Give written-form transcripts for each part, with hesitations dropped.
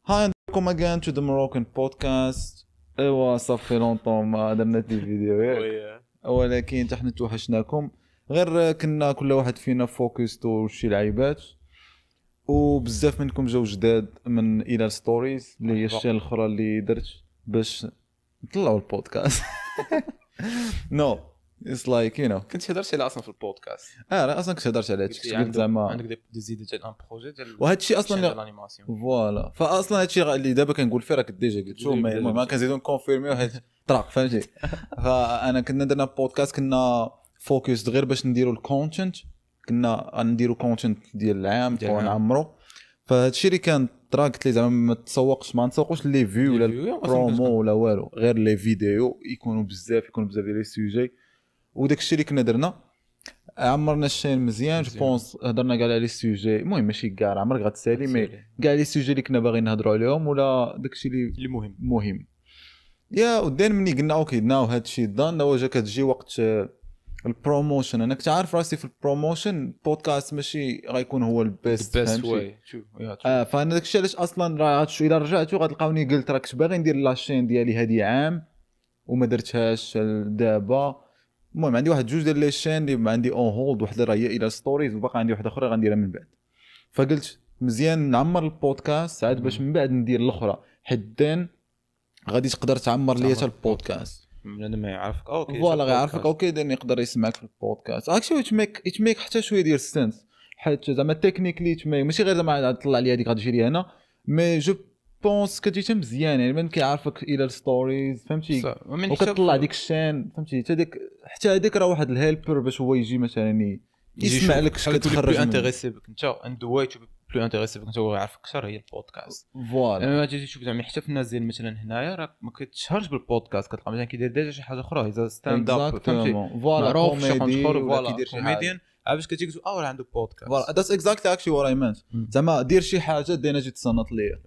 Hi and welcome again to the Moroccan podcast. ايوا صافي لونطون ما درنا دي فيديو ياك ولكن حنا توحشناكم غير كنا كل واحد فينا فوكستو شي لعيبات وبزاف منكم جاو جداد من الى ستوريز اللي هي الشيء الاخرى اللي درت باش نطلعوا البودكاست. نو اتس لايك يو نو كنت هضرتي على اصلا في البودكاست. انا اصلا كنت هضرت على هادشي قلت زعما عندك دي زيد ديال ان بروجي ديال وهذا الشيء اصلا الانيماسيون. فوالا فاصلا هذا الشيء اللي دابا كنقول فيه راك ديجا قلت شو ما كنزيدو نكونفيرميو هاد طرق فهمتي. فانا كنا درنا بودكاست كنا فوكس غير باش نديروا الكونتنت كنا نديروا كونتنت ديال العام ونعمرو فهاد الشيء اللي كان طرا قلت لي زعما ما نتسوقش لي فيو ولا البرومو ولا والو غير لي فيديو يكونوا بزاف ديال لي سوجي وداك الشيء اللي كنا درنا عمرنا الشين مزيان جو بونس هضرنا كاع على لي سوجي المهم ماشي كاع عمرك غتسالي مي كاع لي سوجي اللي كنا باغيين نهضروا عليهم ولا داكشي اللي مهم يا ودين مني قلنا اوكي ناو هادشي دان واجا كتجي وقت البروموشن. انا كنت عارف راسي في البروموشن بودكاست ماشي غيكون هو البيست واي فانا داكشي علاش اصلا راه هادشي الا رجعتو غتلقاوني قلت راه كنت باغي ندير لاشين ديالي هادي عام وما درتهاش دابا. المهم عندي واحد جوج ديال لي شين اللي عندي اون هولد وحده راه هي الى ستوريز وباقي عندي واحده اخرى غنديرها من بعد فقلت مزيان نعمر البودكاست عاد باش من بعد ندير الاخرى حدين غادي تقدر تعمر ليا حتى البودكاست بنادم ما يعرفك اوكي فوالا غيعرفك اوكي دين يقدر يسمعك في البودكاست اكشلي ات ميك حتى شويه ديال سنس حيت زعما تكنيكلي ماشي غير زعما طلع لي هذيك غتجي لي انا مي جو بونس كتجي مزيان يعني من كيعرفك الى الستوريز فهمتي وكتطلع ديك الشين فهمتي حتى هذيك راه واحد الهيلبر باش هو يجي مثلا يسمع لك كتخرج انتريسي بك انت اند واي تو بلو انتريسي بك انت هو يعرفك اكثر هي البودكاست فوالا. انا ما تجي تشوف زعما حتى في الناس ديال مثلا هنايا راه ما كيتشهرش بالبودكاست كتلقى مثلا كيدير ديجا شي حاجه اخرى اذا ستاند اب فهمتي فوالا معروف شي كوميدي ولا كيدير شي كوميديان باش كتجي تقول راه عنده بودكاست فوالا ذاتس اكزاكتلي اكشلي وات اي مانت زعما دير شي حاجه دينا جيت تصنت ليا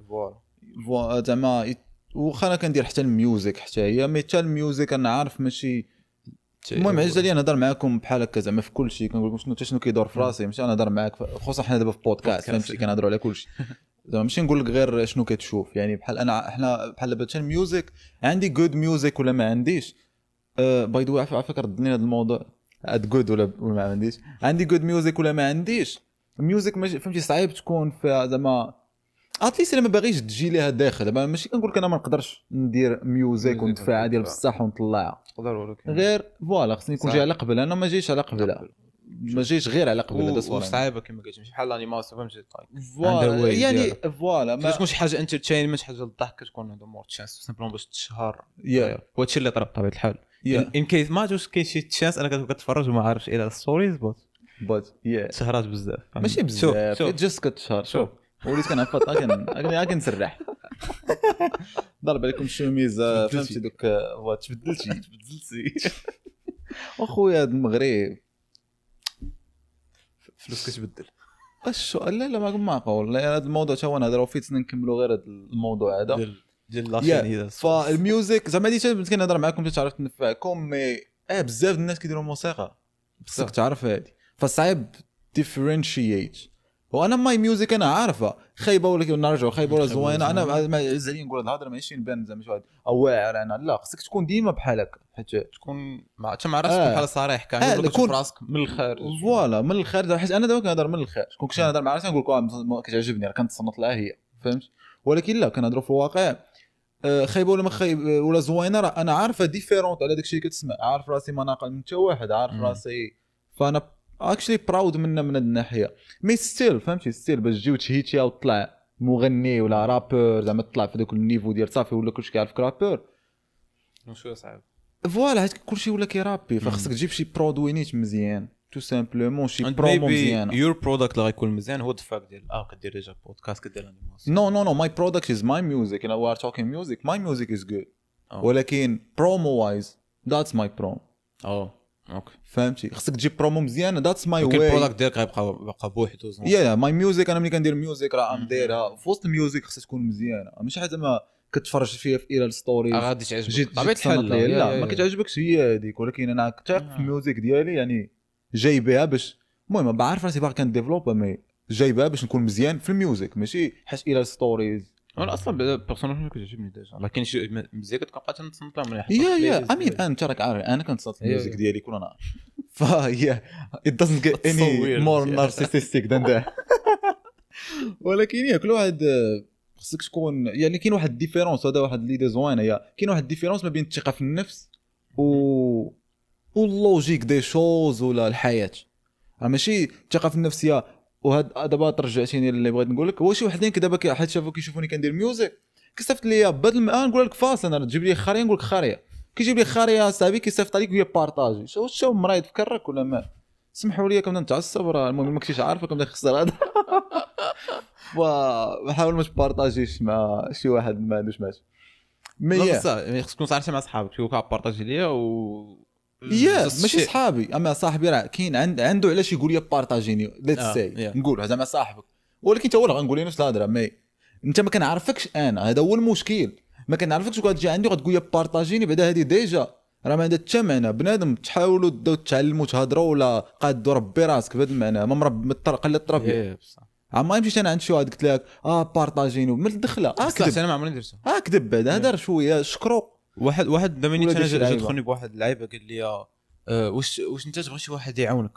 فوالا زعما واخا انا كندير حتى الميوزك حتى هي مي حتى الميوزك انا عارف ماشي المهم عجز لي نهضر معاكم بحال هكا زعما في كل شيء كنقول لكم شنو كيدور في راسي ماشي انا نهضر معاك خصوصا حنا دابا في بودكاست فهمتي كنهضروا على كل شيء زعما ماشي نقول لك غير شنو كتشوف يعني بحال احنا بحال دابا حتى الميوزك عندي جود ميوزك ولا ما عنديش باي ذا واي عافاك ردني هذا الموضوع اد جود ولا ما عنديش عندي جود ميوزك ولا ما عنديش الميوزك ماشي فهمتي صعيب تكون في زعما اتليست انا ما باغيش تجي ليها داخل دابا ماشي كنقول لك انا ما نقدرش ندير ميوزك وندفع ديال بصح ونطلعها غير فوالا خصني يكون جاي على قبل انا ما جايش على قبل ما جايش غير على قبل هذا الصوره صعيبه كما قلت ماشي بحال الانيماسيون فهمتي فوالا يعني فوالا ما تكونش حاجه انترتينمنت حاجه للضحك كتكون هذا مور تشانس سامبلون باش تشهر وهادشي اللي طرا بطبيعه الحال ان كيس ما جوش كاين شي تشانس انا كتفرج وما عارفش الى الستوريز بوت شهرات بزاف ماشي بزاف جست كتشهر شوف وليت كنعفط كنسرح ضرب عليكم الشوميز فهمتي دوك تبدلتي اخويا هذا المغرب فلوس كتبدل السؤال لا ما قول لا هذا الموضوع تا هو نهضروا فيه نكملوا غير هذا الموضوع هذا ديال لاشين فالميوزك زعما ديت كنهضر معكم تعرف نفعكم مي بزاف الناس كيديروا موسيقى بصح تعرف هذه فصعيب ديفرنشييت وانا ماي ميوزك انا عارفه خايبه ولا نرجعوا خايبه ولا زوينه انا زعما نقول الهضره ماشي نبان زعما شي واحد واعر انا لا خصك تكون ديما بحالك حيت تكون مع راسك بحال صريح كامل تشوف راسك من الخارج فوالا من الخارج حيت انا دابا كنهضر من الخارج كون كنت نهضر مع راسي نقول لكم كتعجبني راه كنتصنت لها هي فهمت ولكن لا كنهضروا في الواقع خايبه ولا ما خايب ولا زوينه راه انا عارفه ديفيرونت على داكشي اللي كتسمع عارف راسي ما ناقل من حتى واحد عارف راسي فانا اكشلي براود منا من هاد الناحيه مي ستيل فهمتي ستيل باش تجي وتهيتي او تطلع مغني ولا رابور زعما تطلع في داك النيفو ديال صافي ولا كلشي كيعرفك رابور شويه صعيب فوالا حيت كلشي ولا كيرابي فخصك تجيب شي برودوي نيت مزيان تو سامبلومون شي برومو مزيان يور برودكت اللي غيكون مزيان هو الدفاك ديال كدير ديجا بودكاست كدير انيماسيون نو ماي برودكت از ماي ميوزك انا وار توكين ميوزك ماي ميوزك از جود ولكن برومو وايز ذاتس ماي بروم اوكي فهمتي خصك تجيب برومو مزيانه ذاتس ماي واي البرودكت ديالك غيبقى بوحدو يا ماي ميوزك انا ملي كندير ميوزك راه نديرها في وسط الميوزك خصها تكون مزيانه ماشي حاجه ما كتفرج فيها في الى ستوريز غادي تعجبك طبيعه الحال لا ما كتعجبكش هي هذيك ولكن انا كتاق في الميوزك ديالي يعني جاي بها باش المهم بعرف راسي باغي كنديفلوبا مي جاي بها باش نكون مزيان في الميوزك ماشي حاش الى ستوريز انا اصلا بيرسونيل كتعجبني ديجا لكن شي مزيان كتبقى تنصنت لهم من يا امين انت راك عارف انا كنتصنت الميوزك ديالي كل نهار فهي it doesn't get any more narcissistic than that ولكن يا كل واحد خصك تكون يعني كاين واحد ديفيرونس هذا واحد اللي زوينه هي كاين واحد ديفيرونس ما بين الثقه في النفس واللوجيك دي شوز ولا الحياه ماشي الثقه في النفس هي وهذا دابا ترجعتيني اللي بغيت نقول لك هو شي وحدين دابا حيت شافوا كيشوفوني كندير ميوزك كيصيفط لي بدل ما نقول لك فاصل انا تجيب لي خاريه نقول لك خاريه كيجيب لي خاريه صاحبي كيصيفط عليك وهي بارطاجي شو مريض فكرك ولا ما سمحوا لي كنبدا نتعصب راه المهم ما كنتيش عارفه كنبدا نخسر هذا وحاول ما تبارطاجيش مع شي واحد ما عندوش ماشي مي خصك تكون صارت مع صحابك شي كابارطاجي ليا و ماشي صحابي اما صاحبي راه كاين عنده علاش يقول لي بارطاجيني ليتس سي نقول زعما صاحبك ولكن انت هو اللي غنقول لي نفس الهضره مي انت ما كنعرفكش انا هذا هو المشكل ما كنعرفكش وكتجي عندي وغتقول لي بارطاجيني بعدا هذه ديجا راه ما عندها حتى معنى بنادم تحاولوا تبداو تعلموا تهضروا ولا قادوا ربي راسك بهذا المعنى ما مرب الطرق لا التربيه ما يمشيش انا عند شي واحد قلت لك بارطاجيني ما تدخلها كذب انا ما عمرني درتها كذب بعدا هذا راه شكرو واحد دابا انا جا دخلني بواحد اللعيبه قال لي واش انت تبغي شي واحد يعاونك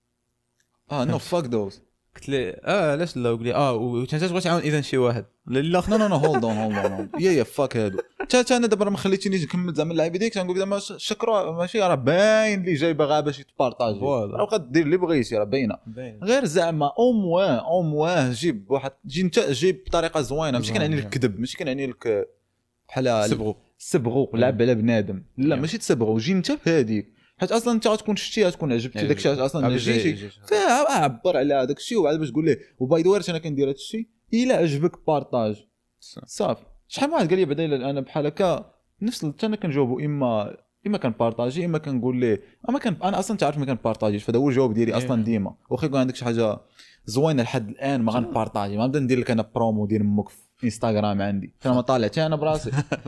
نو فاك دوز قلت لي علاش لا قال لي وانت تبغي تعاون اذا شي واحد لا نو هولد اون يا فاك هادو حتى انا دابا ما خليتينيش نكمل زعما اللعيبه ديك تنقول زعما شكرا ماشي راه باين اللي جاي باغا باش يتبارطاجي راه غدير اللي بغيتي راه باينه غير زعما او موان جيب واحد جيب بطريقه زوينه ماشي كنعني لك الكذب ماشي كنعني لك بحال صبغو لعب على بنادم لا ماشي تصبغو جي انت بهذيك حيت اصلا انت غتكون شتي غتكون عجبتي داكشي اصلا جيتي عبر على هذاك الشيء وبعد باش تقول ليه وباي ذا انا كندير هذا الشيء الا عجبك بارطاج صافي شحال من واحد قال لي بعدا انا بحال هكا نفس حتى انا كنجاوبو اما كنبارطاجي اما كنقول ليه انا اصلا تعرف ما كنبارطاجيش فهذا هو الجواب ديالي اصلا ديما واخا يكون عندك شي حاجه زوينه لحد الان ما غنبارطاجي ما نبدا ندير لك انا برومو ديال امك في انستغرام عندي انا ما طالعتي انا براسي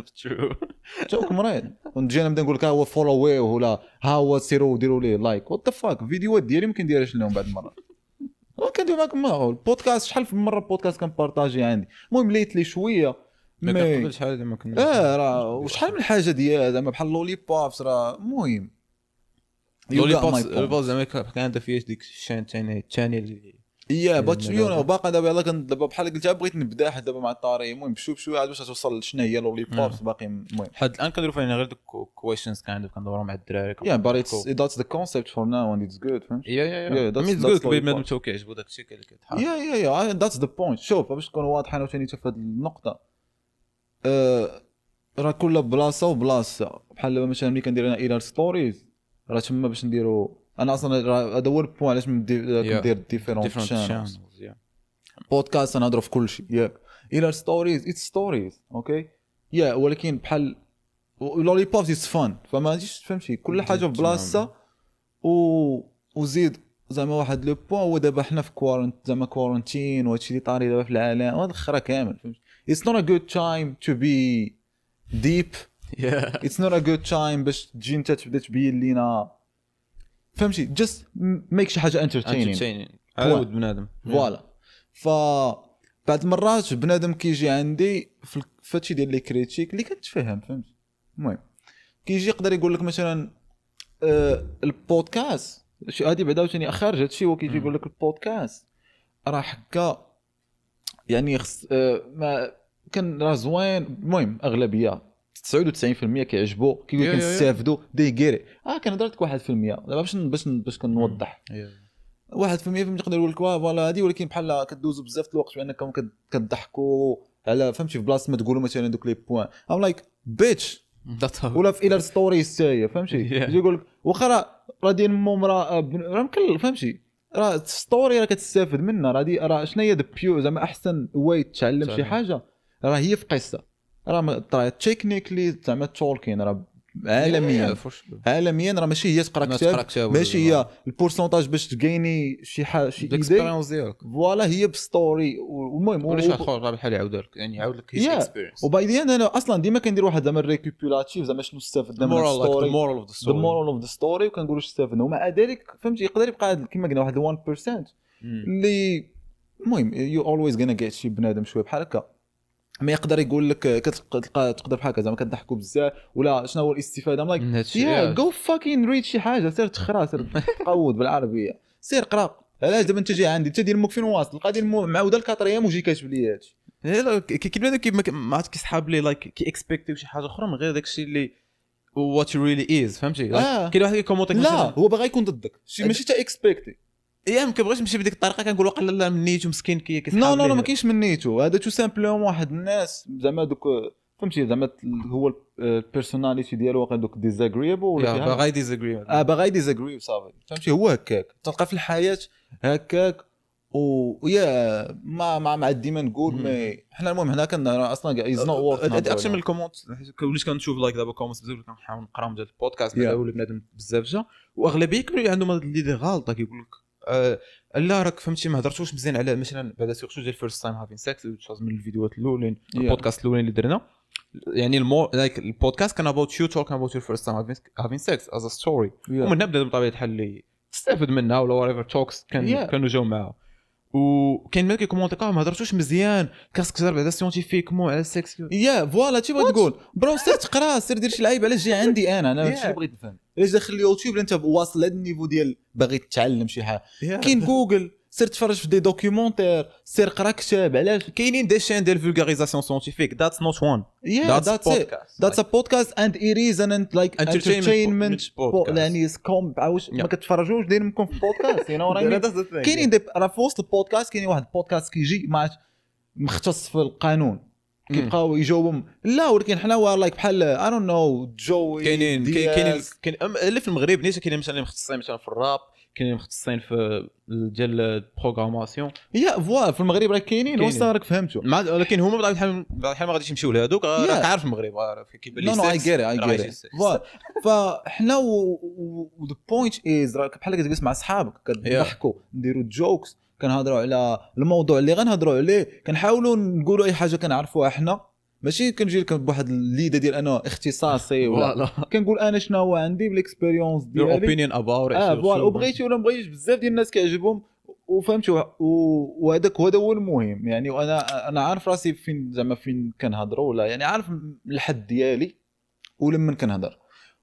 شوك مريض ونجي نبدا نقول لك ها هو فولوي ولا ها هو سيروا ديروا ليه لايك وات ذا فاك فيديوهات ديالي ما كنديرهاش لهم بعد المره كندير معكم البودكاست شحال في مره بودكاست كنبارطاجي عندي المهم ليت لي شويه ما كنقبلش حاجه ما كنا راه وشحال من حاجه ديال زعما بحال لولي بوبس راه المهم لولي بوبس زعما كان عندها فيه ديك الشان الثانيه اللي بات يو باقا دابا دابا بحال قلتها بغيت نبدا حتى دابا مع الطاري المهم بشوي عاد باش توصل شنو هي لولي بوبس باقي المهم حد الان كنديروا فينا غير دوك كويشنز كندوروا مع الدراري but it's the concept for now and it's good فهمت that's good كبير بنادم تو كيعجبو داك الشيء اللي كيتحط that's the point شوف باش تكون واضحه انا ثاني في هذه النقطه راه كل بلاصه وبلاصه بحال دابا مثلا ملي كندير انا ايلر ستوريز راه تما باش نديروا انا اصلا هذا هو البوين علاش كندير ديفيرونت شانلز بودكاست نهضروا في كل شيء ياك ايلر ستوريز اتس ستوريز اوكي ولكن بحال لولي بوبز اتس فان فما غاديش تفهمشي كل حاجه في بلاصه وزيد زعما واحد لو بوين هو دابا حنا في زعما كورنتين وهادشي اللي طاري دابا في العالم وهذا الخرا كامل فهمتي it's not a good time to be deep it's not a good time باش تجي انت تبدا تبين لينا فهمتي just make شي حاجه entertaining عاود بنادم فوالا بعد مرات بنادم كيجي عندي في هادشي ديال لي كريتيك اللي كتفهم فهمت المهم كيجي يقدر يقول لك مثلا البودكاست هادي بعدا ثاني خارج هادشي هو كيجي يقول لك البودكاست راه حكا يعني ما كان راه زوين المهم اغلبيه 99% كيعجبو كيقول كنستافدوا ديغيري كنهضر لك 1% دابا باش كنوضح 1% فهمتي يقدر يقول لك فوالا هادي ولكن بحال كدوزوا بزاف الوقت بانكم كتضحكوا على فهمتي في بلاصه ما تقولوا مثلا دوك لي بوين ام لايك بيتش ولا في ايلر ستوريز حتى فهمتي يجي يقول لك واخا راه ديال مو راه مكلف فهمتي راه ستوري راه كتستافد منها راه شنو هي بيو زعما احسن واي تتعلم شي حاجه راه هي في قصه راه تكنيكلي زعما تولكين راه عالميا راه ماشي هي تقرا كتاب ماشي هي البورسونتاج باش تجيني شي حاجه شي اكسبيرينس ديالك فوالا هي بستوري والمهم ولاش اخر راه بحال يعاود لك يعني يعاود لك هيز اكسبيرينس وبايدين انا اصلا ديما كندير واحد زعما ريكوبيلاتيف زعما شنو استفدنا من الستوري المورال اوف ذا ستوري وكنقولوا اش استفدنا ومع ذلك فهمتي يقدر يبقى كما قلنا واحد 1% اللي المهم يو اولويز غانا جيت شي بنادم شويه بحال هكا ما يقدر يقول لك كتلقى تقدر بحال هكا زعما كضحكوا بزاف ولا شنو هو الاستفاده لايك يا جو فاكين ريد شي حاجه سير تخرا سير تقود بالعربيه سير قرا علاش دابا انت جاي عندي انت دير مك فين واصل تلقى دير معوده الكاتريام وجي كاتب لي هادشي كي بنادم كيف ما عاد كيسحاب لي لايك كي اكسبكتيو شي حاجه اخرى من غير داكشي اللي وات ريلي از فهمتي كاين واحد كيكومونتي لا هو باغي يكون ضدك ماشي تا اكسبكتي ما كنبغيش نمشي بديك الطريقه كنقول واقيلا لا من نيتو مسكين كيسحاب لا لا لا ما كاينش من نيتو هذا تو سامبلوم واحد الناس زعما دوك فهمتي زعما هو البيرسوناليتي ديالو واقع دوك ديزاغريبل ولا باغي ديزاغري باغي ديزاغري صافي فهمتي هو هكاك تلقى في الحياه هكاك ويا ما ديما نقول مي حنا المهم هنا كنا اصلا از نوت وورك اكثر من الكومونت وليت كنشوف لايك دابا كومونت بزاف كنحاول نقراهم ديال البودكاست ولا بنادم بزاف جا واغلبيه كانوا عندهم هاد اللي غلطه كيقول لك لا راك فهمتي ما هضرتوش مزيان على مثلا بعدا سيرتو ديال فيرست تايم هافين سكس من الفيديوهات الاولين البودكاست الاولين اللي درنا يعني لايك البودكاست كان اباوت يو توك اباوت يور فيرست تايم هافين سكس از ا ستوري ومن نبدا بطبيعه الحال اللي تستافد منها ولا وات ايفر توكس كانوا جاو معاها وكاين ملي كيكومونتي ما هضرتوش مزيان خاصك تهضر بعدا سيونتيفيكمون على السكس فوالا تي بغيت تقول برو سير تقرا سير دير شي لعيب علاش جاي عندي انا هادشي بغيت نفهم علاش داخل اليوتيوب انت واصل لهاد النيفو ديال باغي تتعلم شي حاجه كاين جوجل سير تفرج في دي دوكيومونتير سير قرا كتاب علاش كاينين دي شين ديال فولغاريزاسيون سيونتيفيك ذاتس نوت وان ذاتس ا بودكاست اند ايريزن لايك انترتينمنت يعني كوم واش ما كتفرجوش داير منكم في بودكاست يو نو كاينين راه في وسط البودكاست كاين واحد البودكاست كيجي مختص في القانون كيبقاو يجاوبهم لا ولكن حنا لايك بحال اي دون نو جو كاين اللي في المغرب نيت كاين مثلا مختصين مثلا في الراب كاينين مختصين في ديال البروغراماسيون فوالا في المغرب راه كاينين واش راك فهمتو ولكن هما بعض الحال ما غاديش يمشيو لهذوك راك عارف المغرب كيبان لي اي غير فوالا فحنا ذا بوينت از راك بحال كتجلس مع صحابك كتضحكوا نديروا جوكس كنهضروا على الموضوع اللي غنهضروا عليه كنحاولوا نقولوا اي حاجه كنعرفوها احنا ماشي كنجي لك بواحد الليده ديال انا اختصاصي ولا كنقول انا شنو هو عندي بالاكسبيريونس ديالي اوبينيون اباوت فوالا وبغيتي ولا مبغيتيش بزاف ديال الناس كيعجبهم وفهمتوا وهذاك هو المهم يعني وانا عارف راسي فين زعما فين كنهضروا ولا يعني عارف الحد ديالي ولما كنهضر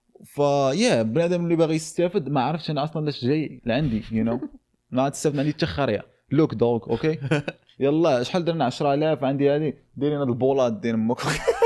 فيا بنادم اللي باغي يستافد ما عرفتش انا اصلا لاش جاي لعندي ما تستافد عندي حتى خريه لوك دوغ اوكي يلا شحال درنا 10000 عندي هذه دايرين هاد البولات ديال امك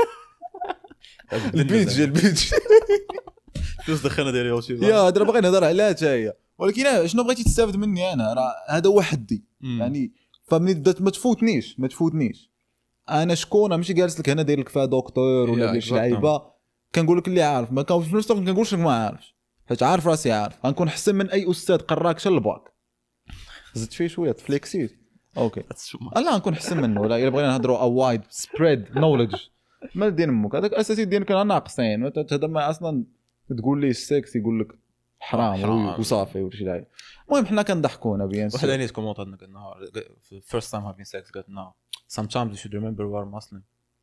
البيج فلوس دخلنا ديال اليوتيوب يا درا باغي نهضر عليها حتى هي ولكن شنو بغيتي تستافد مني انا راه هذا هو حدي يعني فمني بدات ما تفوتنيش انا شكون ماشي جالس لك هنا داير لك فيها دكتور ولا داير شي لعيبه كنقول لك اللي عارف ما كان في نفس الوقت كنقولش لك ما عارفش حيت عارف راسي عارف غنكون احسن من اي استاذ قراك حتى الباك زدت فيه شويه تفليكسيت اوكي لا نكون احسن منه ولا الا بغينا نهضروا وايد سبريد نوليدج ما دين امك هذاك الاساسي ديالك راه ناقصين هذا ما اصلا تقول لي السكس يقول لك حرام وصافي ولا شي لاعب المهم حنا كنضحكونا بيان واحد ثاني كومونت عندنا النهار في فيرست تايم هافين سكس قالت لنا sometimes you should remember you are Muslim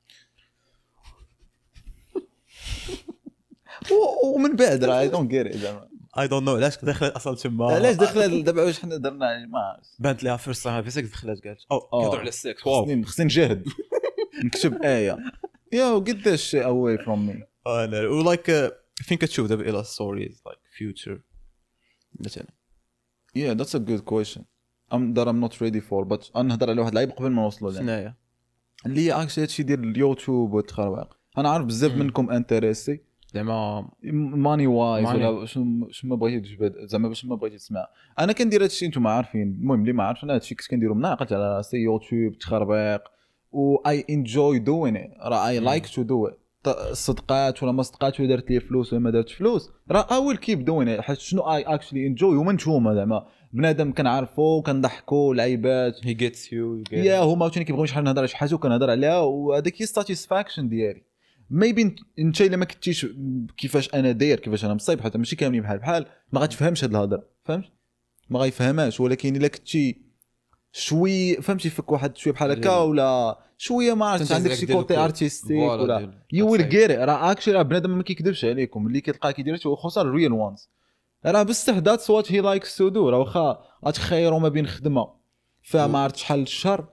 ومن بعد راه اي دونت جيت زعما اي دونت نو علاش دخلت اصلا تما علاش دخلت دابا واش حنا درنا ما بانت لها فيرست تايم هافين سكس دخلت قالت كيهضروا على السكس واو خصني نجاهد نكتب ايه يا قداش away from me انا ولايك فين كتشوف دابا الى ستوريز لايك فيوتشر مثلا yeah that's a good question I'm not ready for but نهضر على واحد العيب قبل ما نوصلوا لهنا اللي هي اكشلي هادشي ديال اليوتيوب والتخربيق انا عارف بزاف منكم انتريسي زعما ماني وايز ولا شنو ما بغيتي تجبد زعما باش ما بغيتي تسمع انا كندير هادشي نتوما عارفين المهم اللي ما عارفش انا هادشي كنت كنديرو مناقش على راسي يوتيوب تخربيق و I enjoy doing it راه I like to do it صدقات ولا ما صدقات ولا درت لي فلوس ولا ما درتش فلوس راه I will keep doing it حيت شنو I actually enjoy وما نتوما زعما بنادم كنعرفو كنضحكو لعيبات he gets you يا هما عاوتاني كيبغيو شحال نهضر على شي حاجه وكنهضر عليها وهذاك هي satisfaction ديالي ميبي انت الا ما كنتيش كيفاش انا داير كيفاش انا مصايب حتى ماشي كاملين بحال ما غاتفهمش هاد الهضره فهمت ما غيفهمهاش ولكن الا كنتي شوي فهمتي فيك واحد شويه بحال هكا ولا شويه ما عرفتش عندك شي كوتي ارتستيك ولا يو ويل غير راه اكشلي راه بنادم ما كيكذبش عليكم اللي كيلقى كيدير خصوصا الريل وانز راه بصح ذاتس وات هي لايكس تو دو راه واخا غتخيروا ما بين خدمه فما عرفتش شحال الشهر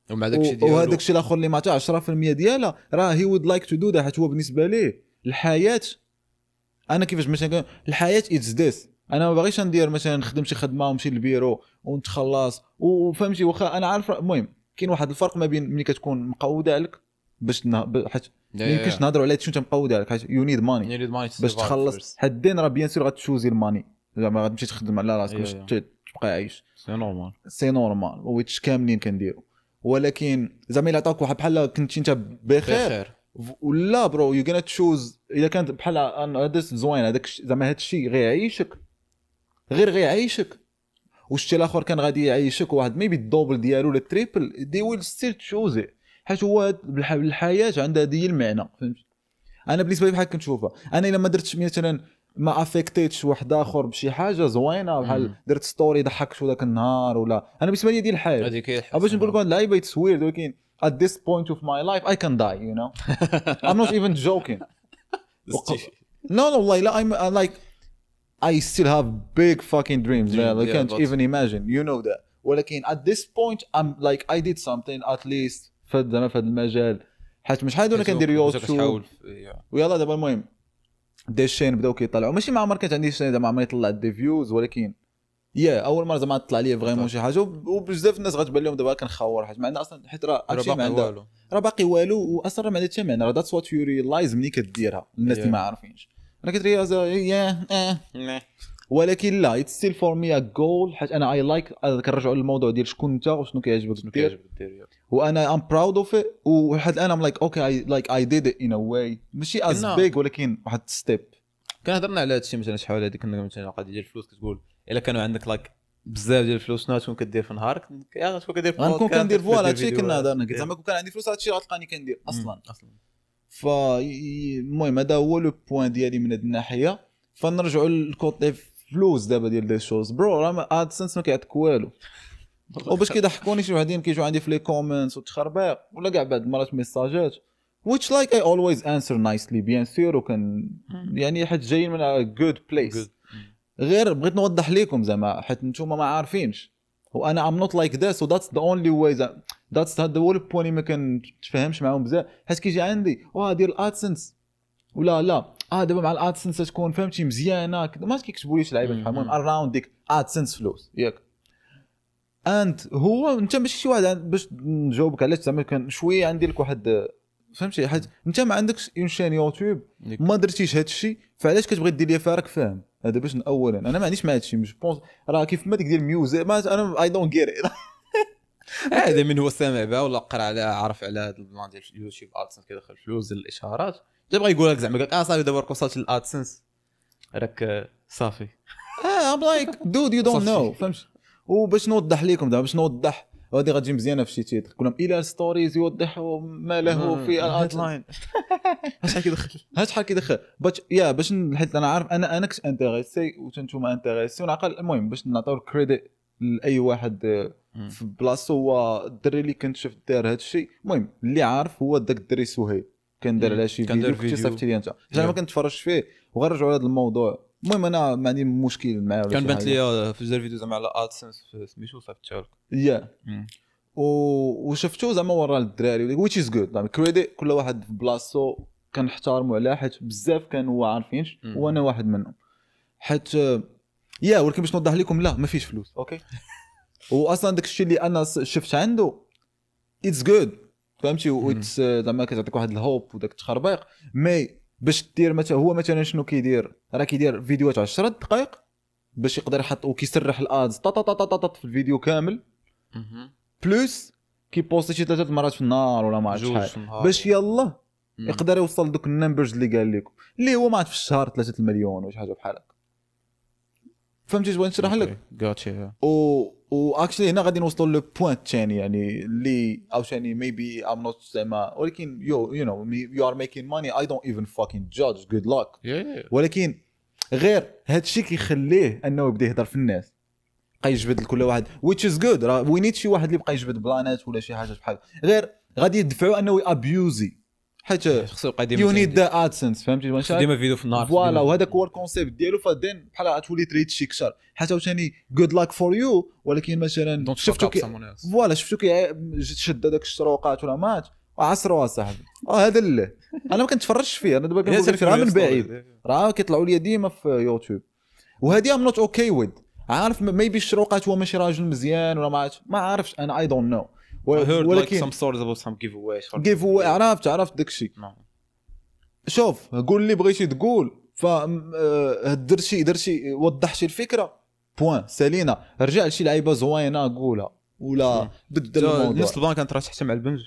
ومع داكشي ديالو وهذاك الشيء الاخر اللي معطيه 10% ديالها راه هي وود لايك تو دو ذات. حيت هو بالنسبه ليه الحياه، انا كيفاش مثلا الحياه اتس ذس، انا ما باغيش ندير مثلا نخدم شي خدمه ونمشي للبيرو ونتخلص وفهمتي. واخا انا عارف المهم كاين واحد الفرق ما بين ملي كتكون مقوده عليك باش حيت ما يمكنش نهضروا على هادشي وانت مقود عليك، حيت يو نيد ماني باش تخلص. حدين راه بيان سور غتشوزي الماني، زعما غتمشي تخدم على راسك باش تبقى عايش. سي نورمال ويتش كاملين كنديروا. ولكن زعما الا عطاوك واحد بحال كنتي انت بخير ولا برو يو غانا تشوز، الا كانت بحال هذا زوين هذاك زعما هذا الشيء غيعيشك غيعيشك، والشيء الاخر كان غادي يعيشك واحد ميبي الدوبل ديالو ولا التريبل، دي ويل ستيل تشوز، حيت هو الحياه عندها هذه المعنى. فهمت؟ انا بالنسبه لي بحال كنشوفها، انا الا ما درتش مثلا ما افيكتيتش واحد اخر بشي حاجه زوينه بحال درت ستوري ضحكت ذاك النهار ولا، انا بالنسبه لي ديال الحياه هذيك باش نقول لكم اللعيبه يتسوير، ولكن at this point of my life I can die, you know. I'm not even joking. No والله لا I'm like I still have big fucking dreams man. I can't even imagine, you know that. ولكن at this point I'm like I did something at least في هذا المجال، حيت مش حاجه انا كندير يوتيوب ويلا دابا المهم دي الشين بداو كيطلعوا، ماشي ما عمر كانت عندي شي زعما عمري طلعت دي فيوز، ولكن اول مره زعما طلع لي فريمون شي حاجه، وبزاف الناس غتبان لهم دابا كنخور، حيت ما عندنا اصلا، حيت راه باقي والو واصلا ما عندها حتى معنى. راه ذاتس وات يو ريلايز ملي كديرها الناس اللي ما عارفينش، انا كتريا ولكن لا اتس ستيل فور مي ا جول، حيت انا اي لايك كنرجعوا للموضوع ديال شكون انت وشنو كيعجبك دير، وانا ام براود اوف ات. وحد انا ام لايك اوكي اي ديد ات ان ا واي ماشي از بيج، ولكن واحد ستيب. كنهضرنا على هادشي مثلا شحال هادي كنا مثلا قضيه ديال الفلوس، كتقول الا كانوا عندك لايك بزاف ديال الفلوس شنو تكون كدير في نهارك؟ يا شكون كدير في غنكون كندير فوالا هادشي كنا هضرنا، زعما كون كان عندي فلوس هادشي غتلقاني كندير اصلا. فالمهم هذا هو لو بوين ديالي من هاد الناحيه. فنرجعوا للكوتي فلوس دابا ديال لي شوز برو، راه ادسنس ما كيعطيك والو. وباش كيضحكوني شي وحدين كيجيو عندي في لي كومنتس وتخربيق ولا كاع بعض المرات ميساجات which like I always answer nicely بيان سور، وكان يعني حيت جايين من a good place. غير بغيت نوضح لكم زعما حيت نتوما ما عارفينش، وانا I'm not like this so that's the only way that's the whole point ما كنتفاهمش معاهم بزاف، حيت كيجي عندي ديال الادسنس ولا لا دابا مع الادسنس تكون فهمتي مزيانه ما كيكتبوا ليش لعيبه بحال المهم اراوند ديك ادسنس فلوس ياك. اند هو انت ماشي شي واحد باش نجاوبك علاش زعما كان شويه عندي لك واحد فهمتي، حيت انت ما عندكش اون شين يوتيوب ما درتيش هذا الشيء، فعلاش كتبغي دير لي فارق فاهم هذا باش اولا انا ما عنديش مع هذا الشيء مش بونس راه كيف ما دير ميوزك ما انا اي دونت جيت هذا من هو سامع بها ولا قرا على عارف على هذا البلان ديال اليوتيوب ادسنس كيدخل فلوس ديال الاشهارات، تبغى يقول لك زعما قال صافي دابا وصلت للادسنس راك صافي ام لايك دود يو دونت نو فهمت. وباش نوضح لكم دابا باش نوضح هذه غتجي مزيانه في شي تيتر كلهم الى ستوريز يوضحوا ما له في الهيدلاين شحال كيدخل باش حيت انا عارف انا كنت انتريسي وانتم انتريسي ونعقل. المهم باش نعطيو الكريديت لاي واحد في بلاصه، هو الدري اللي كنت شفت دار هذا الشيء. المهم اللي عارف هو داك الدري سهيل كان دار على شي فيديو كنت صيفطتي لي انت انا ما كنتفرجش فيه وغنرجعوا لهذا الموضوع. المهم انا ما عندي مشكل معاه كان بانت لي في جال فيديو زعما على ادسنس سميتو صيفطته لك وشفتو زعما ورا الدراري which is good زعما كريديت كل واحد في بلاصتو كنحترموا عليه حيت بزاف كانوا عارفينش وانا واحد منهم. حيت ولكن باش نوضح لكم لا ما فيش فلوس اوكي واصلا داك الشيء اللي انا شفت عنده اتس جود فهمتي زعما كتعطيك واحد الهوب وداك التخربيق. مي باش دير مثلا هو مثلا شنو كيدير راه كيدير فيديوهات 10 دقائق باش يقدر يحط وكيسرح الادز في الفيديو كامل بلس كيبوستي شي 3 مرات في النهار ولا ما عرفتش شحال باش يلا يقدر يوصل دوك النمبرز اللي قال لكم اللي هو ما عرف في الشهر 3 مليون ولا شي حاجه بحال هكا. فهمتي اش بغيت نشرح لك؟ غاتشي اكشلي هنا غادي نوصلوا لو بوينت الثاني يعني اللي عاوتاني ميبي ام نوت زعما ولكن يو نو يو ار ميكين ماني اي دونت ايفن فاكين جادج جود لاك ولكن غير هذا الشيء كيخليه انه يبدا يهضر في الناس بقى يجبد لكل واحد which is good راه وي نيد شي واحد اللي بقى يجبد بلانات ولا شي حاجه بحال غير غادي يدفعوا انه ابيوزي حيت خصو يبقى ديما يو نيد ذا ادسنس فهمتي واش ديما فيديو في النهار فوالا وهذاك هو الكونسيبت ديالو فدين بحال غتولي تريد شي كثر حتى عاوتاني جود لاك فور يو ولكن مثلا شفتو فوالا شفتو شد هذاك الشروقات ولا مات وعصروا اصاحبي هذا اللي انا ما كنتفرجش فيه انا دابا كنقول لك راه من بعيد راه كيطلعوا لي ديما في يوتيوب وهذه ام نوت اوكي ويد عارف ميبي الشروقات هو ماشي راجل مزيان ولا ما عارفش انا اي دونت نو ولكن some stories about some giveaways عرفت داكشي شوف قول لي بغيتي تقول درتي وضحتي الفكره بوين سالينا رجع لشي لعيبه زوينه قولها ولا بدل الموضوع الناس البان كانت راه حتى مع البنج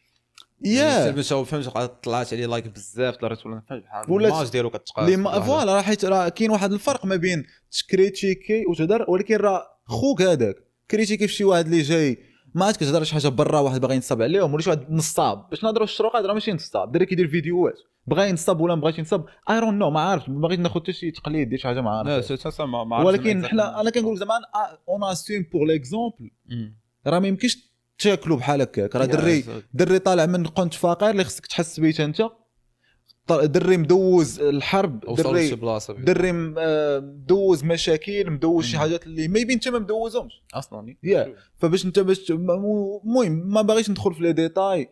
البنج فهمت طلعت عليه لايك بزاف طلعت ولا بحال الماج ديالو كتقال فوالا راه حيت راه كاين واحد الفرق ما بين تكريتيكي وتهضر ولكن راه خوك هذاك كريتيكي في شي واحد اللي جاي ما عاد كتهضر شي حاجه برا واحد باغي ينصب عليهم ولا شي واحد نصاب باش نهضروا الشروقات راه ماشي نصاب دري كيدير فيديوهات بغا ينصب ولا ما بغاش ينصب اي دون نو ما عارف ما بغيت ناخذ حتى شي تقليد ديال شي حاجه ما عارف ولكن حنا انا كنقول زعما اون اسيم بور ليكزومبل راه ما يمكنش تاكلوا بحال هكاك راه دري طالع من قنت فقير اللي خصك تحس بيه انت دري مدوز الحرب دري مدوز مشاكل مدوز شي حاجات اللي ما يبين انت ما مدوزهمش اصلا فباش انت باش المهم ما باغيش ندخل في لي ديتاي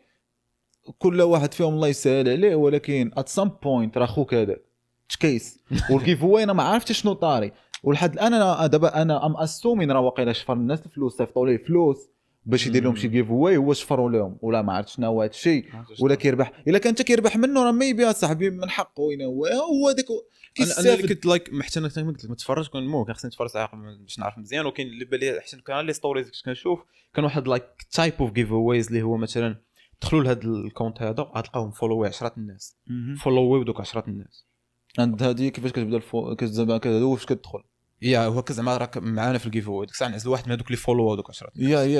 كل واحد فيهم الله يسهل عليه ولكن ات سام بوينت راه خوك هذاك تكيس والكيف هو انا ما عرفتش شنو طاري ولحد الان انا دابا انا ام اسومين راه واقيلا شفر الناس الفلوس صيفطوا ليه فلوس باش يدير لهم شي جيف واي هو شفروا لهم ولا ما عرفت شنو هو هذا الشيء ولا كيربح الا كان انت كيربح منه راه ما يبيع صاحبي من حقه هو داك انا اللي كنت لايك محتاج ما تفرج كان مو كان خصني نتفرج باش نعرف مزيان ولكن اللي بالي احسن كان لي ستوريز كنت كنشوف كان واحد لايك تايب اوف جيف وايز اللي هو مثلا دخلوا لهذا الكونت هذا غتلقاوهم فولوي 10 الناس فولوي دوك 10 الناس عند هذه كيفاش كتبدا كتزعما كذا واش كتدخل هو زعما راك معانا في الجيف واي ديك الساعه نعزل واحد من هذوك اللي فولو هذوك 10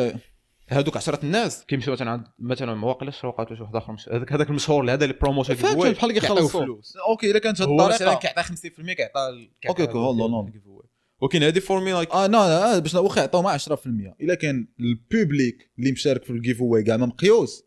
هذوك 10 الناس كيمشيو مثلا مواقع الشروقات ولا واحد اخر هذاك المشهور اللي هذا اللي بروموشن بحال كيخلصوا فلوس اوكي الا كانت هاد الطريقه كيعطي 50% كيعطي اوكي هولو ولكن هذه فور مي لايك لا باش واخا يعطيو 10% الا كان البوبليك اللي مشارك في الجيف واي كاع ما مقيوس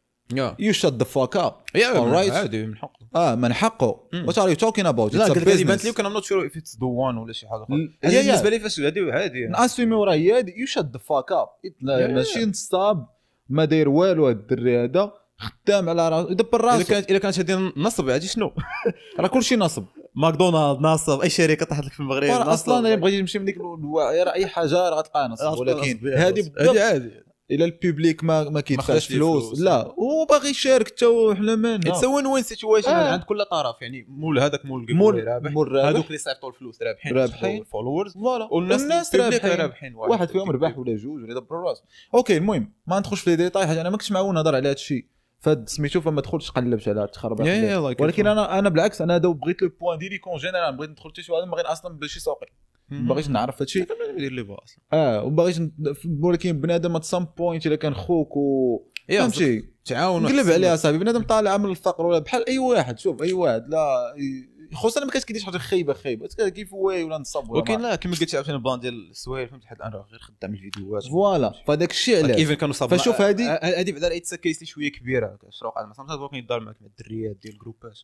يو شات ذا فاك اب عادي من حقه من حقه وات ار يو توكين اباوت لا قلت لي بانت لي كان نوت شور اف اتس دو وان ولا شي حاجه اخرى بالنسبه لي فاش هذه عادي اسومي وراه هادي يو شات ذا فاك اب ماشي نصاب ما داير والو هاد الدري هذا خدام على راسو يدبر راسو الا كانت هذه نصب عادي شنو راه كلشي نصب ماكدونالد ناصب اي شركه طاحت لك في المغرب اصلا الا بغيتي تمشي من ديك الواعره اي حاجه راه غتلقاها نصب ولكن هذه عادي الى البوبليك ما كيدفعش فلوس لا هو باغي يشارك حتى حنا مالنا اتس وين سيتويشن عند كل طرف يعني مول هذاك مول رابح هذوك اللي صيفطوا الفلوس رابحين الفولورز والناس رابحين واحد فيهم ربح ولا جوج ولا دبر راسو اوكي المهم ما ندخلش في لي ديتاي حاجه انا ما كنتش معاون نهضر على هذا الشيء فهاد سميتو فما دخلتش قلبت على التخربيق ولكن انا بالعكس انا دابا بغيت لو بوين ديالي كون جينيرال بغيت ندخل حتى شي واحد ما بغيت اصلا بشي سوقي ما باغيش نعرف هادشي ندير لي با اصلا وباغيش ولكن بنادم ات سام بوينت الا كان خوك و فهمتي تعاون نقلب عليها صاحبي بنادم طالع من الفقر ولا بحال اي واحد شوف اي واحد لا خصوصا ما كتكديش حاجه خايبه كيف واي ولا نصب ولا ولكن لا كما قلت عاوتاني البلان ديال السوايع فهمت حد انا غير خدام الفيديوهات فوالا فداك الشيء علاش كيف كانوا صاب فشوف هذه بعدا ايتسكيس لي شويه كبيره الشروق على مثلا تبغي يدار معك مع الدريات ديال الجروبات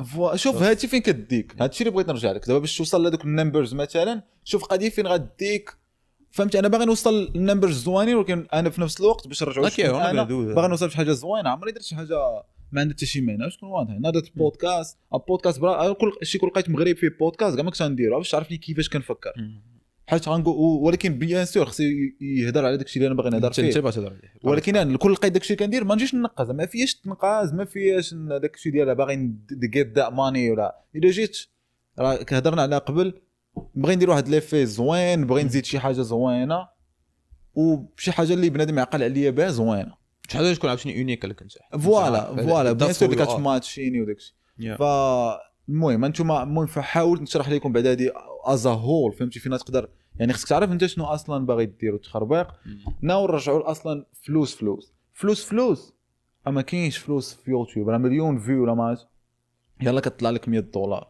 شوف هادشي فين كديك هادشي اللي بغيت نرجع لك دابا باش توصل لهذوك النمبرز مثلا شوف قضيه فين غديك فهمت انا باغي نوصل للنمبرز زوينين ولكن انا في نفس الوقت باش نرجعوا انا باغي نوصل لشي حاجه زوينه عمري درت شي حاجه ما عندها حتى شي معنى شكون واضح انا درت بودكاست كل شي كل لقيت مغرب فيه بودكاست كاع ما كنتش نديرو باش تعرفني كيفاش كنفكر حيت غنقول ولكن بيان سور خصني يهضر على داكشي اللي انا باغي نهضر فيه ولكن انا الكل لقيت داكشي اللي كندير ما نجيش ننقز ما فيهاش تنقاز ما فيهاش داكشي ديال باغي جيت ذا ماني ولا الا جيت راه كهضرنا على قبل بغي ندير واحد ليفي زوين بغي نزيد شي حاجه زوينه وشي حاجه اللي بنادم يعقل عليا بها زوينه شي حاجه تكون عاوتاني يونيك اللي كنت فوالا بيان سور ديك كتماتشيني وداكشي فالمهم انتم المهم فحاولت نشرح لكم بعد هذه ازا هول فهمتي فين تقدر يعني خصك تعرف انت شنو اصلا باغي دير التخربيق ناو نرجعوا اصلا فلوس اما كاينش فلوس في يوتيوب راه مليون فيو ولا ما يلا كتطلع لك $100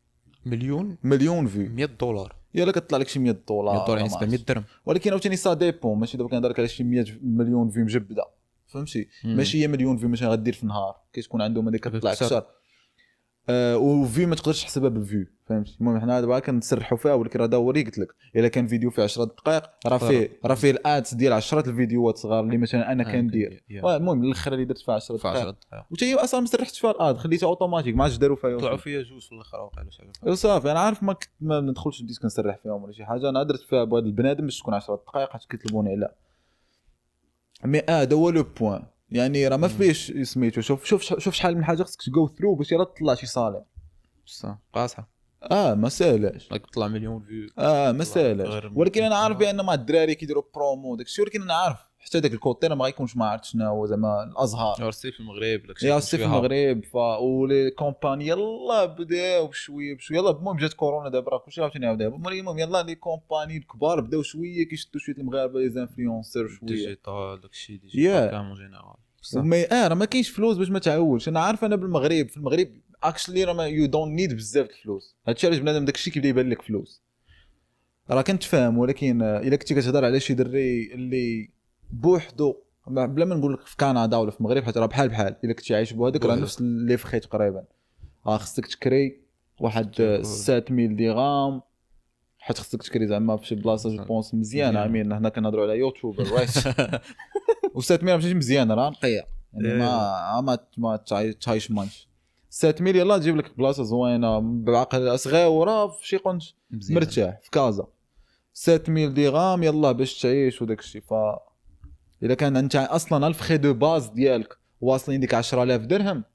مليون فيو $100 يلا كتطلع لك شي $100 يعني 700 درهم ولكن عاوتاني سا ديبون ماشي دابا كنهضر على شي 100 مليون فيو مجبده فهمتي ماشي هي مليون في مثلا غدير في النهار كتكون عندهم هذيك كتطلع اكثر وفي ما تقدرش تحسبها بالفيو فهمتي. المهم حنا دابا كنسرحوا فيها ولكن هذا هو اللي قلت لك الا كان فيديو فيه 10 دقائق راه فيه الادز ديال 10 الفيديوهات صغار اللي مثلا انا كندير المهم الاخر اللي درت فيها 10 دقائق وتا هي اصلا ما سرحتش فيها الاد خليتها اوتوماتيك ما عادش داروا فيها طلعوا فيها جوج في الاخر واقيلا شي حاجه صافي انا عارف ما ندخلش بديت كنسرح فيهم ولا شي حاجه انا درت فيها بهذا البنادم باش تكون 10 دقائق حيت كيطلبوني على مي هذا هو لو بوين يعني راه ما فيش سميتو شوف شحال من حاجه خصك تجو ثرو باش يلا تطلع شي صالح بصح قاصحه ما ساهلاش راك تطلع مليون فيو ما ساهلاش ولكن انا عارف بان مع الدراري كيديروا برومو داكشي ولكن انا عارف حتى داك الكوتي انا ما غيكونش ما عرفت شنو هو زعما الازهار السي في المغرب داكشي يا السي في المغرب ولي كومباني يلا بداو بشويه يلا المهم جات كورونا دابا راه كلشي عاوتاني عاود المهم يلا لي كومباني الكبار بداو شويه كيشدوا شويه المغاربه لي زانفلونسور شويه ديجيتال داكشي ديجيتال كامل جينيرال مي راه ما كاينش فلوس باش ما تعولش انا عارف انا بالمغرب في المغرب اكشلي راه يو دونت نيد بزاف الفلوس هادشي علاش بنادم داكشي كيبدا يبان لك فلوس راه كنتفاهم ولكن الا كنتي كتهضر على شي دري اللي بوحدو بلا ما نقول لك في كندا ولا في المغرب حيت راه بحال الا كنتي عايش بهذاك راه نفس اللي في خيط تقريبا خصك تكري واحد 7000 درهم حيت خصك تكري زعما في شي بلاصه جو بونس مزيان عامين هنا كنهضروا على يوتيوب رايت و7000 ماشي مزيان راه نقيه يعني ما تعيش مانش 7000 يلا تجيب لك بلاصه زوينه بعقل صغيره في شي قنت مرتاح في كازا 7000 درهم يلا باش تعيش وداك الشيء اذا كان انت اصلا الفخي دو باز ديالك واصلين ديك 10000 درهم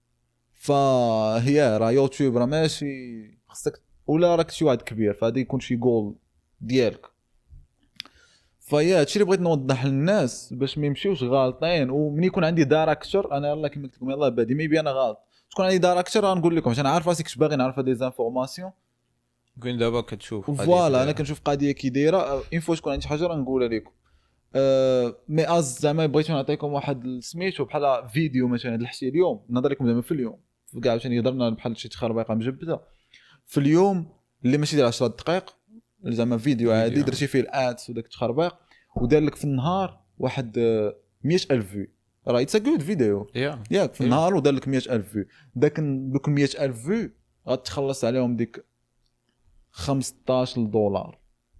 فهي راه يوتيوب راه ماشي خصك ولا راك شي واحد كبير فهذا يكون شي جول ديالك فيا هادشي اللي بغيت نوضح للناس باش ما يمشيوش غالطين ومن يكون عندي دايركتور انا يلاه كما قلت لكم يلاه بادي ميبي انا غلط تكون عندي دايركتور غنقول لكم انا عارف راسي كنت باغي نعرف هاد لي زانفورماسيون كاين دابا كتشوف فوالا انا كنشوف قضيه كي دايره اون فوا تكون عندي حاجه غنقولها لكم مي از زعما بغيت نعطيكم واحد سميتو بحال فيديو مثلا الحشي اليوم نهضر لكم زعما في اليوم كاع عشان يهضرنا بحال شي تخربيقه مجبده في اليوم اللي ماشي ديال 10 دقائق زعما فيديو عادي درتي فيه الادس وداك التخربيق ودار لك في النهار واحد 100000 فيو راه اتس ا جود فيديو ياك في النهار ودار لك 100000 فيو دوك 100000 فيو غتخلص عليهم ديك $15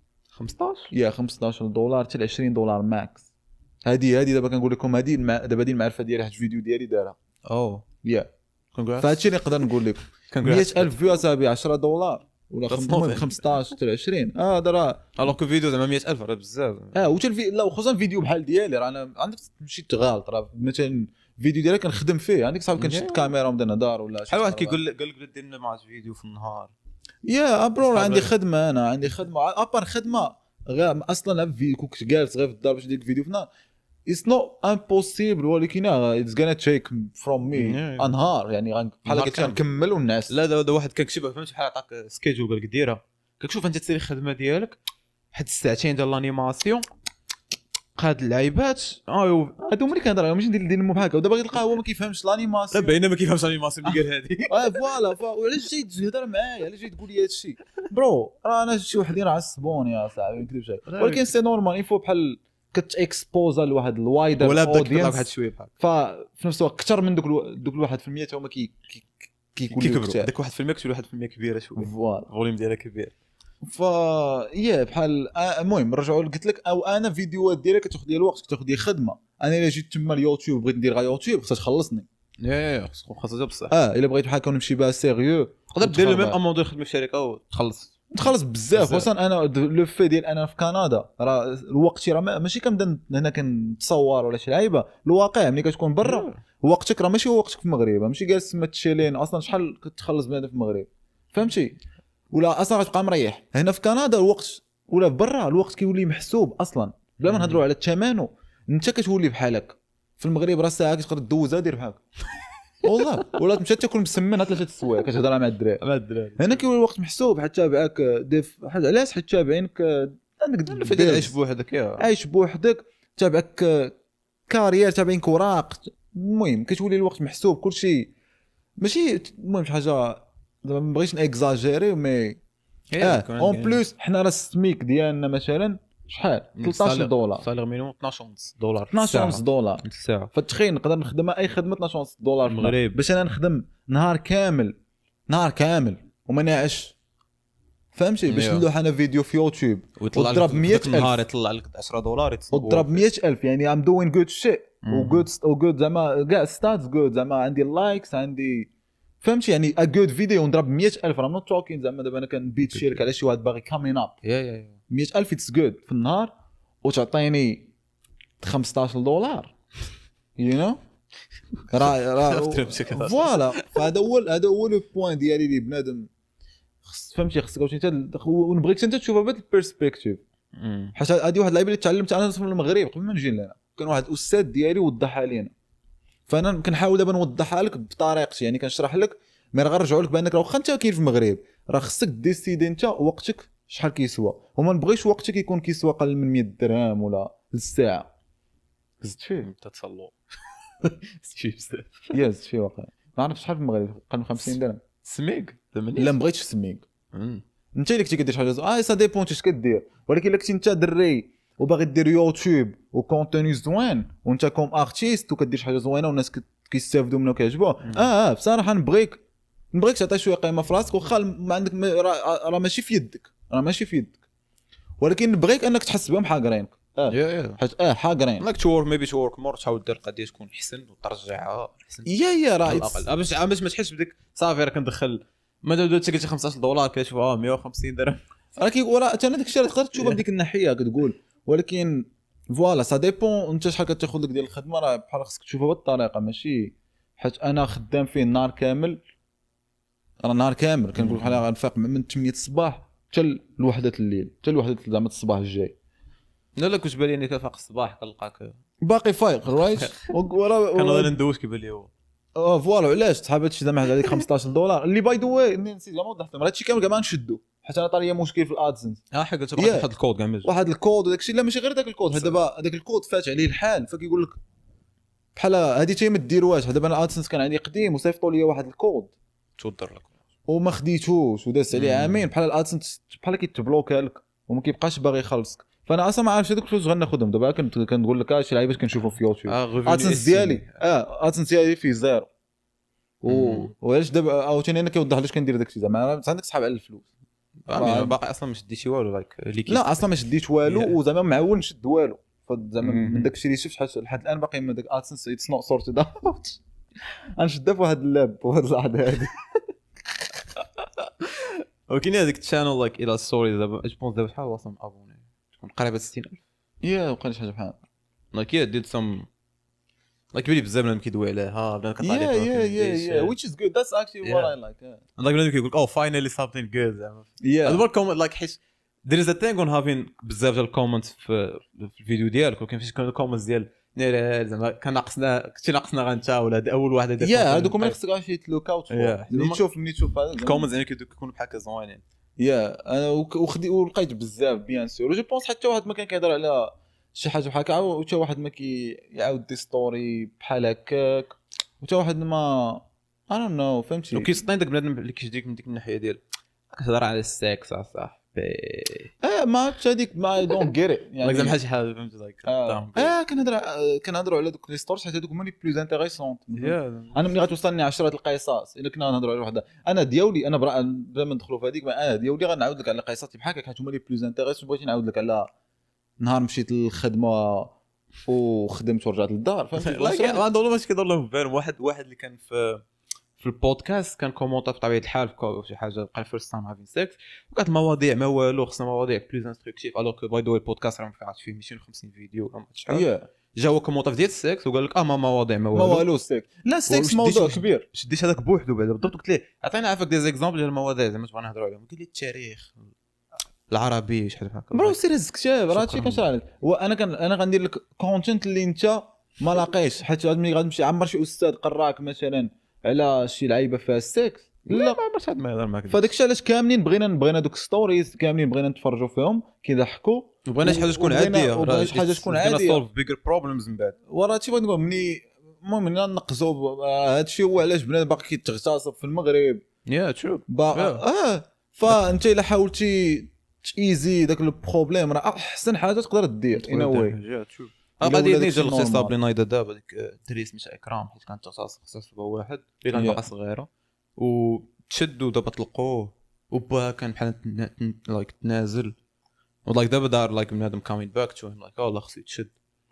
$15 حتى $20 ماكس هذه دابا كنقول لكم هذه دابا المعرفه ديالي حيت الفيديو ديالي دارها فهادشي اللي نقدر نقول لكم 100000 فيو اصاحبي $10 ولا 15 حتى 20 هذا راه الوغ كو فيديو زعما 100000 راه بزاف وتا لا وخصوصا فيديو بحال ديالي راه انا عندك تمشي تغالط راه مثلا فيديو ديالك كنخدم فيه عندك صاحب كنشد الكاميرا ونبدا نهضر ولا شحال واحد كيقول لك بلا دير لنا معك فيديو في النهار برو عندي خدمه انا عندي خدمه ابار خدمه غير اصلا في كنت جالس غير في الدار باش ندير فيديو في النهار اتس نوت امبوسيبل ولكن اتس غانا تيك فروم مي انهار يعني بحال هكا كنكمل والناس لا دا واحد كيكتبها فهمتي بحال عطاك سكيدجول قال لك ديرها كتشوف انت تسيري الخدمه ديالك واحد الساعتين ديال الانيماسيون هاد اللعيبات هادو ملي كنهضر عليهم ماشي ندير المو بحال هكا ودابا غير تلقاه هو ما كيفهمش الانيماسيون لا باينه ما كيفهمش الانيماسيون اللي قال هادي فوالا وعلاش جاي تهضر معايا علاش جاي تقول لي هادشي برو راه انا شي وحدين عصبوني يا صاحبي ما نكذبش ولكن سي نورمال يفو بحال كتاكسبوزا لواحد الوايدر ولا بدك تطلع واحد شويه بحال ففي نفس الوقت اكثر من دوك الواحد في المية هما كيكبروا داك 1% كتولي 1% كبيره شويه فوالا الفوليوم ديالها كبير بحال المهم نرجعوا قلت لك او انا فيديوهات ديالي كتاخذ لي الوقت كتاخذ لي خدمه انا الا جيت تما اليوتيوب بغيت ندير غير يوتيوب خصها تخلصني خاصها بصح الا بغيت بحال كون نمشي بها سيريو تقدر دير لو ميم اموندو خدمه في شركه وتخلص بزاف خصوصا انا لو في ديال انا في كندا راه الوقت راه ماشي كنبدا هنا كنتصور ولا شي لعيبه الواقع ملي كتكون برا وقتك راه ماشي هو وقتك في المغرب ماشي جالس تما تشيلين اصلا شحال كتخلص بنادم في المغرب فهمتي ولا اصلا غتبقى مريح هنا في كندا الوقت ولا برا الوقت كيولي محسوب اصلا بلا ما نهضروا على الثمن انت كتولي بحالك في المغرب راه ساعه كتقدر دوزها دير بحالك والله ولا تمشي تاكل مسمن 3 السوايع كتهضر مع الدراري هنا كيولي الوقت محسوب حتى تابعك حاجه علاش حيت تابعينك عندك فدير عايش بوحدك عايش بوحدك تابعك كارير تابعينك وراق المهم كتولي الوقت محسوب كلشي ماشي المهم شي حاجه دابا ما بغيتش ناكزاجيري مي اون بلوس حنا راه السميك ديالنا مثلا شحال $13 صالير مينيموم $12.5 $12.5 الساعه. فتخيل نقدر نخدم اي خدمه $12.5 في المغرب باش انا نخدم نهار كامل وما نعش فهمتي باش نلوح انا فيديو في يوتيوب وضرب 100,000 نهار يطلع لك $10 وضرب 100,000 يعني ام دوين جود شيت وجود زعما كاع ستاتس جود زعما عندي لايكس عندي فهمتي يعني ا جود فيديو نضرب 100,000 راه نوت توكين زعما دابا انا كنبيت شيرك على شي واحد باغي كامين اب 100,000 اتس جود في النهار وتعطيني $15 يو نو راه فوالا فهذا هو لو بوين ديالي اللي بنادم فهمتي خصك واش انت ونبغيك انت تشوفها بهذا البيرسبكتيف حيت هذه واحد اللعيبه اللي تعلمت انا في المغرب قبل ما نجي لهنا كان واحد الاستاذ ديالي وضحها لينا فانا كنحاول دابا نوضحها لك بطريقتي يعني كنشرح لك مي غنرجعوا لك بانك راه واخا انت كاين في المغرب راه خصك ديسيدي انت وقتك شحال كيسوى وما نبغيش وقتك يكون كيسوى اقل من 100 درهم ولا الساعه زدت فيه تتصلوا زدت فيه واقع ما عرفتش شحال في المغرب اقل من 50 درهم سميك لا ما بغيتش سميك انت اللي كنتي كدير شحال سا ديبون اش كدير ولكن الا كنتي انت دري وباغي دير يوتيوب وكونتوني زوين وانت كوم ارتيست وكدير شي حاجه زوينه والناس كيستافدوا منها وكيعجبوها بصراحه نبغيك تعطي شويه قيمه في راسك واخا ما عندك راه ماشي في يدك ولكن نبغيك انك تحس بهم حاقرينك حيت حاقرين لاك تورك ميبي تورك مور تحاول دير قضيه تكون احسن وترجعها احسن راه باش ما تحسش بديك صافي راه كندخل ما دابا قلتي $15 كتشوف 150 درهم راكي ورا حتى انا داك الشيء تقدر تشوفها بديك الناحيه كتقول ولكن فوالا سا ديبون انت شحال كتاخذ لك ديال الخدمه راه بحال خصك تشوفها بهذه الطريقه ماشي حيت انا خدام فيه النهار كامل كنقول بحال غنفيق من 8 الصباح حتى لوحده الليل حتى لوحده زعما الصباح الجاي لا كنت بالي اني كنفيق الصباح كنلقاك باقي فايق رايت كنظن ندوش كيبان لي هو فوالا علاش صحاب هادشي زعما عليك $15 اللي باي ذا واي نسيت زعما وضحت لهم هادشي كامل كاع ما نشدو حيت انا طرا لي مشكل في الادسنس حق قلت واحد الكود كاع واحد الكود وداك الشيء لا ماشي غير داك الكود دابا هذاك الكود فات عليه الحال فكيقول لك بحال هذه حتى ما ديروهاش دابا انا الادسنس كان عندي قديم وصيفطوا لي واحد الكود توضر لك وما خديتوش وداز عليه عامين بحال الادسنس بحال كيتبلوكا لك وما كيبقاش باغي يخلصك فانا اصلا ما عارفش هذوك الفلوس غناخذهم دابا كنقول لك شي لعيبه كنشوفهم في يوتيوب ادسنس ديالي ادسنس ديالي فيه زيرو وعلاش دابا عاوتاني انا كيوضح ليش كندير داكشي زعما عندك صحاب على الفلوس باقي اصلا ما شديتي والو لايك لا اصلا ما شديت والو وزعما معول نشد والو فزعما من داكشي اللي شفت لحد الان باقي من داك ادسنس اتس نوت سورتد اوت غنشدها في واحد اللاب وهاد اللحظه هادي وكاين هذيك الشانل لايك الى ستوريز دابا جوبونس دابا شحال واصل ابوني تكون قريبه 60,000 وقال شي حاجه بحال لايك ديت سم لايك بلي بزاف بنادم كيدوي عليها بنادم كطالع which is good that's actually what I like لايك بنادم كيقول او finally something good زعما هذا الكومنت لايك حيت there is a thing on having بزاف ديال الكومنتس في الفيديو ديالك وكاين فاش كانوا الكومنتس ديال زعما كان كنتي ناقصنا غنتا ولا هذا اول واحد هذاك هذوك ما خصك غير تلوك اوت ملي تشوف هذا الكومنتس يعني كيكونوا بحال هكا زوينين انا ولقيت بزاف بيان سور جو بونس حتى واحد ما كان كيهضر على شي حاجه بحال هكا وحتى واحد ما كيعاود دي ستوري بحال هكاك وحتى واحد ما I don't know فهمتي وكيسطين داك بنادم اللي كيجيك من ديك الناحيه ديال كتهضر على السكس صاحبي ما هذيك ما دونت جيت يعني زعما شي حاجه فهمتي لايك كنهضروا على دوك لي ستورز حيت هذوك هما لي بلوز انتريسون انا ملي غتوصلني 10 القصص الا كنا نهضروا على وحده انا ديالي انا بلا ما ندخلوا في هذيك انا ديالي غنعاود لك على قصصي بحال هكا حيت هما لي بلوز انتريسون بغيت نعاود لك على نهار مشيت للخدمه وخدمت ورجعت للدار فهمتي ما ندور ماشي كيدور لهم بالهم واحد اللي كان في البودكاست كان كومونطا بطبيعه الحال في شي حاجه بقى فيرست تايم هافين سيكس وكانت المواضيع ما والو خصنا مواضيع بلوز انستركتيف الوغ كو باي دو البودكاست راه ما فيهاش فيه 250 فيديو ولا شحال جا هو كومونطا ديال السيكس وقال لك ما مواضيع ما والو السيكس لا السيكس موضوع كبير شديت هذاك بوحدو بعدا بالضبط قلت ليه عطينا عافاك دي زيكزامبل ديال المواضيع زعما تبغى نهضروا عليهم قال لي التاريخ العربي شحال هكا برو سير الكتاب راه هادشي كنشرح لك انا غندير لك كونتنت اللي انت ما لاقيش حيت ملي غتمشي عمر شي استاذ قراك مثلا على شي لعيبه فيها السكس لا ما عمرش هاد ما يهضر معاك فداك الشيء علاش كاملين بغينا دوك ستوريز كاملين بغينا نتفرجوا فيهم كيضحكوا وبغينا شي حاجه تكون عاديه وبغينا شي حاجه تكون عاديه سولف بيجر بروبلمز من بعد وراه هادشي بغيت نقول مني المهم نقزوا هادشي هو علاش بنادم باقي كيتغتصب في المغرب ترو فانت الا حاولتي ايزي داك البروبليم راه احسن حاجه تقدر دير ان واي. غادي نيجي الاغتصاب اللي نايضه دابا ديك الدري سميتها اكرام حيت كانت اغتصاب واحد اللي كان باقا صغيره وتشد ودابا طلقوه وبا كان بحال لايك تنازل ولايك دابا دار لايك بنادم كامين باك تو هيم لايك والله خصو يتشد.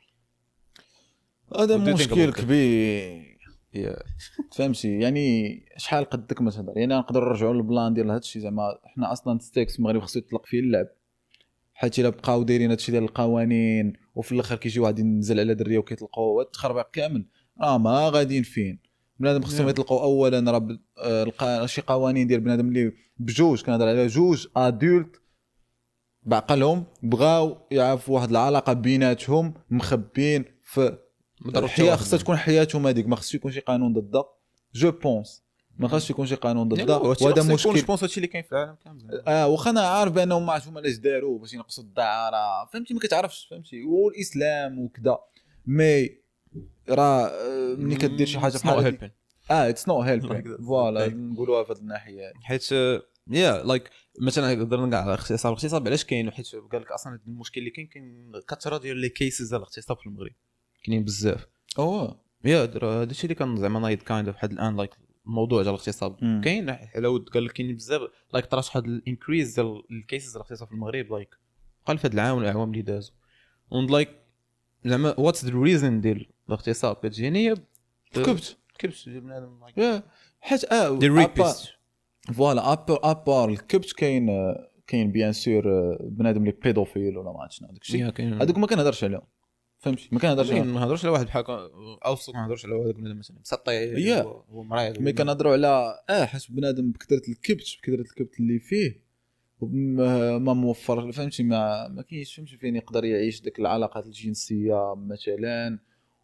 هذا مشكل كبير فهمتي يعني شحال قدك ما تهضر يعني نقدر نرجعوا للبلان ديال هذا الشيء زعما حنا اصلا ستيكس في المغرب خصو يطلق فيه اللعب حيت الا بقاو دايرين هذا الشيء ديال القوانين وفي الاخر كيجي واحد ينزل على دريه وكيطلقوا التخربيق كامل ما غاديين فين. بنادم خصهم يطلقوا اولا راه شي قوانين ديال بنادم اللي بجوج كنهضر على جوج ادولت بعقلهم بغاو يعرفوا واحد العلاقه بيناتهم مخبين في الحياه خصها تكون حياتهم هذيك ما خصش يكون شي قانون ضدها جو بونس ما خاصش يكون شي قانون ضدها وهذا مشكل جو بونس هادشي اللي كاين في العالم كامل. واخا انا عارف بانهم ما عرفوا علاش داروا باش ينقصوا الدعاره فهمتي ما كتعرفش فهمتي والاسلام وكذا مي راه ملي كدير شي حاجه بحال اتس نوت هيلب فوالا نقولوها في هذه الناحيه حيت لايك مثلا نقدر نقع على الاغتصاب علاش كاين حيت قال لك اصلا المشكل اللي كاين كثره ديال لي كيسز ديال الاغتصاب في المغرب كاينين بزاف. هذا الشيء اللي كان زعما نايد كايند اوف حد الان لايك الموضوع ديال الاغتصاب كاين لو قال لك كاين بزاف لايك طراش هاد الانكريز ديال الكيسز ديال الاغتصاب في المغرب لايك قال في هاد العام والاعوام اللي دازوا اون لايك زعما واتس ذا ريزن ديال الاغتصاب كتجيني هي كبت ديال بنادم حيت دي ريبيست فوالا ابار الكبت كاين بيان سور بنادم اللي بيدوفيل ولا ما عرفتش داك الشيء هذوك ما كنهضرش عليهم فهمتي ما كنهضرش على واحد بحال اوسط ما نهضرش على واحد بنادم مثلا مسطي هو مريض مي كنهضروا على حيت بنادم بكثره الكبت اللي فيه ما موفر فهمتي ما كاينش فهمتي فين يقدر يعيش ديك العلاقات الجنسيه مثلا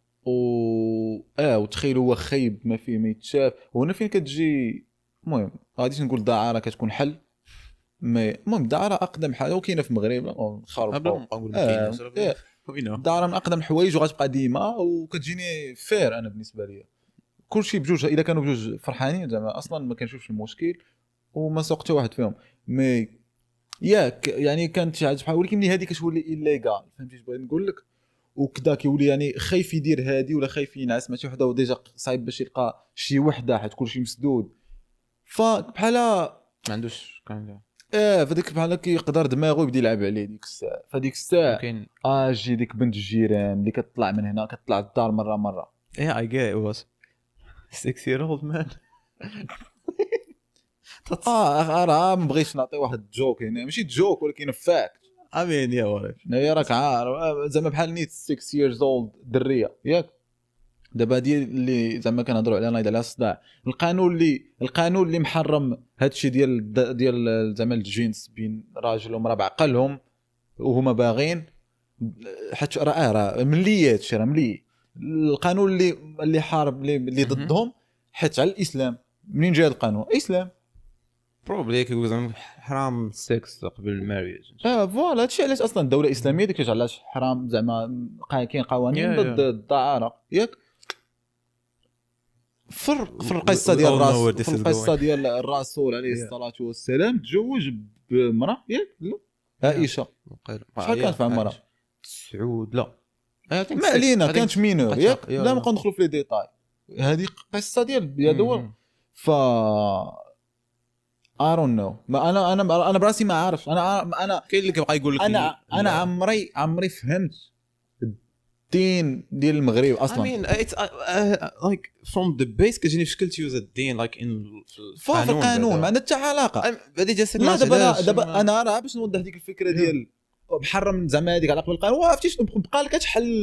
وتخيل هو خايب ما فيه ما يتشاف وهنا فين كتجي المهم غاديش نقول دعاره كتكون حل مي المهم دعاره اقدم حاجه وكاينه في المغرب خارب نقول كاينه دعاره من اقدم الحوايج وغتبقى ديما وكتجيني فير انا بالنسبه لي كلشي بجوج اذا كانوا بجوج فرحانين زعما اصلا ما كنشوفش المشكل وما سوق حتى واحد فيهم مي يعني كانت شي حاجه بحال ولكن هذه كتولي ايليغال فهمتي اش بغيت نقول لك وكذا كيولي يعني خايف يدير هادي ولا خايف ينعس مع شي وحده وديجا صعيب باش يلقى شي وحده حيت كلشي مسدود فبحال ما عندوش كان فديك بحال كيقدر دماغو يبدا يلعب عليه ديك الساعه فديك الساعه اجي ديك بنت الجيران اللي كتطلع من هنا كتطلع الدار مره اي جيت واز 6 year old man راه ما بغيتش نعطي واحد جوك هنا ماشي جوك ولكن فاكت امين يا ولد يا راك عارف زعما بحال نيت 6 years old دريه ياك دابا ديال اللي زعما كنهضروا عليها نايض على الصداع القانون اللي محرم هادشي ديال زعما الجنس بين راجل ومراه بعقلهم وهما باغين حيت راه ملي هادشي راه ملي القانون اللي حارب اللي ضدهم حيت على الاسلام منين جاي القانون اسلام بروبلي كيقول زعما حرام السكس قبل الماريج فوالا هادشي علاش اصلا الدوله الاسلاميه ديك علاش حرام زعما كاين قوانين ضد الدعاره ياك في القصه ديال الرسول عليه الصلاه والسلام تزوج بمراه ياك لا عائشه شحال كانت في عمرها 9 لا ما علينا كانت مينور ياك لا نبقاو ندخلوا في لي ديتاي هذه قصه ديال دول ف I don't know ما انا براسي ما عارف انا كاين اللي كيبقى يقول لك انا عمري فهمت الدين ديال المغرب اصلا I mean it's like from the base كتجيني في شكل تيوز الدين like in في القانون ما عندها حتى علاقه هذه جالسه دابا انا راه باش نوضح ديك الفكره ديال محرم زعما هذيك علاقه بالقانون عرفتي شنو بقى لك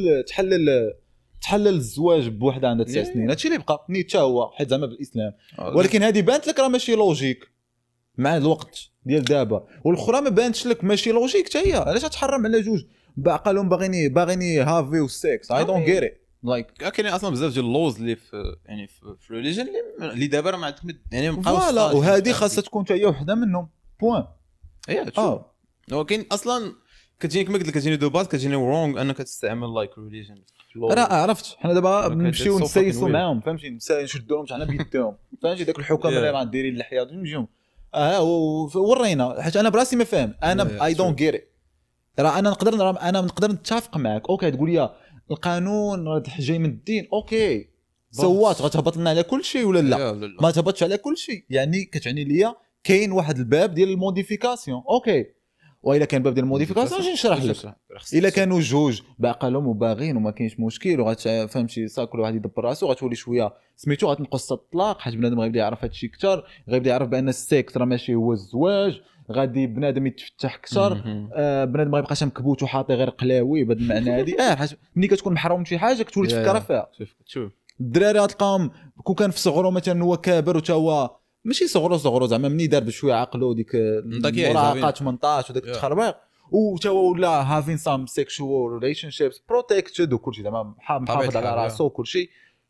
تحلل الزواج بوحده عندها 9 سنين هادشي اللي بقى نيت حتى هو حيت زعما بالاسلام ولكن هذه بانت لك راه ماشي لوجيك مع الوقت ديال دابا والاخرى ما بانتش لك ماشي لوجيك حتى هي علاش تحرم على جوج بعقلهم باغيني هافي والسكس اي دونت جيت ات لايك كاين اصلا بزاف ديال اللوز اللي في يعني في ريليجن اللي دابا راه ما عندك يعني فوالا وهذه خاصها تكون حتى هي وحده منهم بوين ولكن اصلا كتجيني كما قلت لك كتجيني دو باز كتجيني رونغ انك تستعمل لايك ريليجن راه عرفت حنا دابا نمشيو نسيسوا معاهم فهمتي نشدوهم حنا بيدهم فهمتي داك الحكام اللي راه دايرين اللحيه نجيهم ورينا حيت انا براسي ما فاهم انا اي دونت جيت راه انا نقدر نتفق معك اوكي تقول لي القانون راه جاي من الدين اوكي سوات غتهبط لنا على كل شيء ولا لا ما تهبطش على كل شيء يعني كتعني ليا كاين واحد الباب ديال الموديفيكاسيون اوكي والا كان باب ديال الموديفيكاسيون نجي نشرح لك الا كانوا جوج باقالهم وباغين وما كاينش مشكل وغتفهمتي صا كل واحد يدبر راسو غتولي شويه سميتو غتنقص الطلاق حيت بنادم غيبدا يعرف هذا الشيء اكثر غيبدا يعرف بان السيكس راه ماشي هو الزواج غادي بنادم يتفتح اكثر بنادم ما يبقاش مكبوت وحاطي غير قلاوي بهذا المعنى هذه حاجه ملي كتكون محروم من شي حاجه كتولي تفكر فيها شوف الدراري غتلقاهم كون كان في صغرو مثلا هو كابر وتا هو ماشي صغرو زعما مني دار بشويه عقلو ديك المراهقه 18 وداك التخربيق وتا هو ولا هافين سام سيكشوال ريليشن شيبس بروتكتد وكلشي زعما محافظ على راسو وكلشي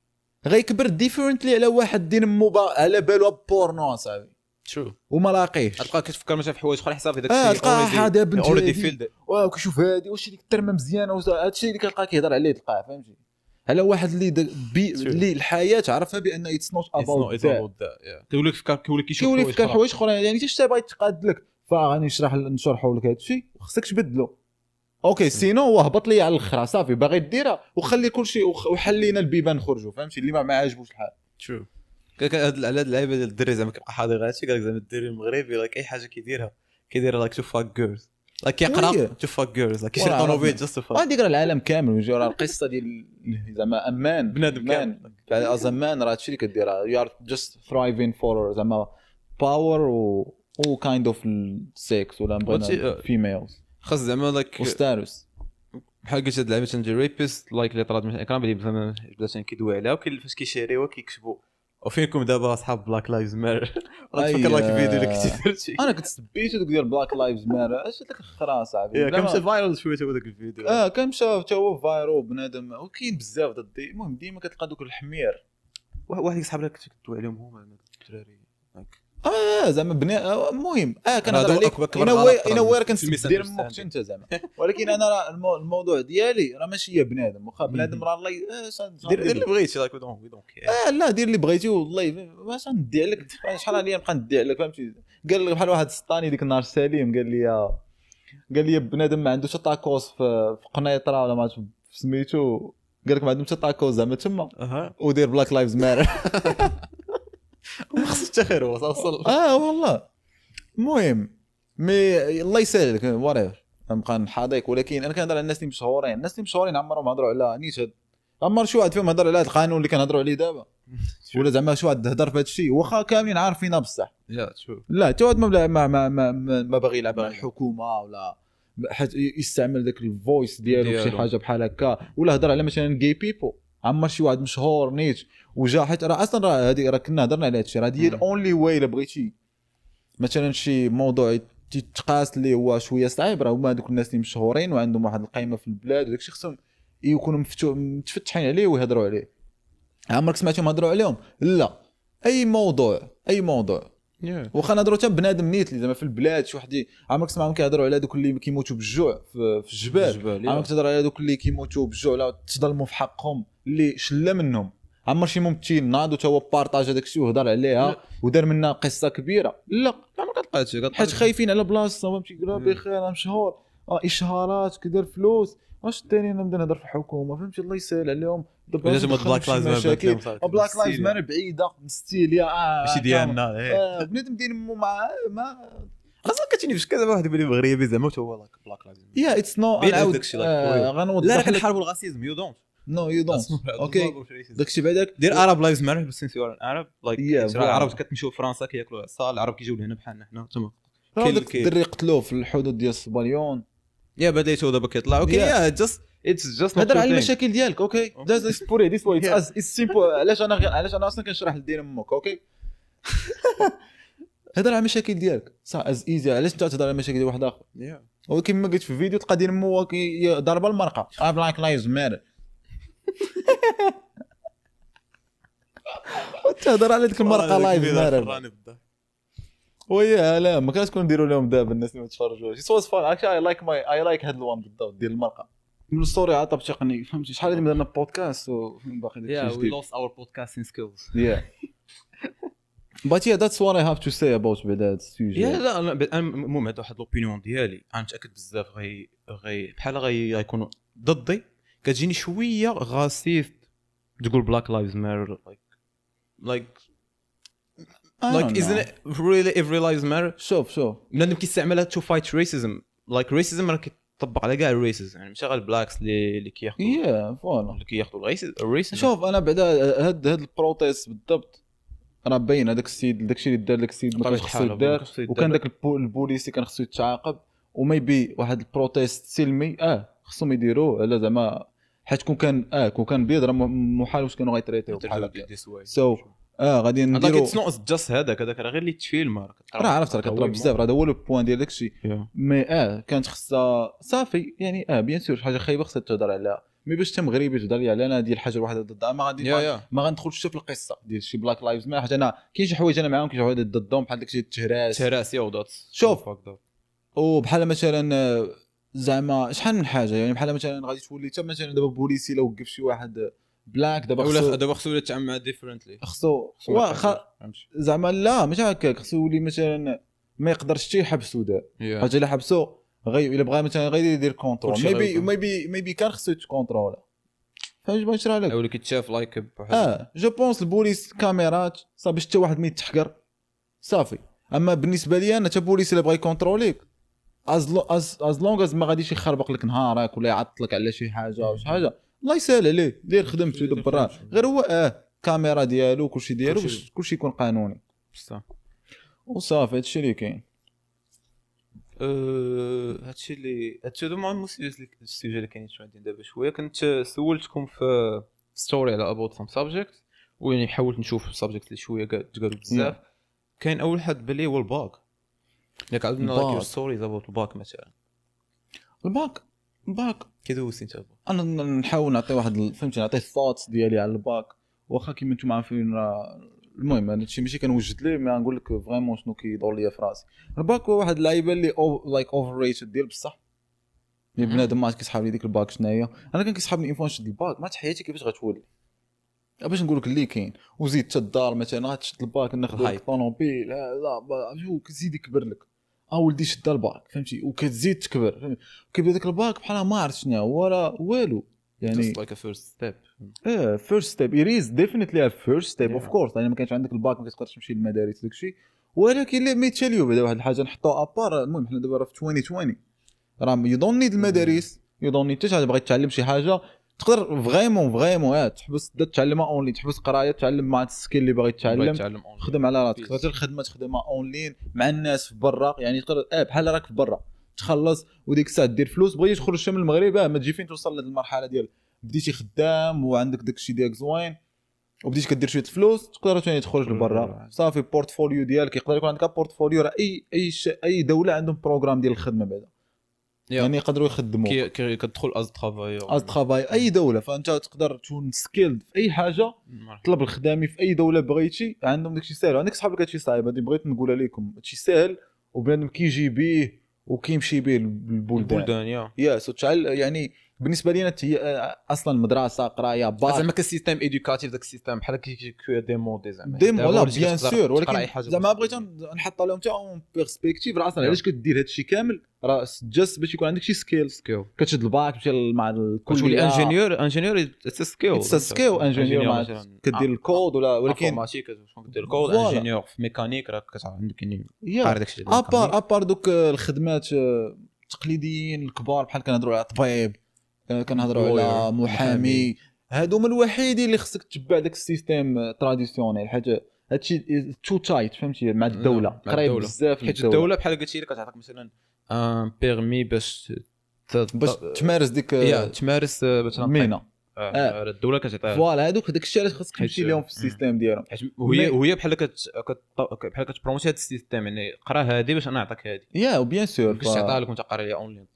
غيكبر ديفرنتلي على واحد دين على بالو بورنو صاحبي شو وما لاقيهش تلقى كتفكر مثلا في حوايج اخرى حساب داك الشيء تلقى حاجه بنت اوريدي فيلد كيشوف هادي واش ديك الترمه مزيانه هذا الشيء اللي كتلقى كيهضر عليه تلقاه فهمتي على واحد اللي الحياه عرفها بان اتس نوت اباوت كيقول لك كيفكر حوايج اخرى يعني حتى شتا بغا يتقاد لك فغادي نشرحوا لك هذا الشيء خصك تبدلو اوكي سينو هو هبط لي على الاخر صافي باغي ديرها وخلي كلشي وحلينا البيبان نخرجوا فهمتي اللي ما عاجبوش الحال شوف هاد على اللعيبه ديال الدري زعما كيبقى حاضر هادشي قال لك زعما الدري المغربي لاك اي حاجه كيدير لاك تو فاك جيرلز لاك كيقرا تو فاك جيرلز لاك كيشري طونوبيل جاست فاك غادي يقرا العالم كامل ويجي راه القصه ديال زعما امان بنادم كامل زمان راه هادشي اللي كديرها يو ار جاست ثرايفين فور زعما باور و كايند اوف سيكس ولا بغينا فيميلز خاص زعما لاك وستارس بحال قلت هاد اللعبه تندير ريبيست لايك اللي طرات من الاكرام اللي بدا كيدوي عليها وكاين فاش كيشريوها كيكتبوا وفينكم دابا اصحاب بلاك لايفز ماتر غتفكر لك الفيديو اللي كنت درتي انا كنت سبيت هذوك ديال بلاك لايفز ماتر اش داك الخرا صاحبي كان مشى فايرال شويه هو داك الفيديو كان مشى حتى هو فايرال بنادم وكاين بزاف ضد المهم ديما كتلقى دوك الحمير واحد يصحاب لك كتدوي عليهم هما الدراري زعما المهم كنهضر عليك انا وير كنسدير امك انت زعما ولكن انا راه الموضوع ديالي راه ماشي هي بنادم واخا بنادم راه الله دير اللي بغيتي لاك دونك لا دير اللي بغيتي والله واش ندي عليك شحال عليا نبقى ندي عليك فهمتي قال لي بحال واحد السطاني ديك النهار سليم قال لي بنادم ما عندوش طاكوس في قنيطره ولا ما سميتو قال لك ما عندهمش طاكوس زعما تما ودير بلاك لايفز ماتر ما خصش حتى خير هو وصل والله المهم مي الله يسهلك ورير نبقى نحاضيك ولكن انا كنهضر على الناس اللي مشهورين عمرهم هضروا على نيت عمر شي واحد فيهم هضر على هذا القانون اللي كنهضروا عليه دابا ولا زعما شي واحد هضر في هذا الشيء واخا كاملين عارفينها بصح لا حتى واحد ما باغي يلعب مع الحكومه ولا حيت يستعمل داك الفويس ديالو في شي حاجه بحال هكا ولا هضر على مثلا جاي بيبل عمر شي واحد مشهور نيت وجا حيت راه اصلا راه هذه راه كنا هضرنا على هذا الشيء راه هي الاونلي واي الا بغيتي مثلا شي موضوع تتقاس اللي هو شويه صعيب راه هما هذوك الناس اللي مشهورين وعندهم واحد القيمه في البلاد وداك الشيء خصهم يكونوا متفتحين عليه ويهضروا عليه عمرك سمعتهم هضروا عليهم لا اي موضوع واخا نهضروا حتى بنادم نيت اللي زعما في البلاد شي واحد عمرك سمعهم كيهضروا على دوك اللي كيموتوا بالجوع في الجبال عمرك تهضر على دوك اللي كيموتوا بالجوع ولا تظلموا في حقهم اللي شله منهم عمر شي ممثل ناض حتى هو بارطاج هذاك الشيء وهضر عليها ودار منها قصه كبيره لا ما كتلقاش حيت خايفين على بلاصه فهمتي يقولوا بخير انا مشهور اشهارات كيدير فلوس واش الثاني انا نبدا نهضر في الحكومه فهمتي الله يسهل عليهم لازم بلاك لايفز ماتر بعيده من ستيل يا ماشي ديالنا بنادم دير ما اصلا كتجيني فاش كذا واحد يبان مغربي زعما حتى هو بلاك لايفز يا اتس نو غنوضح لا راه كنحاربوا الغاسيزم يو دونت نو يو دونت اوكي داكشي بعداك دير عرب لايفز ماتر بس انت عرب لايك العرب كتمشيو لفرنسا كياكلوا العصا العرب كيجيو لهنا بحالنا حنا تما الدري قتلوه في الحدود ديال الصباليون بديتو دابا كيطلع اوكي جاست اتس جاست هضر على المشاكل ديالك اوكي ذاتس بوري ذيس واي اتس سيمبل علاش انا اصلا كنشرح لدين امك اوكي هضر على المشاكل ديالك صح از ايزي علاش انت تهضر على المشاكل ديال واحد اخر ولكن ما قلت في فيديو تلقى دين مو ضربه المرقه بلاك لايفز ماتر وتهضر على ديك المرقه لايف ماتر ويا لا ما كانش نديروا لهم دابا الناس اللي ما تفرجوش سوز فان اكشلي اي لايك هاد الوان بالضبط ديال المرقه من الستوري عطب تقني فهمتي شحال هذه درنا بودكاست وباقي داك الشيء وي لوست اور بودكاستين سكيلز but yeah that's what I have to say about بعدا هذا السوجي. لا انا المهم هذا واحد لوبينيون ديالي انا متاكد بزاف بحال غيكونوا ضدي. كتجيني شويه غاسيست تقول بلاك لايفز ماتر like isn't it really every lives matter. شوف بنادم كيستعملها to fight racism like racism راه كيطبق على كاع الريسز يعني ماشي غير البلاكس اللي كياخذوا فوالا اللي كياخذوا الريسز. شوف انا بعدا هاد البروتيست بالضبط راه باين هذاك السيد داكشي اللي دار داك السيد ما كانش خصو يدار وكان داك البوليسي كان خصو يتعاقب وما يبي واحد البروتيست سلمي خصهم يديروه على زعما حيت كون كان بيض راه محال واش كانوا غيتريتيو بحال هكا سو غادي نديرو اتس نوت جاست هذاك راه غير اللي تفيلم راه عرفت راه كطلب بزاف هذا هو لو بوين ديال داكشي مي كانت خصها صافي يعني بيان سور حاجه خايبه خصها تهضر عليها مي باش انت مغربي تهضر لي على انا ديال الحاجه الواحده ضدها ما غادي ما غندخلش في القصه ديال شي بلاك لايفز ما حيت انا كاين شي حوايج انا معاهم كاين شي حوايج ضدهم بحال داكشي التهراس يا ودات شوف وبحال مثلا زعما شحال من حاجه يعني بحال مثلا غادي تولي حتى مثلا دابا بوليسي لو وقف شي واحد بلاك دابا خصو يتعامل مع ديفرنتلي خصو زعما لا ماشي هكاك خصو يولي مثلا ما يقدرش حتى يحبسو دا حاجه الا حبسو الا بغى مثلا غير يدير كونترول ميبي كان خصو يتكونترولا فهمت باش نشرح لك ولا كيتشاف لايك جو بونس البوليس كاميرات صافي باش حتى واحد ما يتحقر صافي. اما بالنسبه لي انا حتى البوليس اللي بغى يكونتروليك از لونغ از ما غاديش يخربق لك نهارك ولا يعطلك على شي حاجه او شي حاجه الله يسهل عليه دير خدمته يدبرها غير هو كاميرا ديالو كلشي ديالو باش كلشي يكون قانوني بصح وصافي هادشي اللي كاين. هادشي هادو مع السوجي اللي كاينين عندنا دابا شويه. كنت سولتكم في ستوري على ابوت سام سابجيكت ويعني حاولت نشوف السابجيكت اللي شويه تقالوا بزاف. كاين اول حد بلي هو الباك. ياك عاودنا لايك ستوريز ابوت الباك مثلا الباك كيدوز انت انا نحاول نعطي واحد فهمتي نعطي الثوتس ديالي على الباك واخا كيما نتوما عارفين المهم هادشي ماشي كنوجد ليه ما نقول لك فريمون شنو كيدور ليا في راسي. الباك هو واحد اللعيبه اللي لايك اوفر ريتد ديال بصح اللي بنادم ما كيسحاب لي ديك الباك شناهي. انا كان كيسحابني اون نشد الباك ما حياتي كيفاش غتولي باش نقول لك اللي كاين وزيد حتى الدار مثلا غتشد الباك ناخذ طونوبيل لا شو كيزيد يكبر لك ولدي شد الباك فهمتي وكتزيد تكبر كيبدا داك الباك بحال ما عرفت شنو ولا والو يعني just like a first step first step it is definitely a first step of course يعني ما كانش عندك الباك ما كتقدرش تمشي للمدارس داكشي ولكن اللي ميتشاليو بدا واحد الحاجه نحطوها ابار. المهم حنا دابا في 2020 راه يو دونت نيد المدارس يو دونت نيد حتى شي حاجه بغيت تعلم شي حاجه تقدر فريمون تحبس تعلمها اونلاين تحبس قرايه تعلم مع السكيل اللي باغي تتعلم خدم على راسك تقدر الخدمه تخدمها اونلاين مع الناس في برا يعني تقدر بحال راك في برا تخلص وديك الساعه دير فلوس بغيتي تخرج شي من المغرب ما تجي فين توصل لهاد المرحله ديال بديتي خدام وعندك داكشي ديالك زوين وبديتي كدير شويه الفلوس تقدر ثاني تخرج لبرا صافي بورتفوليو ديالك يقدر يكون عندك بورتفوليو راه اي دوله عندهم بروغرام ديال الخدمه بعدا يعني يقدروا يخدموا كتدخل از ترافاي اي دوله فانت تقدر تكون سكيلد في اي حاجه طلب الخدامي في اي دوله بغيتي عندهم داكشي ساهل. عندك صحابك هادشي صعيب هادي بغيت نقولها لكم هادشي ساهل وبنادم كيجي بيه وكيمشي بيه للبلدان يا سو تعال يعني بالنسبه لينا هي اصلا مدرسه قرايه باك زعما كسيستم ايدوكاتيف داك السيستم بحال كي دي مودي زعما لا بيان سور ولكن زعما بغيت نحط لهم حتى اون بيرسبكتيف راه اصلا علاش كدير هادشي كامل راه جاست باش يكون عندك شي سكيل كتشد الباك تمشي مع كتولي انجينيور سكيل انجينيور كدير الكود ولا ولكن انفورماتيك كدير الكود انجينيور في ميكانيك راك كتعرف عندك قاري داكشي ابار دوك الخدمات التقليديين الكبار بحال كنهضروا على طبيب كنهضروا على محامي هادو من الوحيدين اللي خصك تتبع داك السيستيم تراديسيونيل حاجه هادشي تو تايت فهمتي مع الدوله قريب بزاف حيت الدوله بحال قلتي لك كتعطيك مثلا بيرمي باش تمارس ديك تمارس مثلا مينا الدوله كتعطيها فوالا هذوك داك الشيء علاش خصك تمشي لهم في السيستيم ديالهم وهي بحال بحال كتبروموتي هذا السيستيم يعني قرا هذه باش انا نعطيك هذه يا وبيان سور باش تعطيها لك وانت قاري ليها اونلاين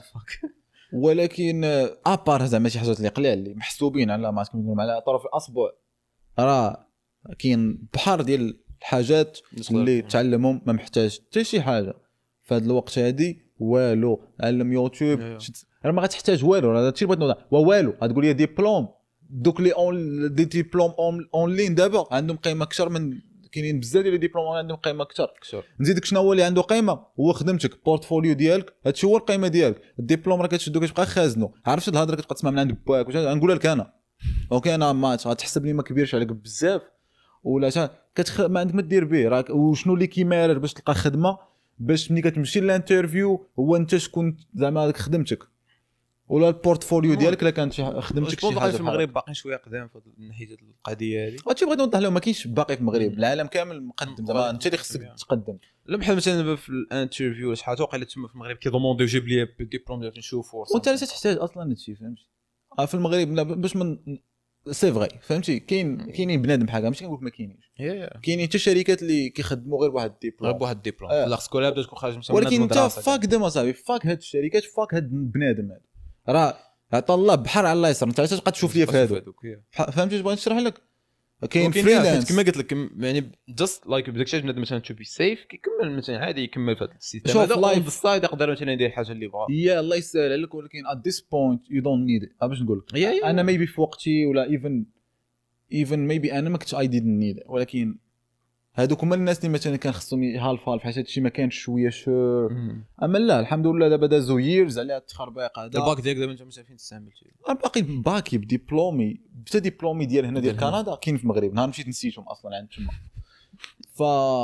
ولكن ابار زعما شي حاجات اللي قلال اللي محسوبين على ما كنقولوا على طرف الاصبع راه كاين بحر ديال الحاجات اللي تعلمهم ما محتاج حتى شي حاجه في هذا الوقت هذه والو علم يوتيوب راه ما غتحتاج والو راه هادشي اللي بغيت نوضح والو غتقول لي ديبلوم دوك لي دي ديبلوم اونلاين دابا عندهم قيمه اكثر من كاينين بزاف ديال لي ديبلوم عندهم قيمه اكثر. نزيدك شنو هو اللي عنده قيمه؟ هو خدمتك بورتفوليو ديالك، هادشي هو القيمه ديالك. الدبلوم راه كتشدو كتبقى خازنو، عرفتش هاد الهضره كتبقى تسمع من عند باك نقولها لك انا اوكي انا ما غتحسب لي ما كبيرش عليك بزاف ولا ما عندك ما دير به راك. وشنو اللي كيمارر باش تلقى خدمه، باش ملي كتمشي للانترفيو هو انت شكون زعما هذيك خدمتك ولا البورتفوليو ديالك الا كانت خدمتك شي حاجه. في المغرب باقي شويه قدام في ناحيه القضيه هذه. هادشي بغيت نوضح لهم ما كاينش باقي في المغرب، العالم كامل مقدم زعما انت اللي خصك تقدم. لا بحال مثلا في الانترفيو ولا شي حاجه وقيله تما في المغرب كيضومونديو جيب لي الدبلوم ديالك نشوفو وانت علاش تحتاج اصلا هادشي فهمتي. في المغرب باش من سي فغي فهمتي كاينين بنادم بحال هكا ماشي كنقول ما كاينينش كاينين حتى شركات اللي كيخدموا غير بواحد الدبلوم لا خصك ولا بدا تكون خارج من ولكن انت فاك دم اصاحبي فاك هاد الشركات فاك هاد البنادم هذا راه عطا الله بحر على الله يسر. انت علاش تبقى تشوف ليا في هادو فهمتي بغيت نشرح لك كاين فريلانس كما قلت لك يعني جاست لايك بداك الشيء بنادم مثلا تو بي سيف كيكمل مثلا عادي يكمل في هذا السيستم هذا لايف السايد يقدر مثلا يدير حاجه اللي بغا يا الله يسهل عليك. ولكن ات ذيس بوينت يو دونت نيد باش نقول لك انا ميبي في وقتي ولا ايفن ميبي انا ما كنتش اي ديد نيد. ولكن هادوك هما الناس اللي مثلا كان خصهم هالف حيت هادشي ما كانش شويه شور. اما لا الحمد لله دابا دازو ييرز على التخربيق هذا. الباك ديالك دابا انت مش عارفين تستعمل شي باقي باكي بديبلومي حتى ديبلومي ديال هنا ديال كندا كاين في المغرب نهار مشيت نسيتهم اصلا عند تما. ف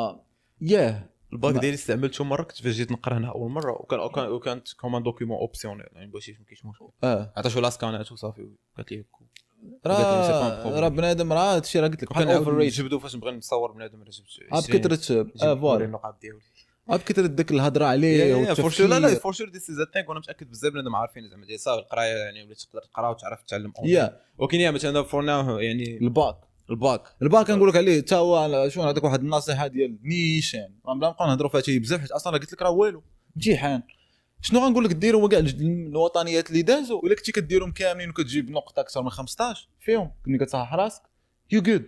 الباك ديالي استعملته مره كنت فاش جيت نقرا هنا اول مره وكانت كومان دوكيومون اوبسيونيل يعني بغيتي ما كاينش مشكل عطاتو لاسكانات وصافي قالت لي راه بنادم راه هادشي راه قلت لك بحال اوفر ريت جبدو فاش نبغي نصور بنادم راه جبت بكثره فوالا النقاط ديالي بكثره ديك الهضره عليه فور لا فور شور ديس از ثينك وانا متاكد بزاف بنادم عارفين زعما ديال صافي القرايه يعني ولات تقدر تقرا وتعرف تعلم ولكن يا مثلا فور ناو يعني الباك كنقول لك عليه حتى هو شنو نعطيك واحد النصيحه ديال نيشان بلا نبقاو نهضروا فيها شي بزاف حيت اصلا قلت لك راه والو امتحان. شنو غنقول لك ديروا كاع الوطنيات اللي دازوا الا كنتي كديرهم كاملين وكتجيب نقطه اكثر من 15 فيهم ملي كتصحح راسك يو جود.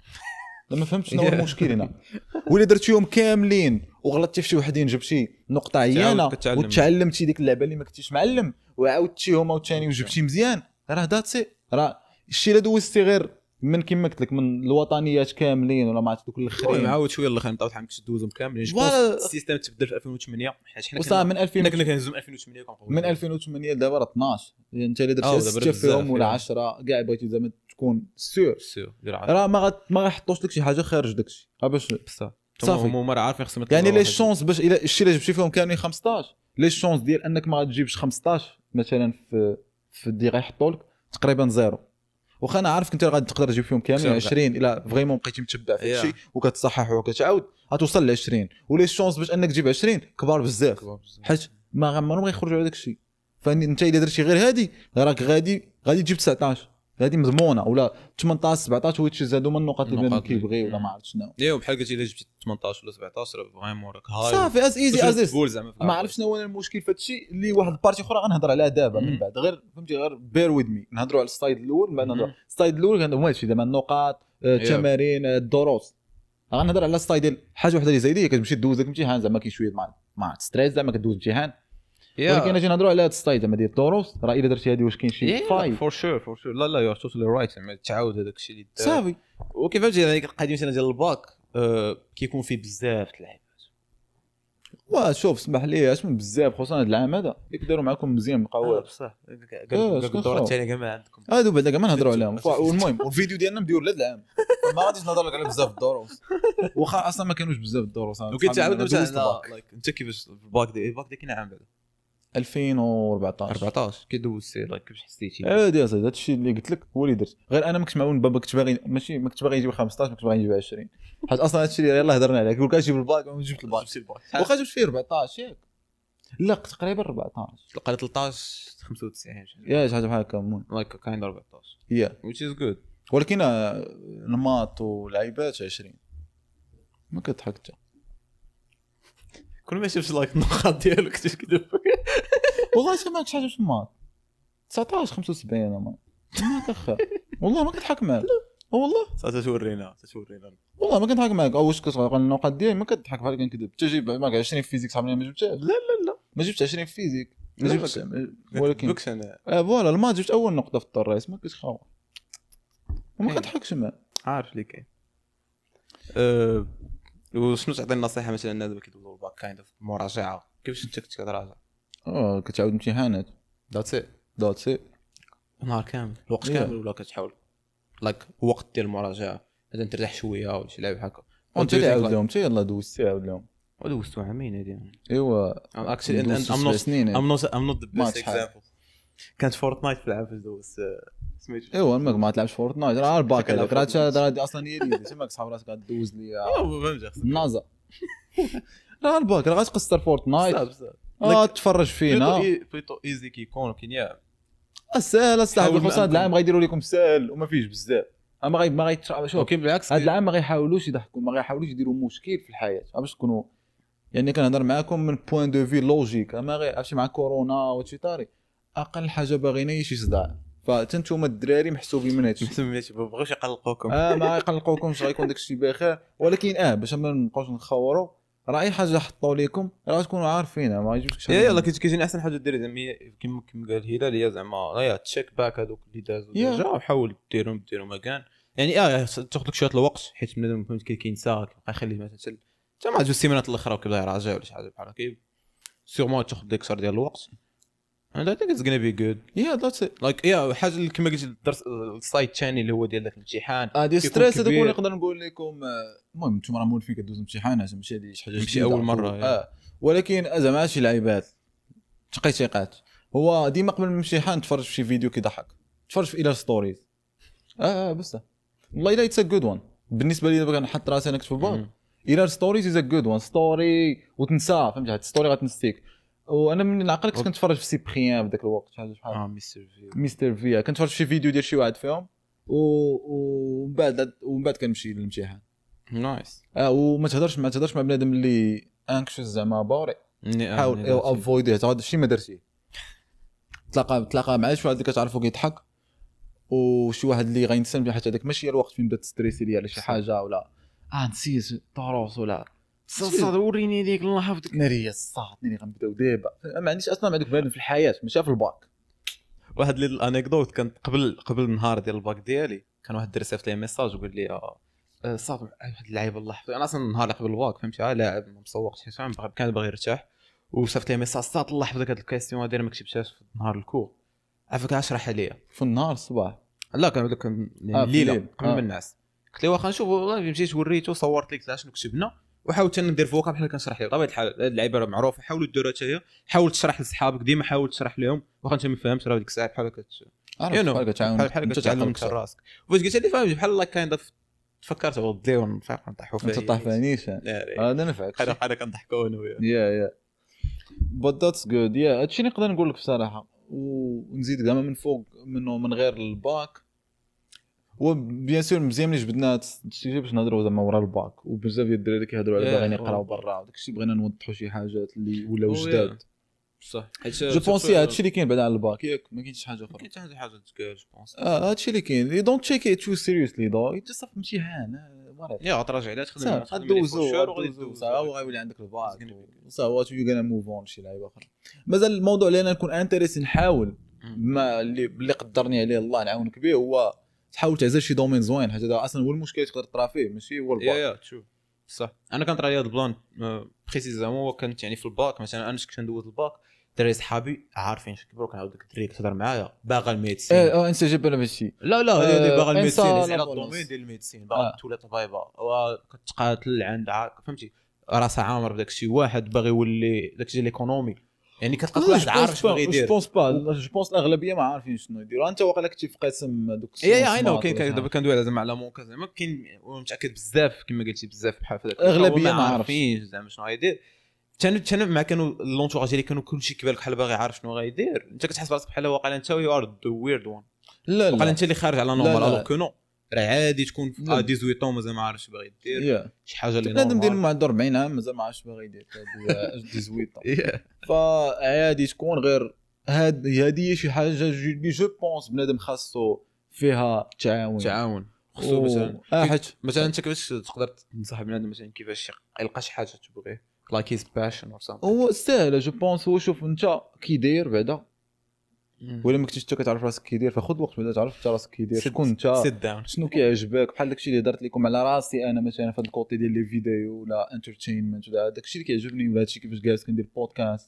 ما فهمتش شنو هو المشكل هنا. ولا درتيهم كاملين وغلطتي في شي وحدين جبتي نقطه عيانه وتعلمتي ديك اللعبه اللي ما كنتيش معلم وعاودتيهم عاوتاني وجبتي مزيان راه داتسي راه الشيء اللي دوزتي غير من كيما قلت لك من الوطنيات كاملين ولا ما عرفت دوك الاخرين معاود شويه الاخرين نبقاو حنا كندوزهم كاملين السيستم تبدل في 2008 حيت حنا وصافي من 2000 كنا كنهزو من 2008 كنقولوا من 2008 دابا راه 12 يعني انت اللي درتي 6 فيهم ولا 10 كاع بغيتي زعما تكون سيور راه ما غيحطوش لك شي حاجه خارج داكشي باش صافي هما راه عارفين خصهم يعني لي شونس باش الا الشيء اللي جبتي فيهم كاملين 15 لي شونس ديال انك ما غتجيبش 15 مثلا في دي غيحطوا لك تقريبا زيرو. واخا انا عارف كنت غادي تقدر تجيب فيهم كاملين 20 الا فريمون بقيتي متبع في الشيء وكتصحح وكتعاود غتوصل ل 20 ولي الشونس باش انك تجيب 20 كبار بزاف حيت ما عمرهم غيخرجوا على داك الشيء. فانت الا درتي غير هذه راك غادي تجيب 19 هذه مضمونه ولا 18 17 ويتشي زادوا من النقاط اللي بنادم كيبغي ولا ما عرفت شنو بحال قلتي الا جبتي 18 ولا 17 فريمون راك هاي صافي از ايزي از ما عرفتش شنو هو المشكل في هذا الشيء اللي واحد البارتي اخرى غنهضر عليها دابا من بعد غير فهمتي غير بير ويد مي نهضروا على السلايد الاول من بعد نهضروا السلايد الاول كان هما هادشي زعما النقاط التمارين الدروس غنهضر على السلايد ديال حاجه وحده اللي زي دي كتمشي دوز داك الامتحان زعما كاين شويه مع ستريس زعما كدوز امتحان ولكن اجي نهضروا على هذا السلايد زعما ديال الدروس راه الا درتي هذه واش كاين شي فايل فور شور لا يو ار توتالي رايت زعما تعاود هذاك الشيء اللي دار صافي. وكيف فهمتي هذيك القضيه مثلا ديال الباك كيكون فيه بزاف د اللعيبات شوف اسمح لي اش من بزاف خصوصا هذا العام هذا يقدروا معكم مزيان بقاو بصح كاع الدورات الثانيه كاع ما عندكم هادو بعدا كاع ما نهضروا عليهم. والمهم الفيديو ديالنا مديور لهذا العام ما غاديش نهضر لك على بزاف الدروس واخا اصلا ما كانوش بزاف الدروس وكنت تعاود مثلا انت كيفاش الباك ديال كاين عام بعدا 2014 كيدوز لايك كيفاش حسيتي عادي يا سيدي هادشي اللي قلت لك هو اللي درت غير انا ما كنتش معاون بابا كنت باغي ماشي ما كنتش باغي نجيب 15 ما كنتش باغي نجيب 20 حيت اصلا هادشي اللي يلاه هضرنا عليه كل كنجيب الباك وما جبت الباك واخا جبت فيه 14 ياك لا تقريبا 14 لقيت 13 95 يا شي حاجه بحال هكا المهم لايك كاين 14 يا which is good ولكن الماط واللعيبات 20 ما كتضحك حتى كل ما شفتش لايك النقاط ديالك كتكذب والله ما كنتش حاجه في الماط 19 75 انا ما كخا والله ما كنضحك معاك والله تورينا والله ما كنضحك معاك واش كتقول النقاط ديالي ما كتضحك بحال كنكذب تجيب معاك 20 في فيزيك صاحبي ما جبتهاش لا ما جبتش 20 في فيزيك ما جبتش ولكن بكش انا فوالا الماط جبت اول نقطه في الطريس ما كنتش خاوه وما كنضحكش معاك عارف لي كاين وشنو تعطي النصيحه مثلا الناس اللي كيدوزوا الباك كايند اوف مراجعه كيفاش انت كتراجع؟ كتعاود امتحانات ذاتس ات نهار كامل الوقت كامل ولا كتحاول وقت ديال المراجعه مثلا ترتاح شويه ولا شي لعب هكا وانت تعاود لهم حتى يلاه دوزت تعاود لهم ودوزتو عامين هادي ايوا اكشلي ام نوت ذا بيست اكزامبل كانت فورتنايت في العاب دوز سميتو ايوا ما تلعبش فورتنايت راه الباك هذاك راه اصلا هي اللي تما كتصحاب راسك غدوز ليا نازا راه الباك راه غتقصر فورتنايت تفرج فينا بليتو ايزي كيكون كينيا ساهل اصاحبي خصوصا هذا العام غيديروا لكم ساهل وما فيهش بزاف ما غيتشرب ولكن بالعكس هذا العام ما غيحاولوش يضحكوا ما غيحاولوش يديروا مشكل في الحياه باش تكونوا يعني كنهضر معاكم من بوين دو في لوجيك ما غير عرفتي مع كورونا وشي طاري اقل حاجه باغينا هي شي صداع فانتوما الدراري محسوبين من هادشي ما بغاوش يقلقوكم ما يقلقوكمش غيكون داكشي بخير ولكن باش ما نبقاوش نخوروا راه اي حاجه حطوا لكم راه تكونوا عارفينها ما يجوكش يلا كيجيني احسن حاجه دير زعما كيما قال الهلال هي زعما يا تشيك باك هذوك اللي دازوا ديجا وحاول ديرهم مكان يعني تاخذ لك شويه الوقت حيت بنادم فهمت كينسى كيبقى يخليه مثلا حتى مع جوج سيمانات الاخرى وكيبدا يراجع ولا شي حاجه بحال هكا سيغمون تاخذ ديك صار ديال الوقت and I think it's gonna be good that's it حاجه اللي كما قلت الدرس السايت ثاني اللي هو ديال داك الامتحان هذه ستريس هذاك اللي نقدر نقول لكم المهم نتوما راه مولفين كدوز امتحانات ماشي هذه شي حاجه ماشي اول مره ولكن زعما شي لعيبات تقيتيقات هو ديما قبل الامتحان تفرج في شي فيديو كيضحك تفرج في الى ستوريز بس والله الا اتس ا جود وان بالنسبه لي دابا كنحط راسي انا كتب باك الى ستوريز از ا جود وان ستوري وتنسى فهمتي هاد ستوري غتنسيك وانا من العقل كنت كنتفرج في سيبريان في ذاك الوقت حاجه بحال مستر في كنتفرج في شي فيديو ديال شي واحد فيهم ومن بعد كنمشي للامتحان نايس وما تهضرش مع بنادم اللي انكشوس زعما بوري حاول افويدي هذا الشيء ما درتيه تلاقى مع شي واحد اللي كتعرفو كيضحك وشي واحد اللي غينسى حيت هذاك ماشي هي الوقت فين بدا تستريسي ليا على شي حاجه ولا نسيت طروس ولا صاد وريني ديك الله يحفظك ناريه الصاد ناري غنبداو دابا ما عنديش اصلا مع دوك بنادم في الحياه ماشي في الباك واحد الانيكدوت كانت قبل النهار ديال الباك ديالي كان واحد درس لي ميساج وقال لي صاد واحد اللعيب الله يحفظه انا اصلا النهار اللي قبل الباك فهمتي لاعب ما مسوقش حيت كان باغي يرتاح وصيفط لي ميساج صاد الله يحفظك هاد الكاستيون هذه ما كتبتهاش في نهار الكور عافاك اشرح عليا في النهار الصباح لا كان داك الليله قبل من الناس قلت له واخا نشوف والله مشيت وريته صورت لك شنو كتبنا وحاولت ندير فوقها بحال كنشرح ليه بطبيعه الحال هاد اللعيبه راه معروفه حاولوا ديروها حتى هي حاول تشرح لصحابك ديما حاول تشرح لهم واخا انت ما فهمتش راه ديك الساعه بحال بحال كتعلم راسك وفاش قلت لي فاهم بحال الله كاين تفكرت غدير ونفيق نطيحوا فيه انت طاح فانيش هذا نفعك حاجه كنضحكوا انا وياه يا but that's good هادشي اللي نقدر نقول لك بصراحه ونزيد زعما من فوق منه من غير الباك وبيان سور مزيان ملي جبدنا الشيء باش نهضروا زعما ورا الباك وبزاف ديال الدراري كيهضروا على باغيين يقراو برا وداكشي بغينا نوضحوا شي حاجات اللي ولاو جداد صح حيت جو بونسي هادشي اللي كاين بعد على الباك ياك ما كاينش حاجه اخرى كاين حتى حاجه تقال جو بونس هادشي اللي كاين لي دونت تشيك ات تو سيريوسلي دو تصف امتحان يا تراجع لا تخدم دوزو وغيولي عندك الباك صافي يو غانا موف اون شي لعيبه اخرى مازال الموضوع اللي انا نكون انتريسي نحاول ما اللي قدرني عليه الله نعاونك به هو تحاول تعزل شي دومين زوين حيت هذا اصلا هو المشكل تقدر تطرا فيه ماشي هو الباك يا شوف صح انا كنطرا هذا البلان بريسيزامون كنت يعني في الباك مثلا انا كنت ندوز الباك دراري صحابي عارفين كبروا كنعاود ديك الدري كتهضر معايا باغا الميديسين انت جاب انا ماشي لا هذه باغا الميديسين على الدومين ديال الميديسين باغا تولي طبيبه وكتقاتل عند فهمتي راسها عامر بداك الشيء واحد باغي يولي داك الشيء ليكونومي يعني كتلقى واحد عارف شنو باغي يدير جو بونس الاغلبيه ما عارفين شنو يديروا انت واقيلا كنتي في قسم دوك اي نو كاين دابا كندوي زعما على مونكا زعما كاين متاكد بزاف كما قلتي بزاف بحال هذاك الاغلبيه ما عارفين زعما شنو غايدير حتى مع كانوا لونتوراج ديالي كانوا كلشي كيبان لك بحال باغي عارف شنو غايدير انت كتحس براسك بحال واقيلا انت يو ار ذا ويرد وان لا واقيلا انت اللي خارج على نورمال الوغ كو نو راه عادي تكون 18 طون مازال ما عارفش باغي يدير شي حاجه اللي نورمال بنادم ديال عنده 40 عام مازال ما عارفش باغي يدير 18 طون فعادي تكون غير هذه شي حاجه اللي جو بونس بنادم خاصو فيها تعاون خصو مثلا مثلا انت كيفاش تقدر تنصح بنادم مثلا كيفاش يلقى شي حاجه تبغيه لايك هيز باشن اور سامثين هو سهل جو بونس هو شوف انت كي داير بعدا ولا ما كنتيش انت كتعرف راسك كيدير فخذ وقت باش تعرف انت راسك كيدير شكون انت شنو كيعجبك بحال داكشي اللي درت لكم على راسي انا مثلا في هذا الكوتي ديال لي فيديو ولا انترتينمنت ولا داكشي اللي كيعجبني ولا هادشي كيفاش جالس كندير بودكاست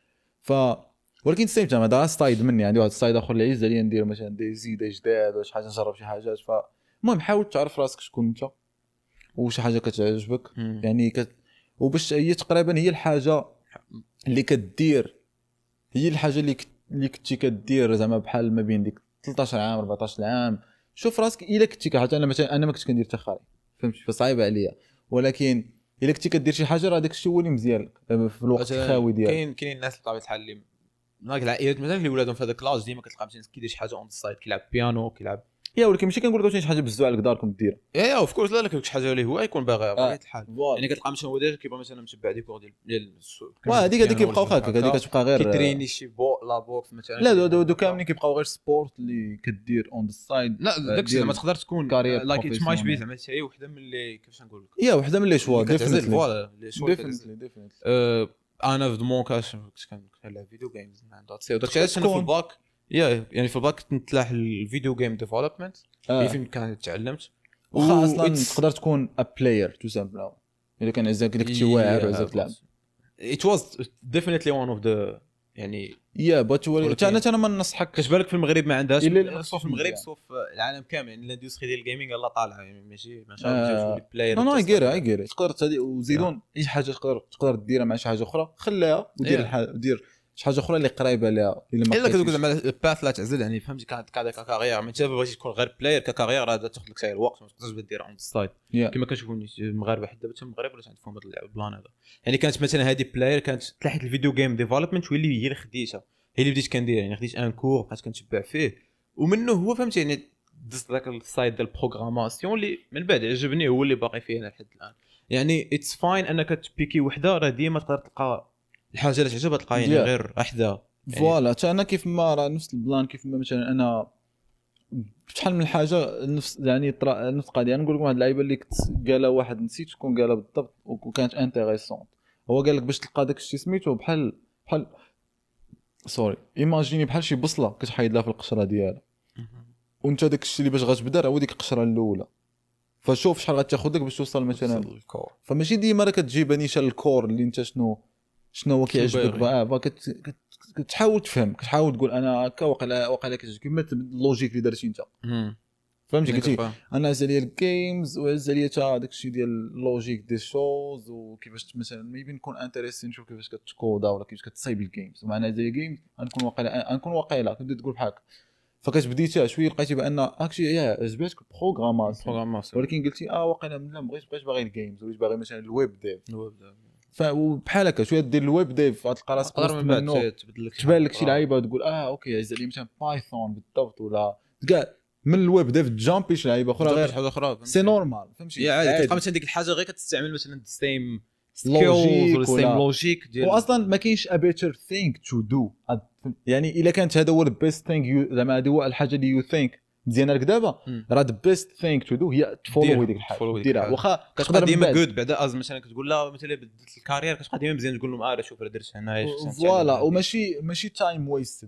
ولكن سيم تايم هذا ستايد مني عندي واحد ستايد اخر اللي عايز عليا ندير مثلا دي زيد جداد ولا شي حاجه نجرب شي حاجات فالمهم حاول تعرف راسك شكون انت وشي حاجه كتعجبك يعني وباش هي تقريبا هي الحاجه اللي كدير هي الحاجه اللي كنتي كدير زعما بحال ما بين ديك 13 عام 14 عام شوف راسك الا كنتي حتى انا مثلا انا ما كنتش كندير تخاري فهمتي فصعيبه عليا ولكن الا كنتي كدير شي حاجه راه داك الشيء هو اللي مزيان لك في الوقت الخاوي ديالك كاين الناس بطبيعه الحال اللي هناك العائلات مثلا اللي ولادهم في هذاك كلاس ديما كتلقى مثلا كيدير شي حاجه اون سايد كيلعب بيانو كيلعب ولكن ماشي كنقول لك شي حاجه بزاف على داركم دير اوف كورس لا لك شي حاجه اللي هو يكون باغي بطبيعه الحال يعني كتلقى مثلا هو ديجا كيبغي مثلا متبع دي كور ديال هذيك كيبقاو هكاك هذيك كتبقى غير كيتريني شي لا بوكس مثلا لا دو كاملين كيبقاو غير سبورت اللي كدير اون ذا سايد لا داكشي زعما تقدر تكون لايك اتس مايش بي زعما هي وحده من اللي كيفاش نقول لك وحده من لي شوا ديفينيتلي انا في مون كاش كنت كنلعب فيديو جيمز داكشي علاش انا في الباك يعني في الباك تنتلاح الفيديو جيم ديفلوبمنت فين كانت تعلمت واخا اصلا تقدر تكون ا بلاير تو سامبل الا كان عزاك داك الشيء واعر وعزاك تلعب it was definitely one of the يعني بات انا ما ننصحك كتبالك في المغرب ما عندهاش سو في المغرب سو في العالم كامل يعني الاندستري ديال الجيمنج يلاه طالعه يعني ماشي ما شاء الله بلاير انا غير تقدر وزيدون اي حاجه تقدر ديرها مع شي حاجه اخرى خليها ودير شي حاجه اخرى اللي قريبه لها الا كتقول زعما الباث لا تعزل يعني فهمتي كارير من تبغي بغيتي تكون غير بلاير كارير راه تاخذ لك شي الوقت ما تقدرش ديرها اون سايد كما كنشوفوا المغاربه حتى دابا المغرب ولا عندهم هذا البلان هذا يعني كانت مثلا هذه بلاير كانت تلاحت الفيديو جيم ديفلوبمنت هي اللي خديتها هي اللي بديت كندير يعني خديت ان كور بقيت كنتبع فيه ومنه هو فهمتي يعني دزت ذاك السايد ديال البروغراماسيون اللي من بعد عجبني هو اللي باقي فيه انا لحد الان يعني اتس فاين انك تبيكي وحده راه ديما تقدر تلقى الحاجه اللي تعجبك تلقى يعني غير وحده فوالا حتى انا كيف ما راه نفس البلان كيف ما مثلا انا شحال من حاجه نفس يعني نفس القضيه نقول لكم واحد اللعيبه اللي قالها واحد نسيت شكون قالها بالضبط وكانت انتريسونت هو قال لك باش تلقى داك الشيء سميتو بحال سوري ايماجيني بحال شي بصله كتحيد لها في القشره ديالها وانت داك الشيء اللي باش غتبدا هو ديك القشره الاولى فشوف شحال غتاخذ لك باش توصل مثلا فماشي ديما راه كتجيب نيشان الكور اللي انت شنو هو كيعجبك كتحاول تفهم كتحاول تقول انا هكا واقيلا كيما اللوجيك اللي درتي انت فهمتي قلتي انا عز عليا الجيمز وعز عليا حتى داكشي ديال اللوجيك دي شوز وكيفاش مثلا ميبي نكون انتريسي نشوف كيفاش كتكودا ولا كيفاش كتصايب الجيمز ومعنا زي جيمز غنكون واقيلا كنت تقول بحال فكتبديتها شويه لقيتي بان اكشي عجبتك البروغراماسيون ولكن قلتي واقيلا لا بغيت باغي الجيمز وليت باغي مثلا الويب ديف فبحال هكا شويه دير الويب ديف غتلقى راسك من بعد تبان لك شي لعيبه وتقول اوكي عز عليا مثلا بايثون بالضبط ولا كاع من الويب ديف جامبي شي لعيبه اخرى غير حاجه اخرى سي نورمال فهمتي عادي كتبقى مثلا ديك الحاجه غير كتستعمل مثلا سيم لوجيك ولا سيم لوجيك ديال واصلا ما كاينش ا بيتر ثينك تو دو يعني الا كانت هذا هو البيست ثينك زعما هذا هو الحاجه اللي يو ثينك مزيانه لك دابا راه ذا بيست ثينك تو دو هي تفولو ديك الحاجه ديرها واخا كتقدر ديما جود بعدا مثلا كتقول لا مثلا بدلت الكارير كتبقى ديما مزيان تقول لهم شوف راه درت هنايا فوالا وماشي تايم ويستد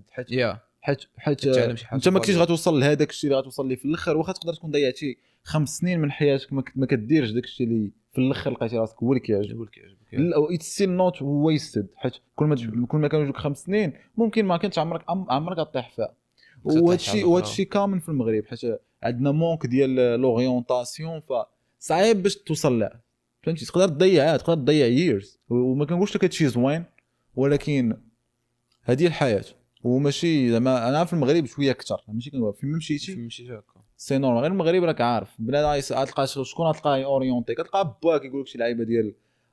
حيت انت ما كنتيش غتوصل لهذاك الشيء اللي غتوصل ليه في الاخر واخا تقدر تكون ضيعتي 5 سنين من حياتك ما كديرش داك الشيء اللي في الاخر لقيتي راسك هو اللي كيعجبك لا اتس ستيل نوت ويستد حيت كل ما كانوا يجوك 5 سنين ممكن ما كنتش عمرك غطيح فيها وهذا الشيء كامل في المغرب حيت عندنا مونك ديال لوريونطاسيون فصعيب باش توصل لها فهمتي تقدر تضيع ييرز وما كنقولش لك هادشي زوين ولكن هذه الحياه وماشي زعما انا في المغرب شويه اكثر ماشي كنقول فين مشيتي هكا سي نورمال غير المغرب راك عارف بلا غتلقى شكون غتلقى اورينتي كتلقى باك يقول لك شي لعيبه ديال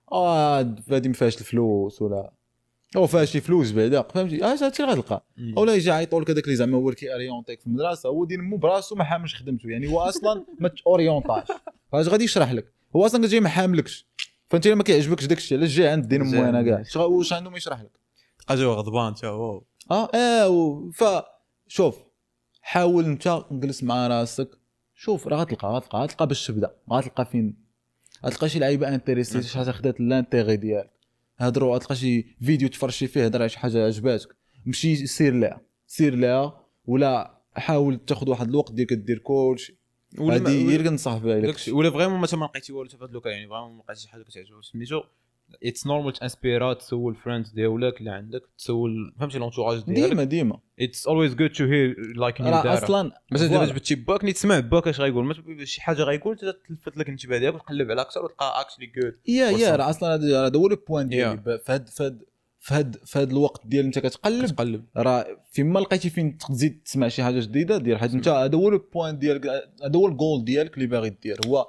فادي ما فيهاش الفلوس ولا او فيهاش فلوس بعدا فهمتي هادشي اللي غتلقى اولا يجي عيطوا لك هذاك اللي زعما هو اللي كيورينتيك في المدرسه هو دير مو براسو ما حاملش خدمته يعني هو اصلا ما تورينطاش فاش غادي يشرح لك هو اصلا جاي ما حاملكش فانت ما كيعجبكش داكشي علاش جاي عند الدين موينه كاع واش عنده ما يشرح لك اجا غضبان تا هو فشوف حاول انت جلس مع راسك شوف راه غتلقى باش تبدا غتلقى فين غتلقى شي لعيبه انتريسي شي حاجه خدات لانتيغي ديالك هضروا غتلقى شي فيديو تفرجي فيه هضر على شي حاجه عجباتك مشي سير لها سير لها، ولا حاول تاخذ واحد الوقت ديالك دير كلشي. هذه هي اللي كنصح بها لك. ولا فريمون ما لقيتي والو في هذا لوكا، يعني فريمون ما لقيتيش حاجه كتعجبك سميتو اتس نورمال تانسبيرات، تسول فريندز ديالك اللي عندك، تسول فهمتي لونتوراج ديالك ديما اتس اولويز جود تو هير لايك نيو داتا. اصلا مثلا دابا جبتي باك ني تسمع باك اش غايقول، ما شي حاجه غايقول تلفت لك الانتباه ديالك وتقلب على اكثر وتلقى اكشلي جود. يا راه اصلا هذا هو البوين ديالي في هاد الوقت ديال انت كتقلب راه فيما لقيتي فين تزيد تسمع شي حاجه جديده دير، حيت انت هذا هو البوين ديالك، هذا هو الجول ديالك اللي باغي دير. هو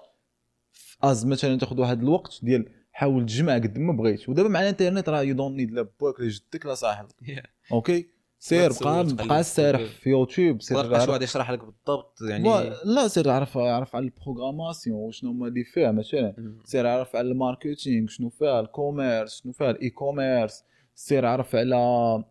مثلا تاخذ واحد الوقت ديال حاول تجمع قد ما بغيت. ودابا مع الانترنت راه يو دونت نيد لا باك لا جدك لا صاحبك. اوكي سير بقى سارح في يوتيوب، سير عرف واحد يشرح لك بالضبط يعني لا سير عرف على البروغراماسيون وشنو هما اللي فيها، مثلا سير عرف على الماركتينغ شنو فيها، الكوميرس شنو فيها، الاي كوميرس، سير عرف على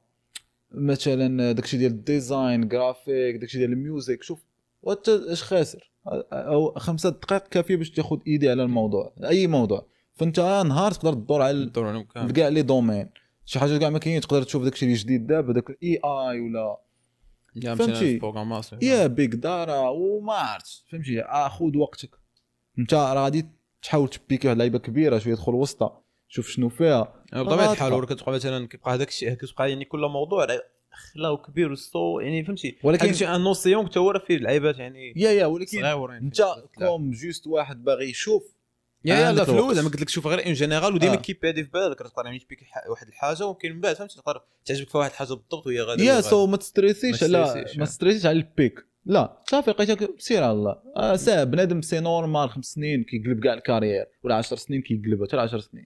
مثلا داكشي ديال الديزاين جرافيك، داكشي ديال الميوزك. شوف وانت اش خاسر، او 5 دقائق كافيه باش تاخذ ايدي على الموضوع، اي موضوع. فانت نهار تقدر تدور على كاع لي دومين، شي حاجه كاع ما كاين تقدر تشوف داكشي اللي جديد دابا، داك الاي اي ولا فهمتي بروغراماسيون يا بيك دارا وما عرفتش فهمتي. خذ وقتك، انت راه غادي تحاول تبيكي واحد اللعيبه كبيره شويه، تدخل وسطها شوف شنو فيها بطبيعه الحال. ولا كتبقى مثلا كيبقى هذاك الشيء كتبقى يعني كل موضوع خلاو كبير وسطو يعني فهمتي، ولكن شي ان نوسيون حتى هو فيه اللعيبات يعني يا ولكن انت كوم جوست واحد باغي يشوف لا فلوس زعما قلت لك شوف غير ان جينيرال وديما كيب هادي في بالك، تقدر يعني تبيك واحد الحاجه وممكن من بعد فهمتي تقدر تعجبك في واحد الحاجه بالضبط وهي غادي يا سو ما تستريسيش على البيك، لا صافي لقيتك سير على الله. سا بنادم سي نورمال 5 سنين كيقلب كاع الكارير، ولا 10 سنين كيقلبها حتى 10 سنين.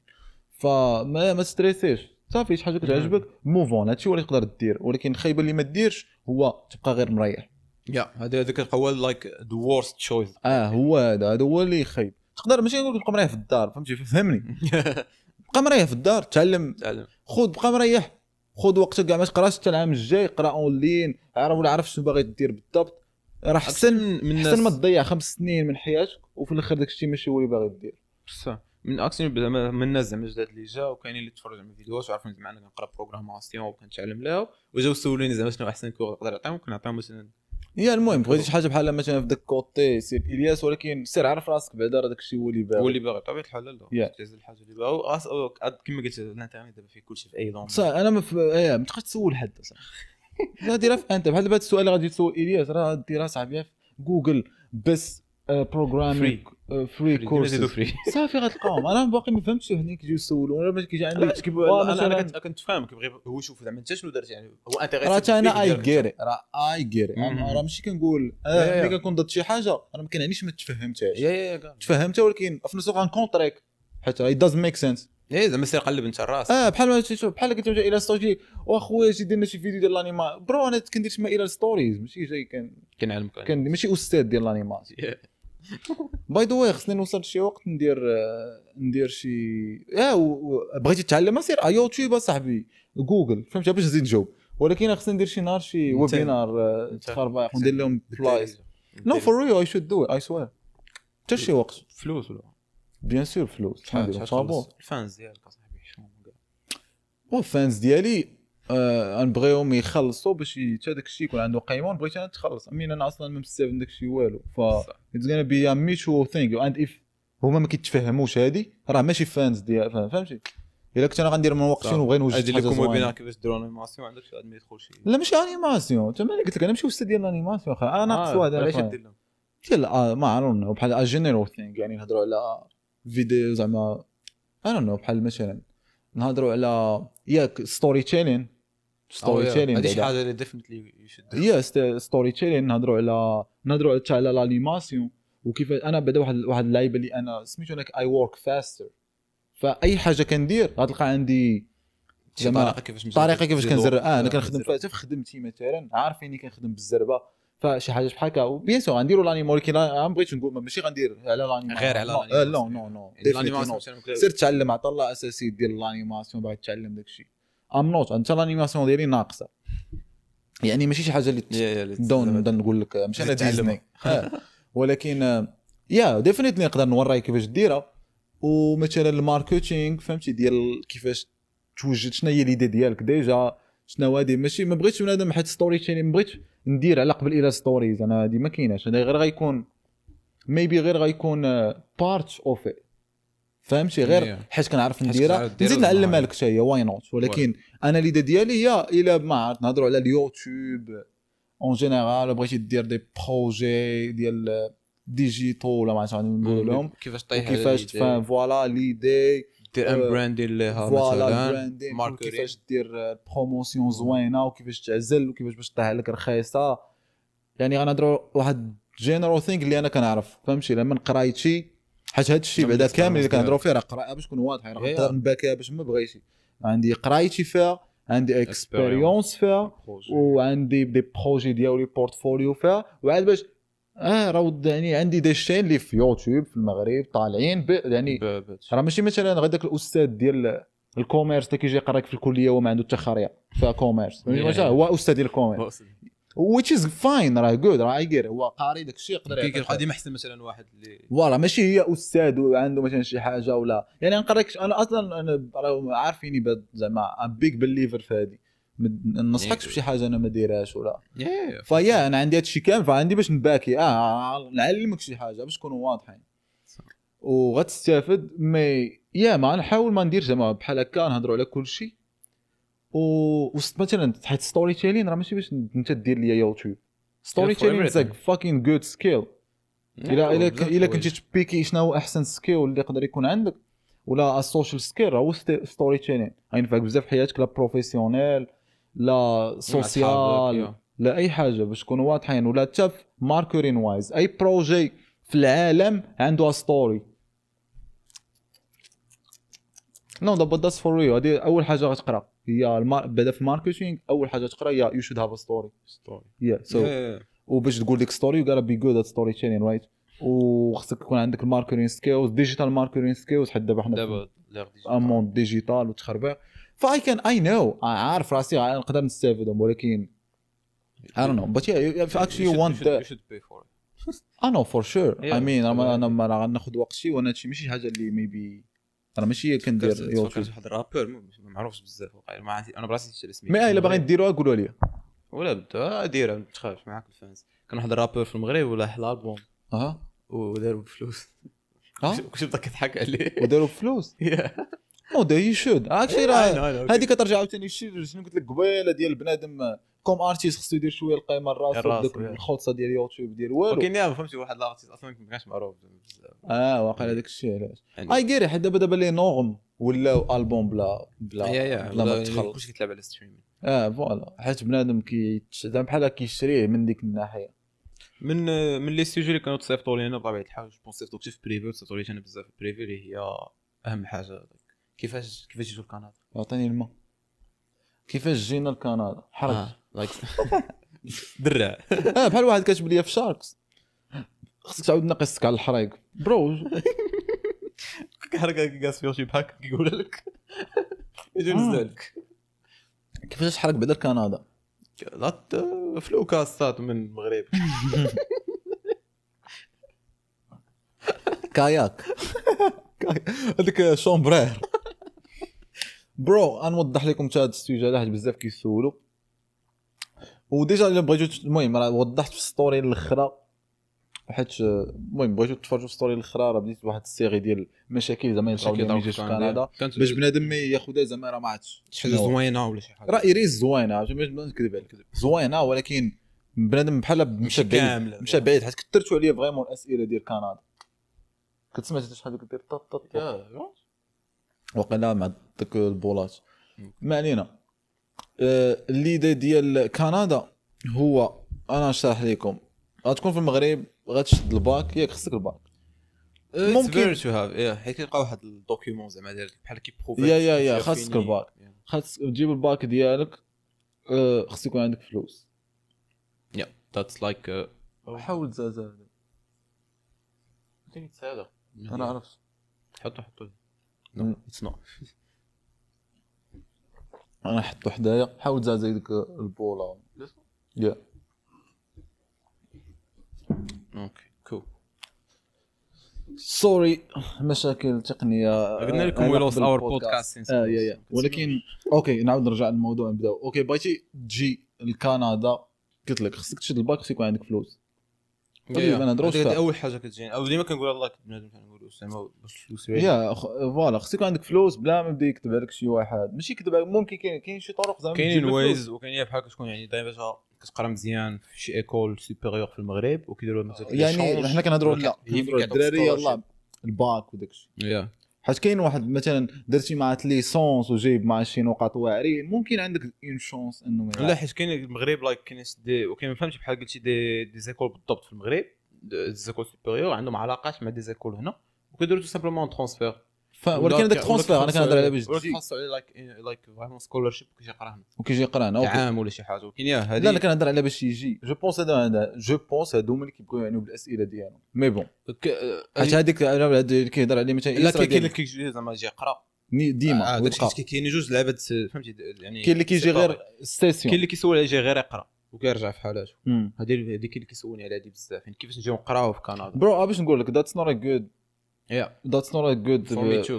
فما تستريسيش صافي، شي حاجه كتعجبك موفون، هادشي هو اللي تقدر دير. ولكن الخايبه اللي ما ديرش هو تبقى غير مريح. هذاك هو لايك ذا وورست تشويس. هو هذا هو اللي خايب. تقدر ماشي نقول تبقى مريح في الدار فهمتي، فهمني بقى مريح في الدار، تعلم خذ بقى مريح، خذ وقتك كاع ما تقراش حتى العام الجاي، قرا اونلاين ولا عرف شنو باغي دير بالضبط. راه احسن ما تضيع 5 سنين من حياتك وفي الاخر داك الشيء ماشي هو اللي باغي دير. بصح من اكسن من الناس زعما جداد اللي جا وكاينين اللي تفرجوا على فيديوهات وعرفوا زعما انا كنقرا بروغراماسيون وكنتعلم لها وجاو سولوني زعما شنو احسن كور نقدر نعطيهم، كنعطيهم مثلا المهم بغيتي شي حاجه بحال مثلا في داك كوتي سير الياس، ولكن سير عرف راسك بعدا راه داك الشيء هو اللي باغي بطبيعه الحال. لا تجهز الحاجه اللي باغي كما قلت الانترنت دابا فيه كلشي في اي دومين. صح انا ما تبقاش تسول حد صح لا ديرها انت بحال دابا السؤال اللي غادي تسول الياس راه ديرها صاحبي في جوجل بس بروغرامينغ فري كورس صافي غتلقاهم. انا باقي ما فهمتش هني كيجيو يسولوا ولا باش كيجي عندي انا كنت فاهم كيبغي هو يشوف زعما انت شنو درت يعني هو انتريسي. راه انا اي غير راه ماشي كنقول ملي كنكون ضد شي حاجه انا ما كنعنيش ما تفهمتهاش تفهمتها، ولكن في نفس الوقت غنكونطريك حتى it doesn't make sense. زعما سير قلب انت الراس بحال ما تشوف بحال قلت جا الى ستوري واخويا جي درنا شي فيديو ديال الانيما برو انا كندير تما الى ستوريز ماشي جاي كنعلمك كان ماشي استاذ ديال الانيماسيون. باي ذا واي خصني نوصل لشي وقت ندير شي بغيتي تتعلم سير يوتيوب اصاحبي جوجل فهمتي باش تزيد نجاوب، ولكن خصني ندير شي نهار شي ويبينار تخربق وندير لهم بلايص نو فور ريل اي شود دو اي سوير حتى شي وقت فلوس ولا بيان سور فلوس صابو الفانز ديالك اصاحبي شنو الفانز ديالي نبغيهم يخلصوا باش حتى داك الشيء يكون عنده قيمه بغيت انا نتخلص امين انا اصلا ما مستافد من داك الشيء والو ف اتس غانا بي ميوتشوال ثينك اند اف هما ما كيتفهموش هادي راه ماشي فانز ديال فهمتي. الا كنت انا غندير من وقت شنو بغي نوجد حاجه زوينه بينا كيفاش ديروا انيماسيون عندك شي ما يدخلش لا ماشي انيماسيون انت ملي قلت لك انا ماشي استاذ ديال الانيماسيون انا ناقص واحد علاش دير لهم ديال ما عرفنا بحال جينيرال ثينك يعني نهضروا على فيديو زعما انا بحال مثلا نهضروا على ياك ستوري تيلين هذه شي حاجه اللي ديفينتلي يشد ستوري تيلين نهضروا حتى على الانيماسيون وكيف انا بدا واحد اللعيبه اللي انا سميتو انك اي ورك فاستر فاي حاجه كندير غتلقى عندي طريقه كيفاش كنزرب انا كنخدم حتى في خدمتي مثلا عارفيني كنخدم بالزربه فشي حاجه بحال هكا وبيان سور غنديروا الانيمو ولكن انا بغيت نقول ماشي غندير على الانيمو غير على الانيمو نو الانيماسيون سير تعلم عطا الله اساسي ديال الانيماسيون باغي تتعلم داكشي ام نوت انت الانيماسيون ديالي ناقصه يعني ماشي شي حاجه اللي دون نقول لك ماشي انا ديزني ولكن ديفينيتلي نقدر نوريك كيفاش ديرها ومثلا الماركتينغ فهمتي ديال كيفاش توجد شنو هي ليدي ديالك ديجا شنو هادي ماشي ما بغيتش بنادم حيت ستوري تيلين ما بغيتش ندير على قبل الى ستوريز انا هادي ما كايناش هذا غير غيكون ميبي غير غيكون بارت اوف فهمتي غير حيت كنعرف نديرها نزيد نعلمها لك حتى هي واي نوت ولكن انا ليدا ديالي هي الا ما عرفت نهضروا على اليوتيوب اون جينيرال بغيتي دير دي بروجي ديال ديجيتال ولا ما عرفت نقول لهم كيفاش طيح كيفاش تفهم فوالا ليدي دير ان براندين ليها مثلا كيفاش دير بروموسيون زوينه وكيفاش تعزل وكيفاش باش طيح لك رخيصه يعني غنهضروا واحد جينيرال ثينك اللي انا كنعرف فهمتي لما قرايتي حيت هذا الشيء بعدا كامل اللي كنهضروا فيه راه قراءه باش تكون واضحه راه نقدر نباكيها باش ما بغيتي عندي قرايتي فيها عندي اكسبيريونس فيها وعندي دي بروجي ديالي بورتفوليو فيها وعاد باش راه يعني عندي دي شين اللي في يوتيوب في المغرب طالعين يعني راه ماشي مثلا غير داك الاستاذ ديال الكوميرس اللي كيجي يقراك في الكليه وما عنده حتى خريه فيها كوميرس هو استاذ ديال الكوميرس which is fine راه good راه يقدر هو قاري داك الشيء يقدر يعطيك قادي محسن مثلا واحد اللي فوالا ماشي هي استاذ وعنده مثلا شي حاجه ولا يعني نقريك انا اصلا انا عارفيني زعما بيج بليفر في هذه ما ننصحكش بشي حاجه انا ما دايرهاش ولا فيا انا عندي هادشي كامل فعندي باش نباكي نعلمك شي حاجه باش تكونوا واضحين وغتستافد مي ما نحاول ما ندير زعما بحال هكا نهضروا على كل شيء مثلا حيت ستوري تيلين راه ماشي باش انت دير ليا يوتيوب ستوري تيلين از لايك فاكين جود سكيل الا كنتي تبيكي شنو هو احسن سكيل اللي يقدر يكون عندك ولا السوشيال سكيل راه هو ستوري تيلين غينفعك بزاف في حياتك لا بروفيسيونيل لا سوسيال لا اي حاجه باش تكونوا واضحين ولا حتى ماركتين وايز اي بروجي في العالم عنده ستوري نو داس فور ريو هذه اول حاجه غتقرا هي بدا في الماركتينغ اول حاجه تقرا هي يو شود هاف ا ستوري وباش تقول ديك ستوري يو غاتا بي جود ات ستوري تيلين رايت وخصك يكون عندك الماركتينغ سكيلز ديجيتال ماركتينغ سكيلز حتى دابا حنا امون ديجيتال وتخربيق فاي كان اي نو عارف راسي نقدر نستافدهم ولكن I don't know but yeah if actually you want that you should pay for it I know for sure I mean انا ما غناخذ وقتي وانا هادشي ماشي حاجه اللي ميبي انا ماشي كندير يوتيوب واحد الرابور ما معروفش بزاف وقيل ما عرفتي انا براسي شي اسمي ما الا باغي ديروها قولوا لي ولا بدا ديرها ما تخافش معاك الفانس كان واحد الرابور في المغرب ولا حل البوم وداروا بفلوس كلشي بدا كيضحك عليه وداروا بفلوس او دا يو شود اكشلي راه هذيك كترجع عاوتاني شنو قلت لك قبيله ديال بنادم كوم ارتيست خصو يدير شويه القيمه لراسو داك الخلصه ديال يوتيوب ديال والو ولكن يا فهمتي واحد الارتيست اصلا ما كانش معروف بزاف واقيلا داك الشيء علاش اي كيري حيت دابا لي نورم ولاو البوم بلا ما تخلص كلشي كيتلعب على ستريمين فوالا حيت بنادم زعما بحال كيشريه من ديك الناحيه من لي سوجي اللي كانوا تصيفطوا لينا بطبيعه الحال جو بونس صيفطوا في بريفي تصيفطوا لي انا بزاف بريفي اللي هي اهم حاجه كيفاش يجوا لكندا عطيني الماء كيفاش جينا لكندا حرج درع بحال واحد كاتب ليا في شاركس خصك تعاود ناقصك على الحريق برو كحرق كاس في شي بحال كيقول لك يجي نزلك كيفاش حرق بعدا لكندا لات فلوكاستات من المغرب كاياك هذيك شومبرير برو غنوضح لكم حتى هذا السوجي هذا حيت بزاف كيسولوا وديجا الا بغيتو المهم راه وضحت في ستوري الاخرى حيت المهم بغيتو تفرجوا في ستوري الاخرى راه بديت واحد السيري ديال المشاكل زعما يطراو لي ملي جيت في كندا باش بنادم ياخذها زعما راه ما عادش شي حاجه زوينه ولا شي حاجه راه ريز زوينه ما نكذب عليك زوينه ولكن بنادم بحال مشى بعيد حيت كثرتوا عليا فريمون الاسئله ديال كندا كنت سمعت شحال كدير وقيلا مع داك البولات ما علينا الليده ديال كندا هو انا نشرح لكم غتكون في المغرب غتشد الباك ياك خصك الباك ممكن تو هاف حيت كيلقى واحد الدوكيومون زعما ديال بحال كيبروفي يا خاصك الباك خاصك تجيب الباك ديالك خصك يكون عندك فلوس ذاتس لايك حاول تزاد تاني تساعد انا عرفت حطو نو اتس نوت انا حطو حدايا حاول تزاد ديك البوله يا اوكي كول سوري مشاكل تقنيه. قلنا لكم وي لوست اور بودكاست ولكن اوكي نعاود نرجع للموضوع نبداو. اوكي بغيتي تجي لكندا قلت لك خصك تشد الباك خصك يكون عندك فلوس. طيب انا دروش اول حاجه كتجيني او ديما كنقول الله بنادم كنقولوا زعما باش الفلوس يا فوالا خصك يكون عندك فلوس بلا ما يبدا يكتب لك شي واحد ماشي يكتب ممكن كاين شي طرق زعما كاينين ويز وكاينين بحال كتكون يعني دائما كتقرا مزيان في شي ايكول سوبيريور في المغرب وكيديروا مثلا يعني حنا كنهضروا لا الدراري يلاه الباك وداكشي حيت كاين واحد مثلا درتي مع ليسونس وجايب مع شي نقاط واعرين ممكن عندك اون شونس انه لا حيت كاين المغرب لايك كاين وكاين ما فهمتش بحال قلتي دي زيكول بالضبط في المغرب دي زيكول سوبيريور عندهم علاقات مع دي زيكول هنا وكيديروا تو سامبلومون ترانسفير ولكن داك ترانسفير انا كنهضر على باش تجي خاصو لايك فريمون سكولارشيب وكيجي يقرا هنا وكيجي يقرا هنا عام ولا شي حاجه ولكن هذه لا انا كنهضر على باش يجي جو بونس هادو ملي كيبغيو يعنيو بالاسئله ديالهم مي بون حيت هذيك اللي كيهضر عليه مثلا لا كاين اللي كيجي زعما يجي يقرا ديما داكشي كاين جوج لعبات فهمتي يعني كاين اللي كيجي غير ستيسيون كاين اللي كيسول يجي غير يقرا وكيرجع في حالاته هذه اللي كيسولني على هذه بزاف يعني كيفاش نجيو نقراو في كندا برو باش نقول لك ذاتس نوت ا جود ذاتس نوت ا جود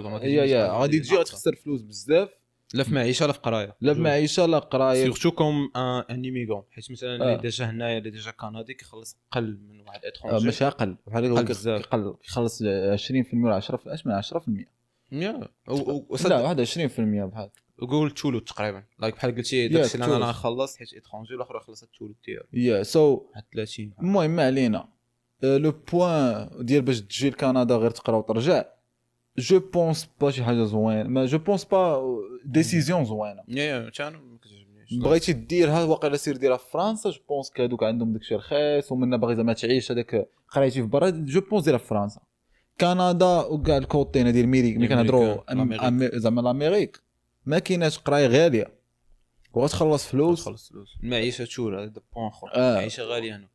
يا غادي تجي غتخسر فلوس بزاف لا في معيشه لا في قرايه لا في معيشه لا قرايه سيرتو كوم ان ايميغون حيت مثلا اللي ديجا هنايا اللي ديجا كنادي كيخلص قل من واحد اترونجي ماشي اقل بحال هكا كيخلص 20% ولا 10% من 10% يا لا واحد 20% بحال وقول تولو تقريبا لايك بحال قلتي داكشي اللي انا خلصت حيت اترونجي والاخر خلص التولو ديالو يا سو 30 المهم ما علينا لو بوين ديال باش تجي لكندا غير تقرا وترجع جو بونس با شي حاجه زوينه ما جو بونس با ديسيزيون زوينه يا انا ما كتعجبنيش بغيتي ديرها واقيلا سير ديرها في فرنسا جو بونس كادوك عندهم داكشي رخيص ومنا باغي زعما تعيش هذاك قرايتي في برا جو بونس ديرها في فرنسا كندا وكاع الكوطينا ديال ميريك ملي كنهضروا زعما لامريك ما كايناش قرايه غاليه وغتخلص فلوس المعيشه تشور هذا بوين اخر المعيشه غاليه هنا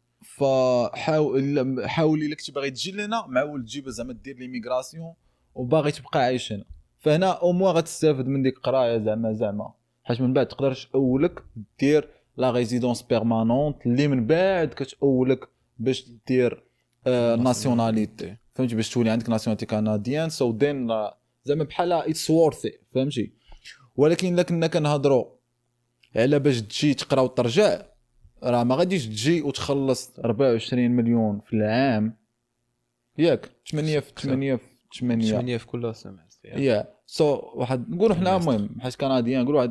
حاول الا كنتي باغي تجي لهنا معول تجيب زعما دير ليميغراسيون وباغي تبقى عايش هنا فهنا او موا غتستافد من ديك القرايه زعما حيت من بعد تقدرش تاولك دير لا ريزيدونس بيرمانونت اللي من بعد كتاولك باش دير ناسيوناليتي فهمتي باش تولي عندك ناسيوناليتي كنديان سو دين زعما بحال اتس وورثي فهمتي ولكن الا كنا كنهضروا على باش تجي تقرا وترجع راه ما غاديش تجي وتخلص 24 مليون في العام ياك 8 في كل سنه يا سو واحد نقولوا حنا المهم حيت كنديان نقولوا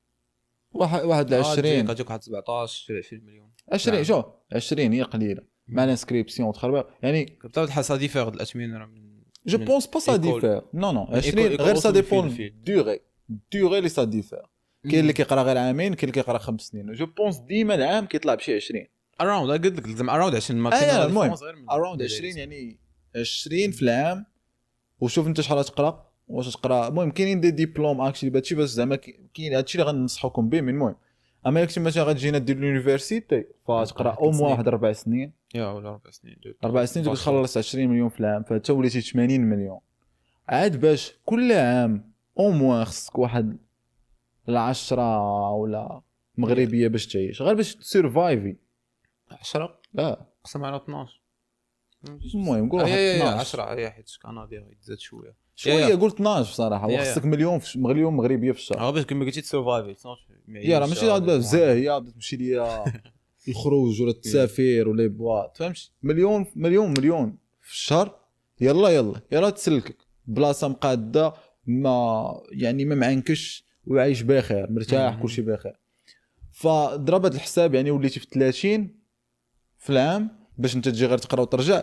واحد 20 غاديك واحد 17 20 مليون 20 شوف 20 هي قليله مع الانسكريبسيون وتخربق يعني بطبيعه الحال سا ديفير الاثمين راه جو بونس با سا ديفير نو 20 غير سا ديبون ديغي لي سا ديفير كاين اللي كيقرا غير عامين كاين اللي كيقرا 5 سنين جو بونس ديما العام كيطلع بشي 20 اراوند قلت لك زعما اراوند 20 ما كاين المهم اراوند 20 يعني 20 في العام وشوف انت شحال تقرا واش تقرا المهم كاينين دي ديبلوم اكشلي بهادشي باش زعما كاين هادشي اللي غننصحوكم به من المهم اما كنتي مثلا غتجينا دير لونيفرسيتي فتقرا او موا واحد 4 سنين ولا 4 سنين 4 سنين تخلص 20 مليون في العام فتا وليتي 80 مليون عاد باش كل عام او موا خصك واحد 10 ولا مغربيه باش تعيش غير باش تسيرفايفي 10 لا قسم على 12 المهم نقول 10 هي حيت كندي غيتزاد شويه قلت 12 بصراحه وخصك مليون مغربيه في الشهر باش كما قلتي تسيرفايفي يا راه ماشي غاد زاهيه بدات تمشي ليا الخروج ولا التسافير ولا بواط فهمتي مليون في الشهر يلا تسلكك بلاصه مقاده ما يعني ما معنكش وعايش بخير مرتاح كلشي بخير فضرب هذا الحساب يعني وليتي في 30 في العام باش انت تجي غير تقرا وترجع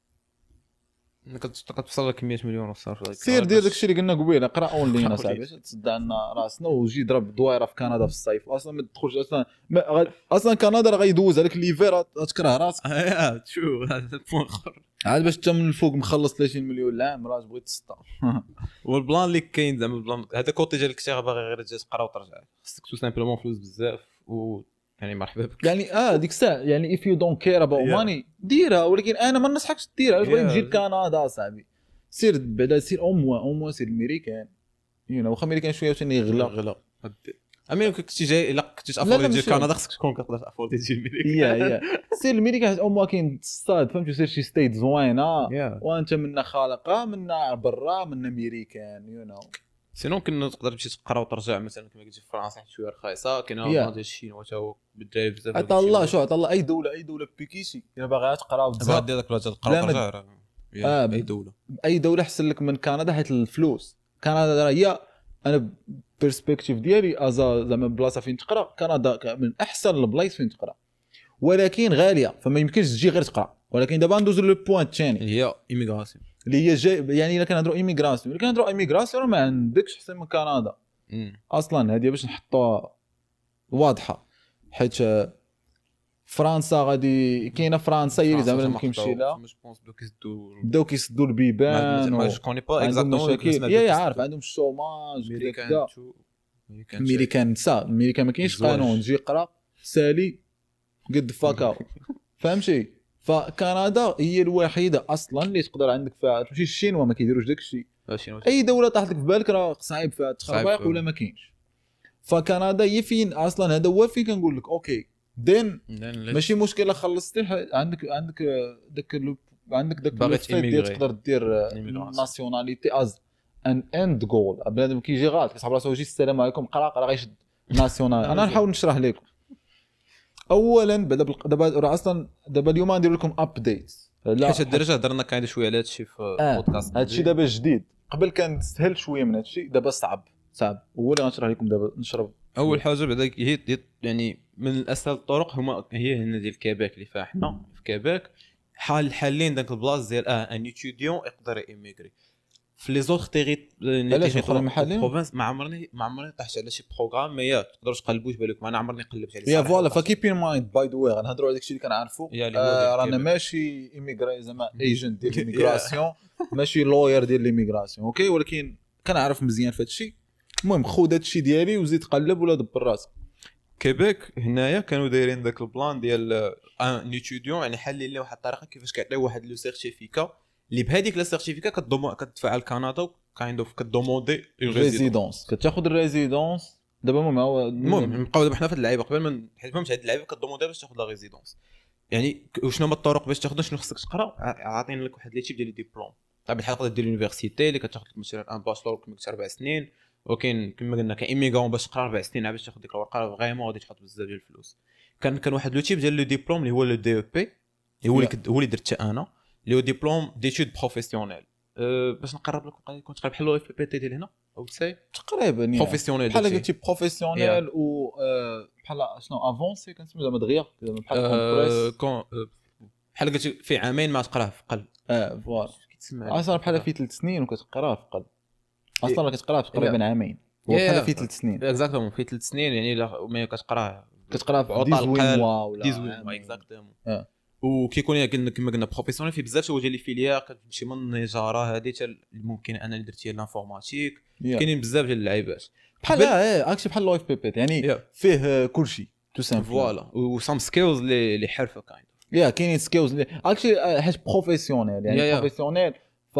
كتوصل لك 100 مليون وصافي سير دير داكشي اللي قلنا قبيله قرا اونلاين اصاحبي تصدع لنا راسنا وجي ضرب دويره في كندا في الصيف اصلا ما تدخلش اصلا كندا راه غيدوز هذاك ليفير تكره راسك شو هذا البوان اخر عاد باش انت من الفوق مخلص 30 مليون العام راه بغيت تصدع والبلان اللي كاين زعما البلان هذا كوتي ديالك كنتي باغي غير تجي تقرا وترجع خصك تو سامبلومون فلوس بزاف و يعني مرحبا بك يعني ديك الساعه يعني if you don't care about money ديرها ولكن انا ما ننصحكش ديرها باش بغيت تجي لكندا صاحبي سير بعدا سير او موا سير الميريكان واخا الميريكان شويه ثاني غلا امين كنتي جاي الا كنتي تافوردي تجي كندا خصك تكون كتقدر تافوردي تجي الميريك سير الميريك حيت او موان كاين تصطاد فهمتي سير شي ستيت زوينه وانت منا خالقه منا برا منا امريكان يو نو سينو كنا تقدر تمشي تقرا وترجع مثلا كما قلتي في فرنسا حيت شويه رخيصه كاينه ديال الشين حتى هو بالدراري بزاف عطا الله شو عطا الله اي دوله بيكيشي الا باغا تقرا بزاف ديال داك الوقت تقرا وترجع اي دوله احسن لك من كندا حيت الفلوس كندا هي انا بيرسبكتيف ديالي زعما بلاصه فين تقرا كندا من احسن البلايص فين تقرا ولكن غاليه فما يمكنش تجي غير تقرا ولكن دابا ندوزو لو بوين الثاني هي ايميغراسيون اللي هي جاي يعني الا كنهضروا ايميغراسيون ما عندكش احسن من كندا اصلا هذه باش نحطوها واضحه حيت فرنسا غادي كاينه فرنسا هي اللي زعما ما كيمشي لها بداو كيسدوا البيبان ما كوني با اكزاكتومون يا عارف عندهم الشوماج كذا امريكان ما كاينش قانون تجي قرا سالي قد فاكاو فهمتي فكندا هي الوحيده اصلا اللي تقدر عندك فيها ماشي الشينوا ما كيديروش داك الشيء اي دوله طاحت لك في بالك راه صعيب فيها التخربيق ولا ما كاينش فكندا هي فين اصلا هذا هو فين كنقول لك اوكي دين ماشي مشكله خلصتي عندك داك باغي تقدر دير ناسيوناليتي از ان اند جول بنادم كيجي غلط كيصحاب راسو يجي السلام عليكم قرا غيشد ناسيونال انا نحاول نشرح لكم اولا دابا اصلا دابا اليوم ندير لكم ابديت حيت الدرجه هضرنا كاين شويه على هادشي في البودكاست هادشي دابا جديد قبل كان سهل شويه من هادشي دابا صعب هو اللي غنشرح لكم دابا نشرب اول حاجه بعدا هي يعني من الاسهل الطرق هي هنا ديال كيباك اللي فيها حنا في كيباك حالين داك البلاص ديال ان ايتيديون يقدر ايميغري في لي زوتر تيريتوار بروفانس ما عمرني طحت على شي بروغرام ما تقدروا تقلبوا بالكم انا عمرني قلبت عليه يا فوالا فكيبين مايند باي ذا واي غنهضروا على داكشي اللي كنعرفوا رانا ماشي ايميغري زعما ايجنت ديال الايميغراسيون ماشي لوير ديال الايميغراسيون اوكي ولكن كنعرف مزيان في هادشي المهم خذ هادشي ديالي وزيد قلب ولا دبر راسك كيبيك هنايا كانوا دايرين داك البلان ديال ان ايتيديون يعني حالين له واحد الطريقه كيفاش كيعطيو واحد لو سيرتيفيكا اللي بهذيك لا سيرتيفيكا كتدفع لكندا كايند اوف كدوموندي ريزيدونس كتاخذ الريزيدونس دابا المهم نبقاو دابا حنا في اللعيبه قبل ما حيت فهمت هاد اللعيبه كدوموندي باش تاخذ لا ريزيدونس يعني وشنو هما الطرق باش تاخذ شنو خصك تقرا عاطين لك واحد لي تيب ديال الدبلوم طبعا الحال تقدر دير لونيفرسيتي اللي كتاخذ لك مثلا ان باشلور كما قلت 4 سنين وكاين كما قلنا كايميغون باش تقرا 4 سنين باش تاخذ ديك الورقه فريمون غادي تحط بزاف ديال الفلوس كان واحد لو تيب ديال لو ديبلوم اللي هو لو دي او بي هو اللي درت انا اللي هو ديبلوم ديتود بروفيسيونيل باش نقرب لكم يكون تقريبا بحال لو اف بي تي ديال هنا او تساي تقريبا بروفيسيونيل بحال قلتي بروفيسيونيل و بحال شنو افونسي كنسميو زعما دغيا بحال كومبريس بحال قلتي في عامين ما تقراه في قلب فوالا اصلا بحال في 3 سنين وكتقراه في قلب اصلا كتقراه تقريبا عامين بحال في 3 سنين اكزاكتومون في 3 سنين يعني الا كتقراه في 18 ولا 18 اكزاكتومون وكيكون كما قلنا بروفيسيونيل في بزاف ديال لي فيليير كتمشي من النجاره هذه حتى ممكن انا اللي درت هي الانفورماتيك كاينين بزاف ديال اللعيبات بحال اكشلي بحال لو اف بي بي يعني فيه كلشي تو سامبل فوالا و سام سكيلز اللي حرفه كاين كاينين سكيلز اكشلي حيت بروفيسيونيل يعني بروفيسيونيل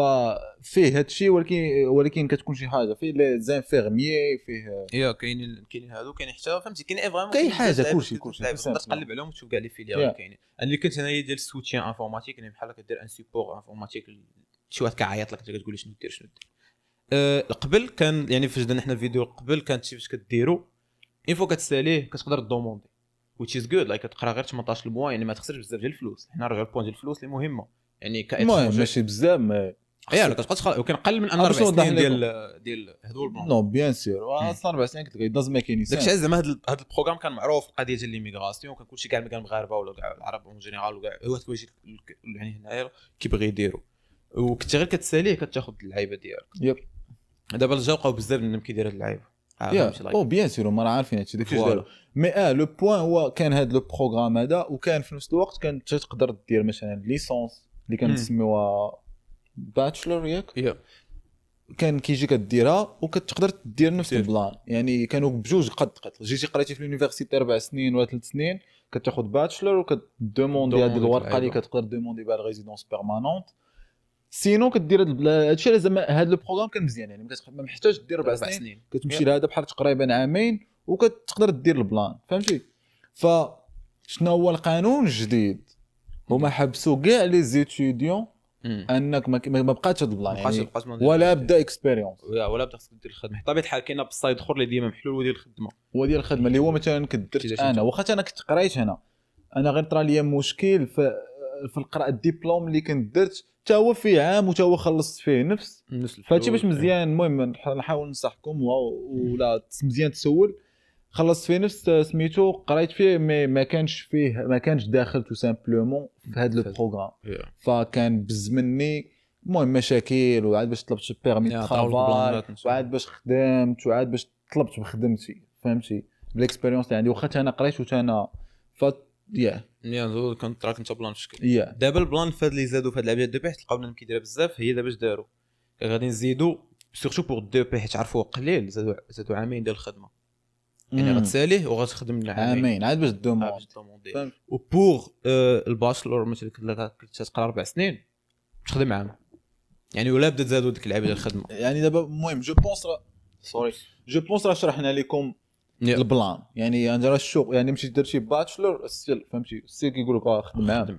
ففيه هادشي ولكن كتكون شي حاجه فيه لي زانفيرميي فيه كاينين هادو كاين حتى فهمتي كاين فريمون كاين حاجه كلشي تقدر تقلب عليهم وتشوف كاع لي فيليير كاينين انا اللي كنت انايا ديال السوتيان انفورماتيك يعني بحال كدير ان سيبور انفورماتيك شي واحد كيعيط لك كتقول له شنو دير قبل كان يعني فاش درنا حنا الفيديو قبل كانت شي فاش كديروا اين فوا كتساليه كتقدر دوموندي which is good like كتقرا غير 18 الموا يعني ما تخسرش بزاف ديال الفلوس حنا راه غير بوين ديال الفلوس اللي مهمه يعني المهم ماشي بزاف لا كتبقى وكان قل من 4 سنين ديال هذو البلان نو بيان سور اصلا 4 سنين قلت لك داز ما كاين داكشي زعما هذا البروغرام كان معروف القضيه ديال ليميغراسيون كان كلشي كاع المغاربه ولا كاع العرب اون جينيرال وكاع هو كيجي يعني هنايا كيبغي يديروا وكنت غير كتساليه كتاخذ اللعيبه ديالك دابا رجعوا بقاو بزاف منهم كيديروا اللعيبه او بيان سور هما راه عارفين هادشي داكشي داروا مي لو بوين هو كان هذا لو بروغرام هذا وكان في نفس الوقت كان تقدر دير مثلا ليسونس اللي كنسميوها باتشلر ياك كان كيجي كديرها وكتقدر دير نفس البلان يعني كانوا بجوج قد جيتي قريتي في اليونيفرسيتي 4 سنين ولا 3 سنين كتاخذ باتشلر وكدوموندي هذه الورقه اللي كتقدر دوموندي بها ريزيدونس بيرمانونت سينو كدير هادشي زعما هذا البروغرام كان مزيان يعني ما محتاج دير 4 سنين كتمشي لهذا بحال تقريبا عامين وكتقدر دير البلان فهمتي. فشنو هو القانون الجديد؟ هما حبسوا كاع لي زيتيديون انك ما بقاتش هاد البلان يعني ولا بدا اكسبيريونس ولا بدا خصك دير الخدمه. بطبيعه الحال كاينه بالصيد اخر اللي ديما محلول ودير الخدمه وديال الخدمه اللي هو مثلا كدرت انا واخا انا كنت قريت هنا انا غير طرا ليا مشكل في القراءه الدبلوم اللي كنت درت حتى هو فيه عام وحتى هو خلصت فيه نفس فهادشي باش مزيان. المهم نحاول ننصحكم ولا مزيان تسول. خلصت فيه نفس سميتو قريت فيه ما كانش داخل تو سامبلومون في هذا لو بروغرام فكان بز مني المهم مشاكل وعاد باش طلبت بيرمي ترافاي وعاد باش خدمت وعاد باش طلبت بخدمتي فهمتي بالاكسبيريونس اللي عندي واخا انا قريت وتا انا كنت راك انت بلان في شكل دابا البلان في هاد اللي زادوا في هاد العباد دو بي تلقاو بنادم كيديرها بزاف هي دابا اش داروا غادي نزيدوا سيرتو بور دو بي حيت عرفوه قليل زادوا عامين ديال الخدمه يعني غتساليه وغتخدم عامين عاد باش دوموندي و بور الباشلور مثلا كنت تقرا 4 سنين تخدم عام يعني ولا بدا زادوا ديك اللعبه ديال الخدمه يعني دابا المهم جو بونس راه شرحنا لكم البلان يعني انا راه الشغل يعني مشيت درت شي باتشلر ستيل فهمتي ستيل كيقول لك خدم عام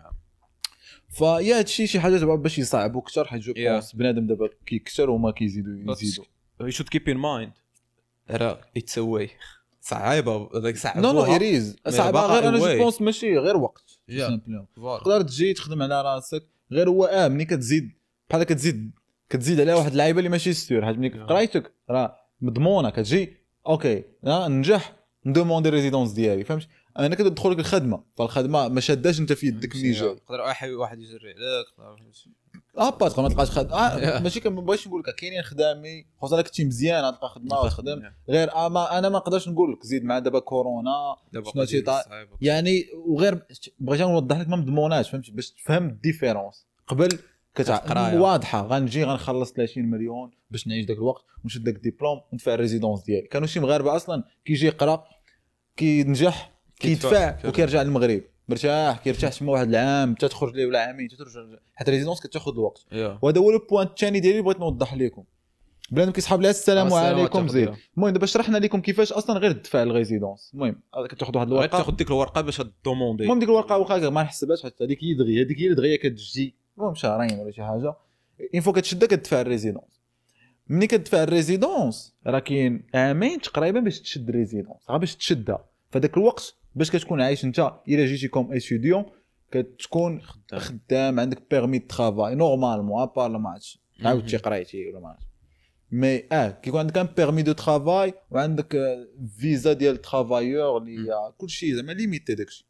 فيا هادشي شي حاجه دابا باش يصعبوا اكثر حيت جو بونس بنادم دابا كيكثر وما كيزيدوا يو شود كيب ان مايند راه يتسوي صعيبه هذاك صعب نو يريز صعبه غير انا جو بونس ماشي غير وقت تقدر تجي تخدم على راسك غير هو ملي كتزيد بحال كتزيد على واحد اللعيبه اللي ماشي ستور حيت ملي قرايتك راه مضمونه كتجي اوكي ننجح ندوموندي ريزيدونس ديالي فهمت انا كندخل لك الخدمه فالخدمه ما شاداش انت في يدك ملي جا يقدر واحد يجري عليك بات ما تلقاش ماشي كنبغيش نقول لك كاينين خدامي خصوصا الا كنتي مزيان غتلقى خدمه وتخدم غير انا ما نقدرش نقول لك زيد مع دابا كورونا شنو شي يعني وغير بغيت نوضح لك ما مضموناش فهمتي باش تفهم الديفيرونس قبل واضحه غنجي غنخلص 30 مليون باش نعيش داك الوقت ونشد داك الدبلوم وندفع الريزيدونس ديالي. كانوا شي مغاربه اصلا كيجي يقرا كينجح كيدفع وكيرجع للمغرب مرتاح كيرتاح تما واحد العام حتى تخرج ليه ولا عامين حتى ترجع حتى الريزيدونس كتاخذ الوقت وهذا هو لو بوين الثاني ديالي بغيت نوضح لكم بلان كيسحب لها السلام عليكم زيد. المهم دابا شرحنا لكم كيفاش اصلا غير تدفع الريزيدونس. المهم كتاخذ واحد الورقه تاخذ ديك الورقه باش دوموندي المهم ديك الورقه واخا ما نحسبهاش حتى هذيك هي دغيا كتجي المهم شهرين ولا شي حاجه اين فوا كتشدها كتدفع الريزيدونس. ملي كتدفع الريزيدونس راه كاين عامين تقريبا باش تشد الريزيدونس غير باش تشدها فداك الوقت باش كتكون عايش انت الا جيتي كوم اتيديون كتكون خدام عندك بيرمي دو ترافاي نورمالمون ابار ما عرفتش عاودتي قرايتي ولا ما عرفتش مي كيكون عندك ان بيرمي دو ترافاي وعندك فيزا ديال ترافايور اللي كلشي زعما ليميتي داكشي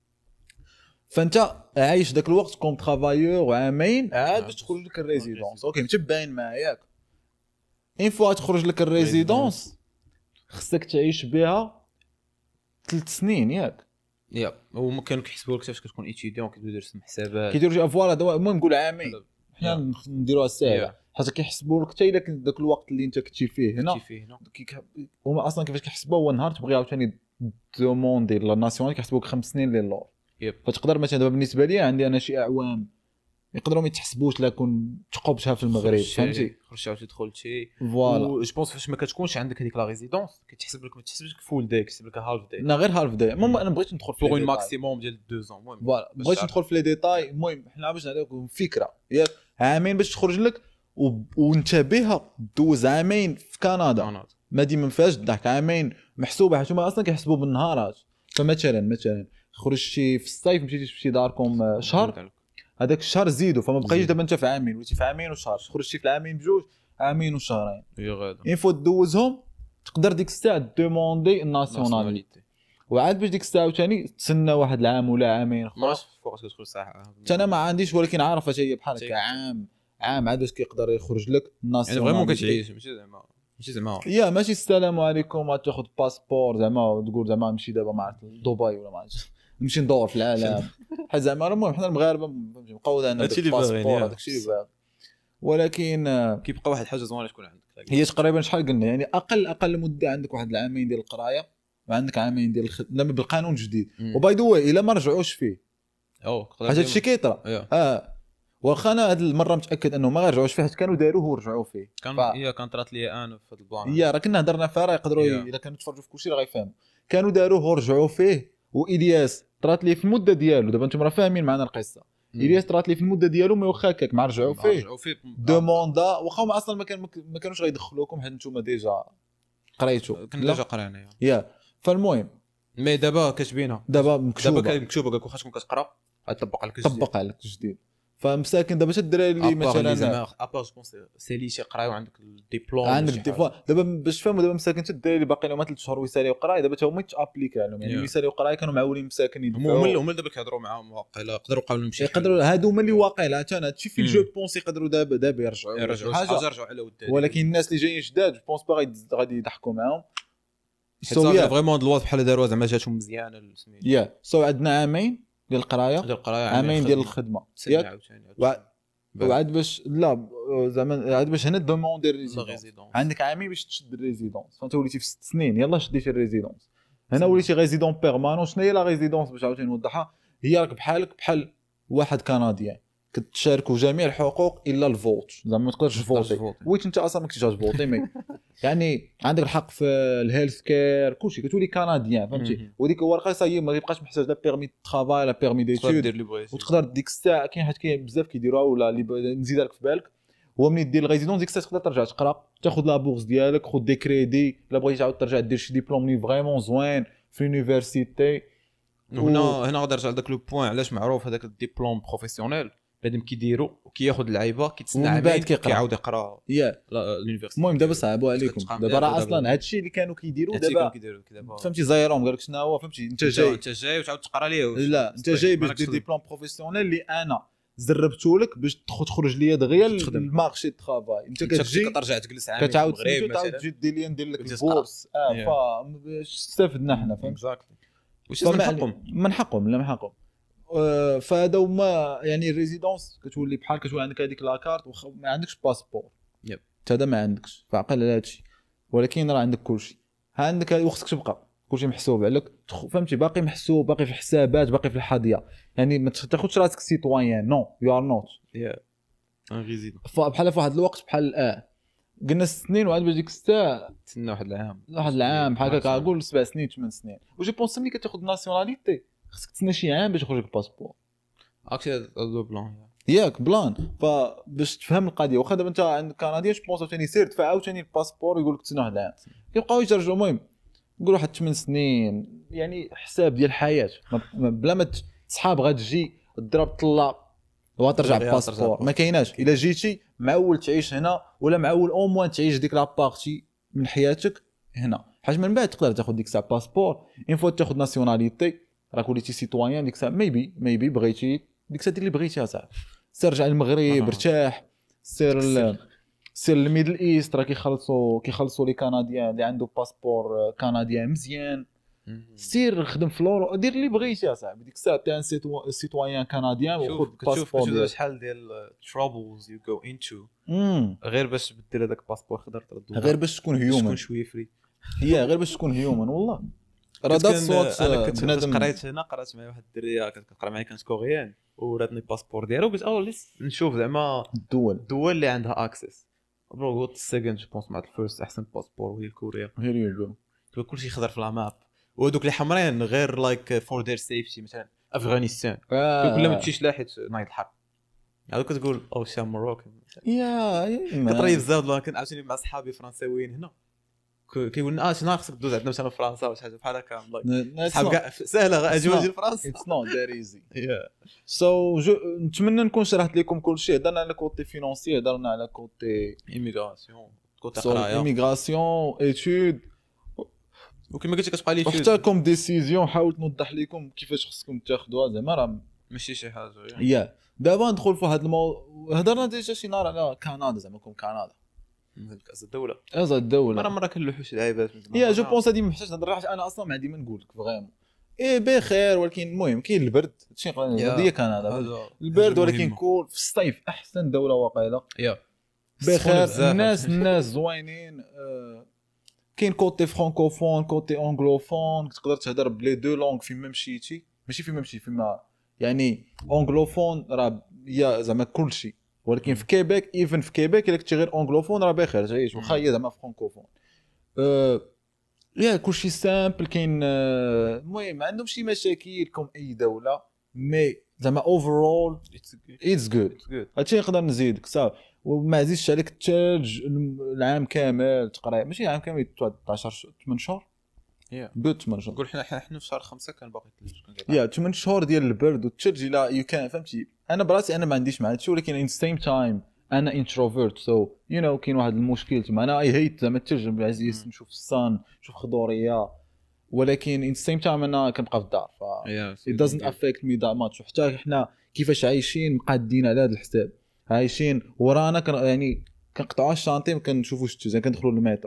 فانت عايش داك الوقت كوم ترافايور وعامين عاد باش تخرج لك الريزيدونس اوكي متباين معايا اين فوا تخرج لك الريزيدونس خصك تعيش بها 3 سنين ياك هما كانوا كيحسبوا لك كيفاش كتكون ايتيديون كيديروا رسم حسابات كيديروا فوالا المهم نقول عامين حنا نديروها ساهله حتى كيحسبوا لك حتى الا كنت داك الوقت اللي انت كنتي فيه هنا هما اصلا كيفاش كيحسبوا هو نهار تبغي عاوتاني دوموندي للناسيونال كيحسبوا لك 5 سنين للور فتقدر مثلا دابا بالنسبه لي عندي انا شي اعوام يقدروا ما يتحسبوش لا كون تقبتها في المغرب فهمتي خرجتي عاوتاني دخلتي فوالا و جو بونس فاش ما كتكونش عندك هذيك لا ريزيدونس كتحسب لك ما تحسبش لك فول داي كتحسب لك هالف داي لا غير هالف داي. المهم انا بغيت ندخل في لو ماكسيموم ديال 2 زون المهم فوالا بغيت ندخل في لي ديتاي. المهم حنا باش نعطيكم فكره ياك عامين باش تخرج لك وانت بها دوز عامين في كندا ما ديما ما فيهاش الضحك عامين محسوبه حيت هما اصلا كيحسبوا بالنهارات فمثلا خرجتي في الصيف مشيتي في شي داركم شهر هذاك الشهر زيدوا فما بقيتش دابا انت في عامين وليتي في عامين وشهر خرجتي في العامين بجوج عامين وشهرين اين فوا دوزهم تقدر ديك الساعه دوموندي الناسيوناليتي وعاد باش ديك الساعه ثاني تسنى واحد العام ولا عامين اخرى فوق تدخل ساعه انا ما عنديش ولكن عارف اش هي بحال هكا عام عاد باش كيقدر يخرج لك الناسيوناليتي يعني فريمون كتعيش ماشي زعما ماشي السلام عليكم تاخذ باسبور زعما وتقول زعما نمشي دابا ما عرفت دبي ولا ما عرفت نمشي ندور في العالم حيت زعما المهم حنا المغاربه مقود عندنا الباسبور هذاك الشيء اللي باغي ولكن كيبقى واحد الحاجه زوينه تكون عندك هي تقريبا شحال قلنا يعني اقل مده عندك واحد العامين ديال القرايه وعندك عامين ديال الخدمه بالقانون الجديد وباي ذا واي الا ما رجعوش فيه حاجه هادشي كيطرا واخا انا هذه المره متاكد انه ما غيرجعوش فيه، حيت كانوا داروه ورجعوا فيه. كان طرات لي انا في هذا البلان. راه كنا هضرنا فيها، راه يقدروا الا كانوا تفرجوا في كلشي راه غيفهموا. كانوا داروه ورجعوا فيه، والياس طرات ليه في المده ديالو. دابا انتم راه فاهمين معنا القصه. الياس طرات ليه في المده ديالو، ما واخا هكاك مع رجعوا فيه دوموندا، واخا هما اصلا ما كانوش غيدخلوكم حيت نتوما ديجا قريتوا. كنا ديجا قرينا فالمهم مي دابا كتبينها، دابا مكتوبه قالك واخا تكون كتقرا غيطبق عليك الجديد. طبق عليك الجديد. فمساكن دابا حتى الدراري اللي مثلا زعما ابار جو بونس سي لي يقراو عندك الدبلوم، عندك الدبلوم دابا باش تفهموا. دابا مساكن حتى الدراري اللي باقي لهم 3 شهور ويساليو قرايه، دابا تا هما يتابليكا عليهم. يعني يساليو قرايه كانوا معولين مساكن يدفعوا. هما دابا كيهضروا معاهم واقيلا يقدروا يقاولوا نمشي، يقدروا هادو هما اللي واقيلا. حتى انا هادشي في الجو بونس يقدروا دابا يرجعوا حاجه على ود. ولكن الناس اللي جايين جداد بونس با غادي يضحكوا معاهم. سو فريمون دلوات بحال داروها زعما جاتهم مزيانه السميت. سو عندنا عامين ديال القرايه، عامين ديال الخدمه ياك. وعاد باش لا زعما عاد باش هنا دوموندي الريزيدونس. عندك عامين باش تشد الريزيدونس، فانت وليتي في 6 سنين يلاه شديتي الريزيدونس. هنا وليتي ريزيدون بيرمانون. شنو هي لا ريزيدونس باش عاوتاني نوضحها؟ هي راك بحال واحد كنديان كتشاركوا جميع الحقوق الا الفوت. زعما ما تقدرش تفوتي ويت انت اصلا ما كنتيش تفوتي مي يعني عندك الحق في الهيلث كير كلشي، كتولي كنديان فهمتي. وديك الورقه صاي ما يبقاش محتاج لا بيرمي طرافاي لا بيرمي ديتود، وتقدر ديك الساعه كاين حيت كاين بزاف كيديروها ولا اللي نزيد لك في بالك. هو منين دير الريزيدونس ديك الساعه تقدر ترجع تقرا، تاخذ لا بورس ديالك، خذ دي كريدي الا بغيتي تعاود ترجع دير شي ديبلوم لي فريمون زوين في لونيفرسيتي. هنا غادي نرجع لذاك لو بوين علاش معروف هذاك الدبلوم بروفيسيونيل بنادم كيديروا وكياخذ اللعيبه كيتسنى عامين كيعاود يقرا لونيفرسيتي. المهم دابا صعبوا عليكم دابا راه اصلا هادشي اللي كانوا كيديروا دابا فهمتي زايرهم قال لك شنو هو فهمتي. انت جاي وتعاود تقرا ليه. لا انت جاي باش دير ديبلوم بروفيسيونيل اللي انا زربته لك باش تخرج ليا دغيا للمارشي طرافاي. انت كتجي كترجع تجلس عام كتعاود تجي دير لي ندير لك البورس باش استفدنا حنا فهمت. واش من حقهم؟ من حقهم لا من حقهم. فهذا هما يعني الريزيدونس كتولي بحال كتولي عندك هذيك لاكارت واخا ما عندكش باسبور هذا ما عندكش فعقل على هادشي، ولكن راه عندك كلشي. ها عندك وقتك تبقى كلشي محسوب عليك فهمتي، باقي محسوب، باقي في الحسابات، باقي في الحاضيه. يعني ما تاخذش راسك سيتويان نو يو ار نوت ان ريزيدون. بحال في واحد الوقت بحال قلنا 6 سنين وعاد باش ديك الساعه تسنى واحد العام بحال هكا نقول 7 سنين 8 سنين. وجي بونس ملي كتاخذ ناسيوناليتي خصك تسنى شي عام باش يخرج الباسبور. اكشلي هذا بلان ياك بلان. فباش تفهم القضيه واخا دابا انت عندك كنديان بونس ثاني سير دفع عاوتاني الباسبور يقول لك تسنى واحد العام كيبقاو يترجعوا. المهم نقول واحد 8 سنين يعني حساب ديال الحياه بلا ما صحاب غتجي تضرب طلا وترجع بالباسبور ما كايناش. الا جيتي معول تعيش هنا ولا معول او موان تعيش ديك لابارتي من حياتك هنا، حيت من بعد تقدر تاخذ ديك الساعه باسبور. ان فوا تاخذ ناسيوناليتي راك وليتي سيتويان ديك الساعه ميبي بغيتي ديك الساعه دير اللي بغيتي صاحبي. سير رجع للمغرب ارتاح، سير الميدل ايست راه كيخلصوا لي كنديان اللي عنده باسبور كنديان مزيان. سير خدم في لورو دير اللي بغيتي يا صاحبي. ديك الساعه تاع سيتويان كنديان وخذ باسبور ديال شحال ديال troubles you go into غير باش دير هذاك الباسبور تقدر تردو، غير باش تكون هيومن، تكون شويه فري. هي غير باش تكون هيومن. والله راه دات الصوت. انا كنت قريت مع واحد الدريه كتقرا معايا كانت كوريان وراتني الباسبور ديالو قلت نشوف زعما الدول اللي عندها اكسس. برو قلت السكند جو بونس مع الفيرست احسن باسبور وهي الكوريا. كلشي خضر في لاماب ودوك اللي حمرين غير لايك فور دير سيفتي. مثلا افغانستان كل ما تمشيش لاحيت نايض الحرب هذوك كتقول او شام مروكو كطريف زاد. لكن عاوتاني مع صحابي فرنساويين هنا كيقول لنا شنو خصك دوز عندنا مثلا فرنسا ولا شي حاجه بحال هكا. صحاب كاع سهله اجي لفرنسا. اتس نوت ذات ايزي. سو نتمنى نكون شرحت لكم كل شيء. هضرنا على كوتي فينانسي، هضرنا على كوتي ايميغراسيون، كوتي قرايه، ايميغراسيون، ايتود، وكما قلت كتبقى لي حتى كوم ديسيزيون. حاولت نوضح لكم كيفاش خصكم تاخذوها زعما راه ماشي شي حاجه يا دابا ندخل في هذا هضرنا ديجا شي نهار على كندا زعما كوم كندا كاس الدوله مره كنلوحوا شي لعيبات يا جو بونس هذه ما محتاجش نهضر. انا اصلا ما عندي ما نقول لك فريمون بخير، ولكن المهم كاين البرد هادشي قضيه كندا البرد، ولكن كول في الصيف احسن دوله واقيلا بخير. الناس زوينين. كاين كوتي فرانكوفون كوتي انغلوفون، تقدر تهضر بلي دو لونغ فيما مشيتي، ماشي فيما مشيتي فيما يعني انغلوفون راه يا زعما كلشي، ولكن في كيبيك ايفن في كيبيك الا كنتي غير انجلوفون راه بخير تعيش، واخا هي زعما فرانكوفون يا كلشي سامبل كاين. المهم ما عندهم شي مشاكل كوم اي دوله، مي زعما اوفرول اتس جود. هادشي نقدر نزيدك صافي، وما عزيزش عليك الثلج العام كامل تقريبا، ماشي العام كامل 13 8 شهور جود 8 شهور. نقول حنا في شهر 5 كان باقي الثلج يا 8 شهور ديال البرد والثلج. لا يو كان فهمتي. انا براسي انا ما عنديش مع هادشي، ولكن ان سيم تايم انا انتروفيرت سو يو نو كاين واحد المشكل تما. انا اي هيت زعما الثلج عزيز نشوف الصن نشوف خضوريه، ولكن ان سيم تايم انا كنبقى في الدار ف it doesn't affect me that much. وحتى حنا كيفاش عايشين مقادين على هذا الحساب، عايشين ورانا يعني كنقطعوا الشانطي ما كنشوفوش الثلج، كندخلوا للمترو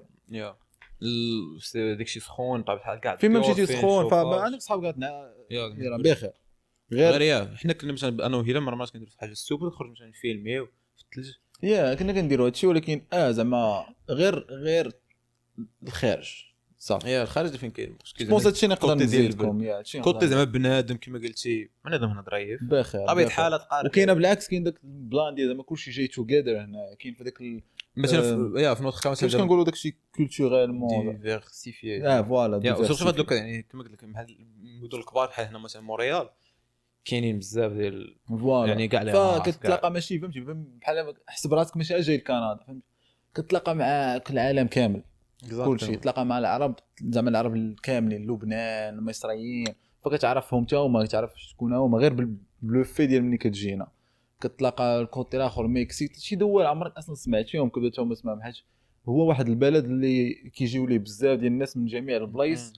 داكشي سخون بطبيعه الحال كاع فين ما مشيتي سخون. فانا صحاب قالنا يا بخير غير حنا كنا مثلا انا وهيلا مرات كنديروا في حاجه السوق نخرج مثلا فيلميو في الثلج. كنا كنديروا هادشي، ولكن زعما غير الخارج صافي. الخارج فين كاين المشكل بونس هادشي نقدر نزيد لكم كوتي زعما بنادم كما قلتي بنادم هنا ظريف بخير طبيعه الحال تقارب. وكاينه بالعكس كاين داك البلان ديال زعما كلشي جاي توغيدر هنا. كاين في داك مثلا في نوت خامس كيفاش كنقولوا داكشي كولتوريلمون ديفيرسيفيي فوالا وسورتو هاد لوك يعني كما قلت لك بحال المدن الكبار بحال هنا مثلا مونريال كاينين بزاف ديال يعني كاع فكتلاقى ماشي فهمتي بحال حسب راسك ماشي جاي لكندا فهمتي، كتلاقى مع العالم كامل كلشي. تلاقى مع العرب زعما العرب الكاملين لبنان المصريين، فكتعرفهم حتى هما كتعرف شكون هما غير بلو في ديال ملي كتجي هنا. كتلاقى الكوتي الاخر المكسيك شي دول عمرك اصلا سمعت فيهم كبدات هما اسمها بحال هو واحد البلد اللي كيجيو ليه بزاف ديال الناس من جميع البلايص،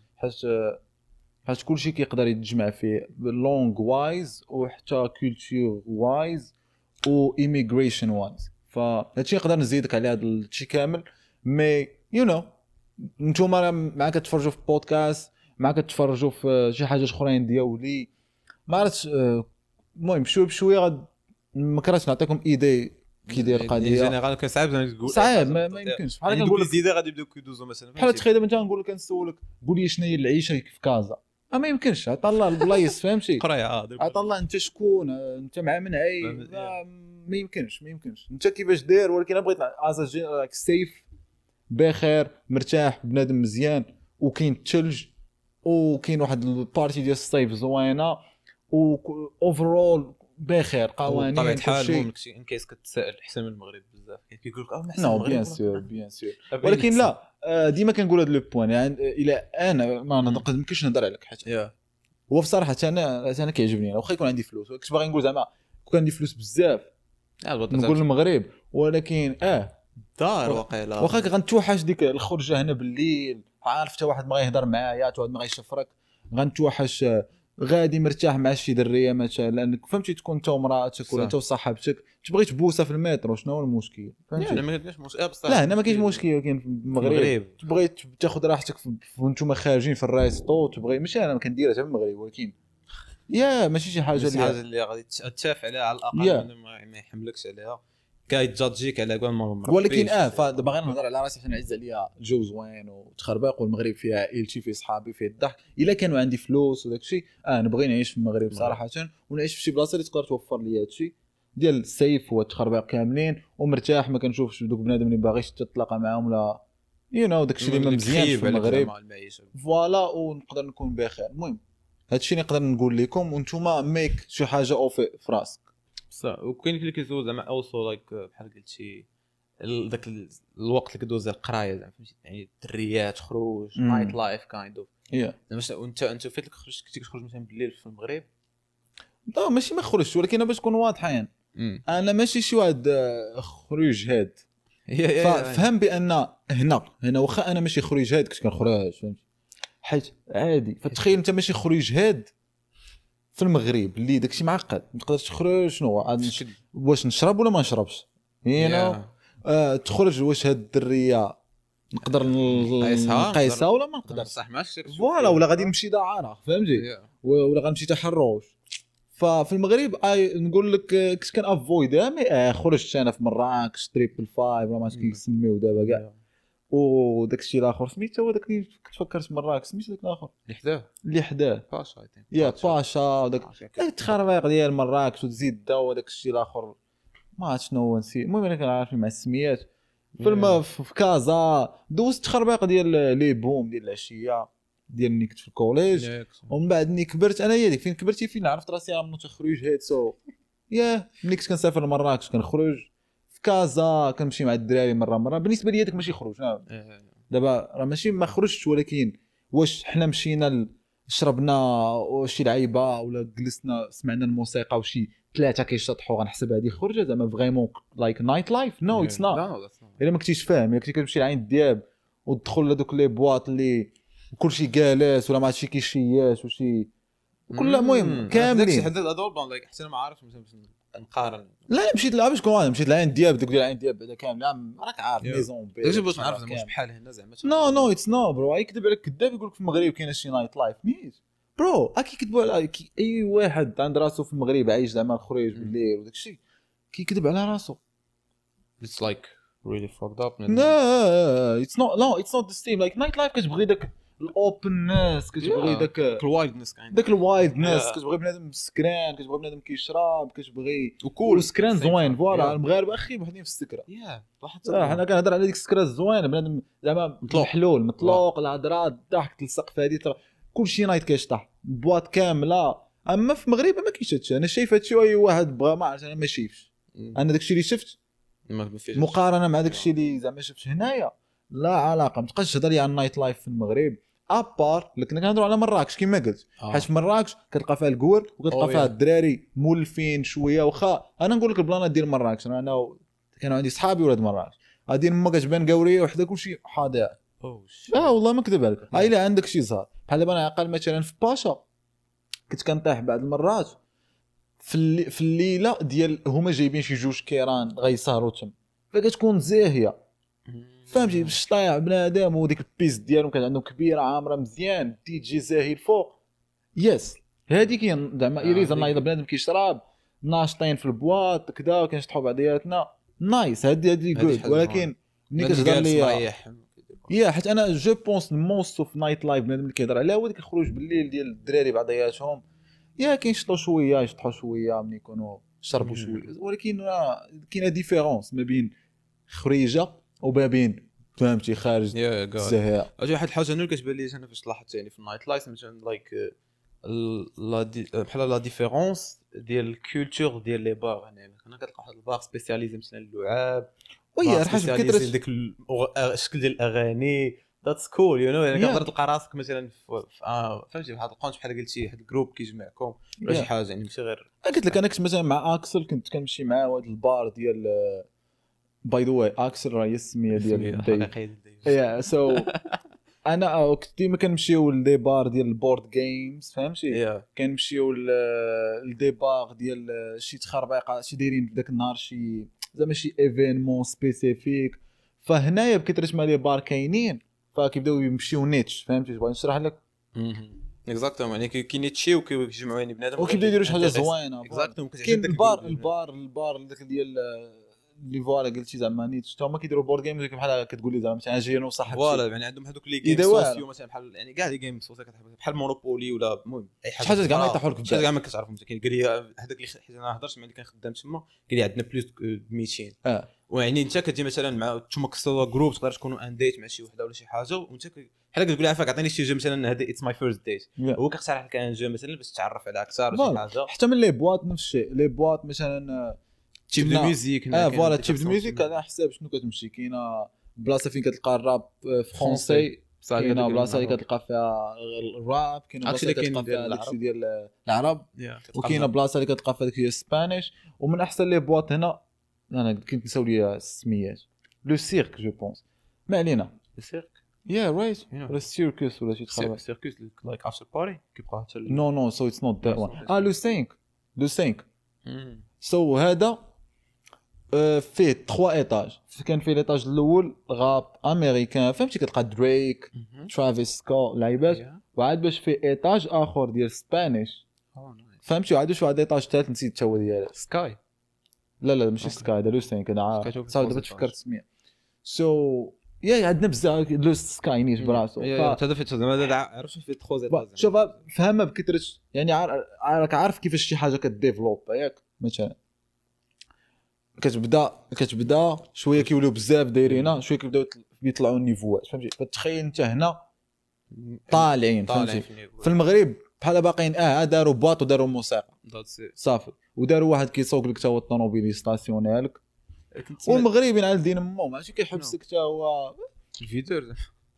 حيت كلشي كيقدر يتجمع فيه لونغ وايز وحتى كولتور وايز و ايميغريشن وايز. فهادشي نقدر نزيدك على هذا الشيء كامل. مي يو نو نتوما معاك تتفرجوا في بودكاست، معاك تتفرجوا في شي حاجات اخرين ديالي ما عرفتش. المهم بشويه ما كرهتش نعطيكم ايدي كي داير القضيه جينيرال كان صعيب ما يمكنش. بحال كنقول لك زيده غادي يبداو كيدوزو مثلا بحال تخيل دابا انت نقول لك نسولك قول لي شنو هي العيشه في كازا، ما يمكنش. عطا الله البلايص فهمتي قرايه عطا الله انت شكون انت مع من عاي ما يمكنش انت كيفاش داير. ولكن بغيت ازاجي راك سيف بخير مرتاح بنادم مزيان، وكاين الثلج وكاين واحد البارتي ديال الصيف زوينه و اوفرول بخير قوانين طبيعه الحال. ان كيس كتسائل احسن من المغرب بزاف كيقول لك احسن من المغرب بيان سور ولكن لا ديما كنقول هذا لو بوين يعني الى انا ما نقدرش نهضر عليك حتى هو بصراحه انا كيعجبني واخا يكون عندي فلوس. كنت باغي نقول زعما كون عندي فلوس بزاف نقول المغرب، ولكن دار واقيلا واخا غنتوحش ديك الخرجه هنا بالليل، عارف حتى واحد ما غيهضر معايا حتى واحد ما غيشفرك، غنتوحش غادي مرتاح مع شي دريه مثلا لانك فهمتي تكون انت ومراتك ولا انت وصاحبتك تبغي تبوسه في المترو شنو هو المشكل فهمتي؟ لا ما كاينش مشكل بصح لا هنا ما كاينش مشكل. ولكن في المغرب تبغي تاخذ راحتك وانتم خارجين في الرايستو تبغي ماشي انا ما كنديرها حتى في المغرب، ولكن ماشي شي حاجه اللي غادي تتفق عليها على الاقل ما يحملكش عليها كيتجاجيك على كاع المره. ولكن فباغي نهضر على راسي حنا عز عليا الجو زوين وتخربيق والمغرب فيها عيلتي فيه صحابي فيه الضحك. الا كانوا عندي فلوس وداك الشيء نبغي نعيش في المغرب صراحه ونعيش في شي بلاصه اللي تقدر توفر لي هادشي ديال السيف والتخربيق كاملين ومرتاح ما كنشوفش دوك بنادم اللي باغيش تتلاقى معاهم لا داك الشيء اللي ما مزيانش في المغرب فوالا ونقدر نكون بخير. المهم هادشي اللي نقدر نقول لكم وانتم ميك شي حاجه اوف فراسك صح. وكاين اللي كيدوز زعما اوسو لايك بحال قلتي داك الوقت اللي كدوز القرايه زعما فهمتي يعني الدريات خروج نايت لايف كايند اوف وانت فايت لك خرجت كنتي كتخرج مثلا بالليل في المغرب لا ماشي ما خرجتش ولكن باش نكون واضحين انا ماشي شي واحد خروج هاد فهم بان هنا واخا انا ماشي خروج هاد كنت كنخرج فهمتي حيت عادي. فتخيل انت ماشي خروج هاد في المغرب اللي داكشي معقد ما تقدرش تخرج شنو واش نشرب ولا ما نشربش تخرج واش هاد الدريه نقدر نقيسها ولا ما نقدرش صح ماشي فوالا ولا غادي نمشي دعاره فهمتي ولا غنمشي تحرش. ففي المغرب نقول لك كنت كان افويد خرجت انا في مراكش تريبل 5 ولا ما كيسميو دابا كاع وداك الشيء الاخر سميتو هو داك اللي كنت فكرت مراكش سميتو داك الاخر اللي حداه باشا يا باشا وداك التخربيق ديال مراكش وتزيد دا وداك الشيء الاخر ما عرفت شنو هو نسيت. المهم انا كنعرف مع السميات في كازا دوزت تخربيق ديال لي بوم ديال العشيه ديال ملي كنت في الكوليج. ومن بعد ملي كبرت انا هي ديك فين كبرتي فين عرفت راسي عم نخرج هيتسو ملي كنت كنسافر لمراكش كنخرج في كازا كنمشي مع الدراري مره بالنسبه لي هذاك ماشي خروج. دابا راه ماشي ما خرجتش ولكن واش حنا مشينا شربنا شي لعيبه ولا جلسنا سمعنا الموسيقى وشي ثلاثه كيشطحوا غنحسب هذه خرجه زعما فريمون لايك نايت لايف نو اتس نوت. الا ما كنتيش فاهم الا كنتي كتمشي لعين الدياب وتدخل لهذوك لي بواط اللي كلشي جالس ولا ما عرفتش كيشياش وشي كل المهم كاملين داكشي حدد هذول بون لايك حتى انا ما عارفش نقارن. لا مشيت لها باش كون مشيت لعين الدياب ديك العين الدياب بعدا كامل راك عارف ميزون بي داكشي باش نعرف زعما بحال هنا زعما نو اتس نو برو يكذب عليك كذاب يقول لك في المغرب كاين شي نايت لايف ميت برو اكي كيكذبوا على اي واحد عند راسو في المغرب عايش زعما الخروج بالليل وداك الشيء كيكذب على راسو. It's like really fucked up. No it's not the same like night life كتبغي داك الاوبننس كتبغي داك الوايلدنس داك الوايلدنس كتبغي بنادم سكران كتبغي بنادم كيشرب كتبغي وكول سكران زوين فوالا المغاربه اخي بوحدين في السكره حنا كنهضر على ديك السكره الزوينه بنادم زعما محلول مطلوق الهضره الضحك السقف هذه كلشي نايت كيشطح بواط كامله. اما في المغرب ما كاينش هادشي انا شايف هادشي اي واحد بغى ما عرفت انا ما شايفش انا داكشي اللي شفت مقارنه مع داكشي اللي زعما شفت هنايا لا علاقه. ما تبقاش تهضر لي على النايت لايف في المغرب ابار لكن كنهضروا على مراكش كما قلت حيت في مراكش كتلقى فيها الكور وكتلقى فيها الدراري مولفين شويه. واخا انا نقول لك البلانات ديال مراكش انا كانوا عندي صحابي ولاد مراكش غادي ما كتبان قوريه وحده كلشي حاضر والله ما كذب عليك. الا عندك شي زهر بحال دابا انا عقل مثلا في باشا كنت كنطيح بعض المرات في الليله ديال هما جايبين شي جوج كيران غيسهروا تم فكتكون زاهيه فهمتي باش طايح بنادم وديك البيس ديالهم كانت عندهم كبيره عامره مزيان دي جي زاهي الفوق هذه كاين زعما ايريز نايض بنادم كيشرب ناشطين في البواط كذا كنشطحوا بعضياتنا نايس هذه جود. ولكن ملي كتهضر لي حيت انا جو بونس موست اوف نايت لايف بنادم اللي كيهضر عليها هو ديك الخروج بالليل ديال الدراري بعضياتهم كينشطوا شويه يشطحوا شويه ملي يكونوا شربوا شويه. ولكن كاينه ديفيرونس ما بين خريجه وما بين فهمتي خارج الزهاء. اجي واحد الحاجه انا كتبان لي انا فاش لاحظت يعني في النايت لايف مثلا لايك بحال لا ديفيرونس ديال الكولتور ديال لي بار. هنا كتلقى واحد البار سبيسياليزي مثلا اللعاب وي حاجه كثرت ديك الشكل ديال الاغاني ذاتس كول يو نو يعني كتقدر تلقى راسك مثلا فهمتي بحال القونت بحال قلتي واحد الجروب كيجمعكم ولا شي حاجه يعني ماشي غير قلت لك انا كنت مثلا مع اكسل كنت كنمشي معاه واحد البار ديال باي ذا واي اكسل راه هي السميه ديال سو انا كنت ديما كنمشيو لدي بار ديال البورد جيمز فهمتي كنمشيو لدي بار ديال شي تخربيقه شي دايرين داك النهار شي زعما شي ايفينمون سبيسيفيك. فهنايا بكثره ما لي بار كاينين فكيبداو يمشيو نيتش فهمتي بغيت نشرح لك اكزاكتومون يعني كينيتشي وكيجمعوا يعني بنادم وكيبداو يديروا شي حاجه زوينه كاين البار داك ديال اللي فوالا قلتي زعما نيتش حتى هما كيديروا بورد جيمز بحال كتقول لي زعما مثلا جاي انا صاحبي فوالا يعني عندهم هذوك لي جيم سوسيو مثلا بحال يعني كاع لي جيم سوسيو بحال مونوبولي ولا المهم اي حاجه كاع ما يطيحوا لك كاع ما كتعرفهم كاين قال لي هذاك اللي حيت انا هضرت مع اللي كان خدام تما قال لي عندنا بلوس 200 ويعني انت كتجي مثلا مع نتوما كسوا جروب تقدر تكونوا ان ديت مع شي وحده ولا شي حاجه وانت بحال كتقول لها عافاك عطيني شي جو مثلا هذا اتس ماي فيرست ديت هو كيقترح لك ان جو مثلا باش تعرف على اكثر شي حاجه حتى من لي بواط نفس الشيء لي بواط مثلا تيب دو ميوزيك فوالا تيب دو ميوزيك على حساب شنو كتمشي كاينه بلاصه فين كتلقى الراب فرونسي كاينه بلاصه اللي كتلقى فيها الراب كاينه بلاصه اللي كتلقى فيها داكشي ديال العرب وكاينه بلاصه اللي كتلقى فيها داكشي ديال الاسبانيش. ومن احسن لي بواط هنا انا كنت نساو لي السميات لو سيرك جو بونس ما علينا السيرك رايت ولا السيركس ولا شي تخرب السيركس لايك افتر باري كيبقى حتى نو سو اتس نوت ذات وان لو 5 سو هذا فيه 3 ايطاج كان فيه الايطاج الاول راب امريكان فهمتي كتلقى دريك ترافيس سكوت لعيبات وعاد باش فيه ايطاج اخر ديال سبانيش فهمتي وعاد واحد ايطاج ثالث نسيت حتى هو ديال سكاي لا ماشي سكاي هذا لو 5 انا صافي دابا تفكرت السميه سو يا عندنا بزاف لو سكاي نيش براسو هذا فيت زعما عرفتش في تخوزيت شوف فهمها بكثرش يعني راك عارف كيفاش شي حاجه كديفلوب ياك مثلا كتبدا شويه كيوليو بزاف دايرينها شويه كيبداو يطلعوا النيفوات فهمتي فتخيل انت هنا طالعين فهمتي في المغرب بحال باقيين داروا باط وداروا موسيقى صافي وداروا واحد كيسوق لك حتى هو الطوموبيل يستاسيوني لك والمغربيين على دين امو ماشي كيحبسك حتى هو الفيديو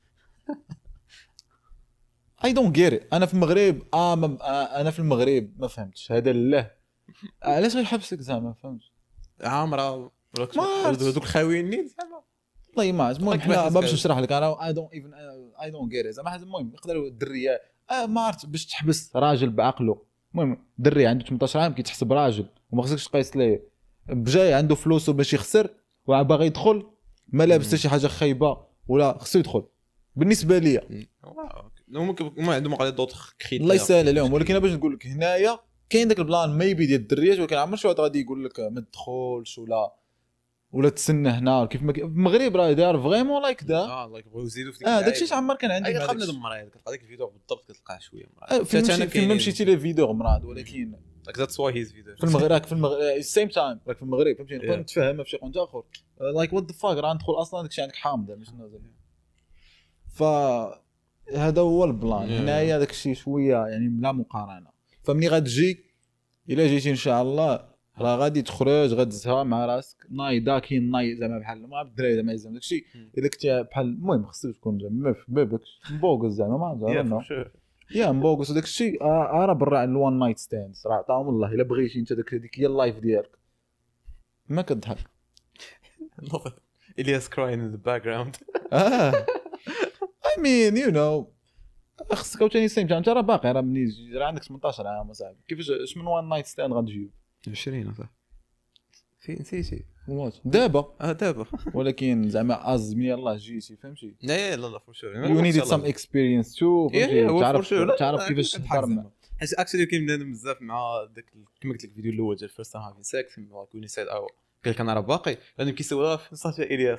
اي دونت جيت انا في المغرب انا في المغرب ما فهمتش هذا لا علاش غيحبسك زعما فهمت عامره دوك الخاويين زعما والله ما المهم حنا ما باش نشرح لك انا اي دونت جيت زعما هذا المهم يقدروا الدريه ما عرفت باش تحبس راجل بعقله المهم دري عنده 18 عام كيتحسب راجل وما خصكش تقيس ليه بجاي عنده فلوس باش يخسر وباغي يدخل ما لابس شي حاجه خايبه ولا خصو يدخل بالنسبه ليا ممكن ما عندهم غادي دوط كريت الله يسهل عليهم ولكن باش نقول لك هنايا كاين داك البلان ميبي ديال الدريات ولكن عمر شي واحد غادي يقول لك ما تدخلش ولا تسنى هنا كيف ما في المغرب راه دار فريمون لايك دا لايك بغاو يزيدوا في داكشي عمر كان عندي قبل هاد المراه كتلقى ديك الفيديو بالضبط كتلقاه شويه فين مشيتي لي فيديو مراد ولكن ذاتس واي هيز فيديو في المغرب سيم تايم راك في المغرب فهمتي نقدر نتفاهمها في شي قنت اخر لايك وات ذا فاك راه ندخل اصلا داكشي عندك حامضه ماشي نازل فهذا هو البلان هنايا داكشي شويه يعني لا مقارنه فمني غتجي الا جيتي ان شاء الله راه غادي تخرج غتزها مع راسك نايضه كاين ناي زعما بحال ما الدراري زعما يزعما داكشي الا كنتي بحال المهم خصك تكون زعما في بابك مبوغز زعما ما يا مبوغس وداكشي راه برا على الوان نايت ستاند راه عطاهم الله الا بغيتي انت ديك هي اللايف ديالك ما كضحك Elias crying in the background I mean you know خصك عاوتاني سيم انت راه باقي راه منين راه عندك 18 عام اصاحبي كيفاش اش من وان نايت ستاند غتجيب 20 صح في نسيتي دابا ولكن زعما از من يلاه جيتي فهمتي لا فور شور يو نيد سام اكسبيرينس تو تعرف كيفاش تهضر حيت اكشلي كاين بنادم بزاف مع داك كما قلت لك الفيديو الاول ديال فيرست تايم هافين سيكس مع كوني سيد او قال لك انا راه باقي لانه كيسوى في صافي الياس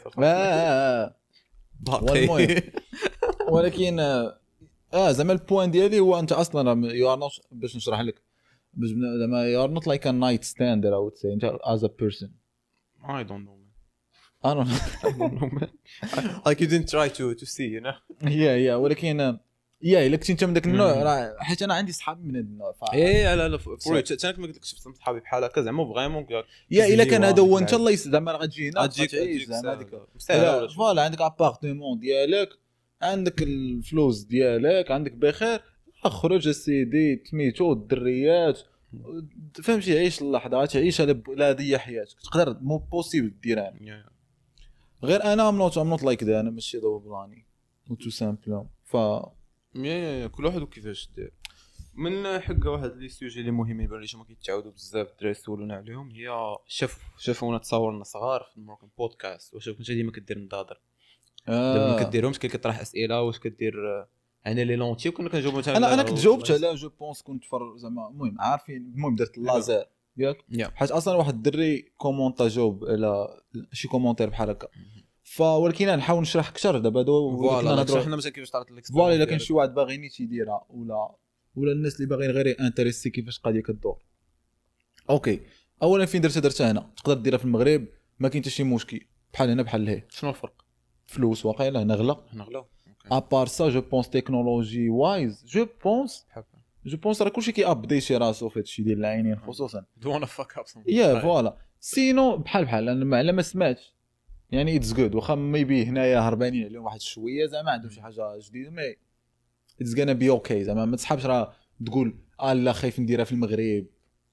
باقي ولكن زعما البوين ديالي هو انت اصلا يو ار نوت باش نشرح لك زعما يو ار نوت لايك ا نايت ستاند اي وود سي انت از ا بيرسون I don't know man like you didn't try to see you know ولكن الا كنتي انت من داك النوع راه حيت انا عندي صحاب من هذا النوع لا فرويت انا كما قلت لك شفت صحابي بحال هكا زعما فريمون الا كان هذا هو انت الله زعما غتجي هنا غتعيش زعما هذيك فوالا عندك ابارتمون ديالك عندك الفلوس ديالك عندك بخير خرج السيدي سميتو الدريات فهمتي عيش اللحظه تعيش لا هذه حياتك تقدر مو بوسيبل ديرها غير انا ام نوت لايك ذا انا ماشي دو بلاني تو سامبل ف كل واحد وكيفاش دير من حق واحد لي سوجي اللي مهمين بان ما كيتعاودوا بزاف الدراري يسولونا عليهم هي شافونا تصاورنا صغار في الموركن بودكاست واش كنت ديما كدير نضاضر ما كديرهمش كيطرح اسئله واش كدير انا لي لونتي وكنا كنجاوبوا مثلا انا كنت جاوبت على جو بونس كنت زعما المهم عارفين المهم درت اللازر ياك حيت اصلا واحد الدري كومونطا جاوب على شي كومونتير بحال هكا ولكن نحاول نشرح اكثر دابا فوالا شرحنا مثلا كيفاش طرات الاكسبيرينس فوالا الا كان شي واحد باغي نيت يديرها ولا الناس اللي باغيين غير انتريسي كيفاش القضيه كدور اوكي اولا فين درتها هنا تقدر ديرها في المغرب ما كاين حتى شي مشكل بحال هنا بحال هي شنو الفرق فلوس واقيلا هنا غلا ابار سا جو بونس تكنولوجي وايز جو بونس راه كلشي كي ابديتي راسو في هادشي ديال العينين خصوصا دون فاك اب فوالا سينو بحال انا على ما سمعتش يعني اتس جود واخا ميبي هنايا هربانين عليهم واحد شويه زعما عندهم شي حاجه جديده مي اتس غانا بي اوكي زعما ما تسحبش راه تقول لا خايف نديرها في المغرب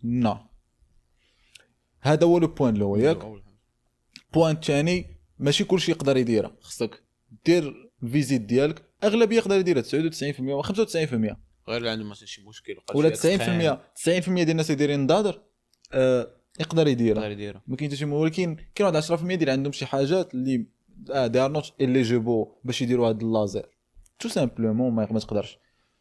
هذا هو لو بوين الاول ياك بوين الثاني ماشي كلشي يقدر يديرها خصك دير الفيزيت ديالك اغلبيه يقدر يديرها 99% و 95% غير اللي عنده مثلا شي مشكل ولا 90% ديال الناس اللي دايرين نضادر يقدر يديرها ما كاين حتى شي ولكن كاين واحد 10% ديال عندهم شي حاجات اللي دي ار نوت اليجيبل باش يديروا هذا اللازر تو سامبلومون ما تقدرش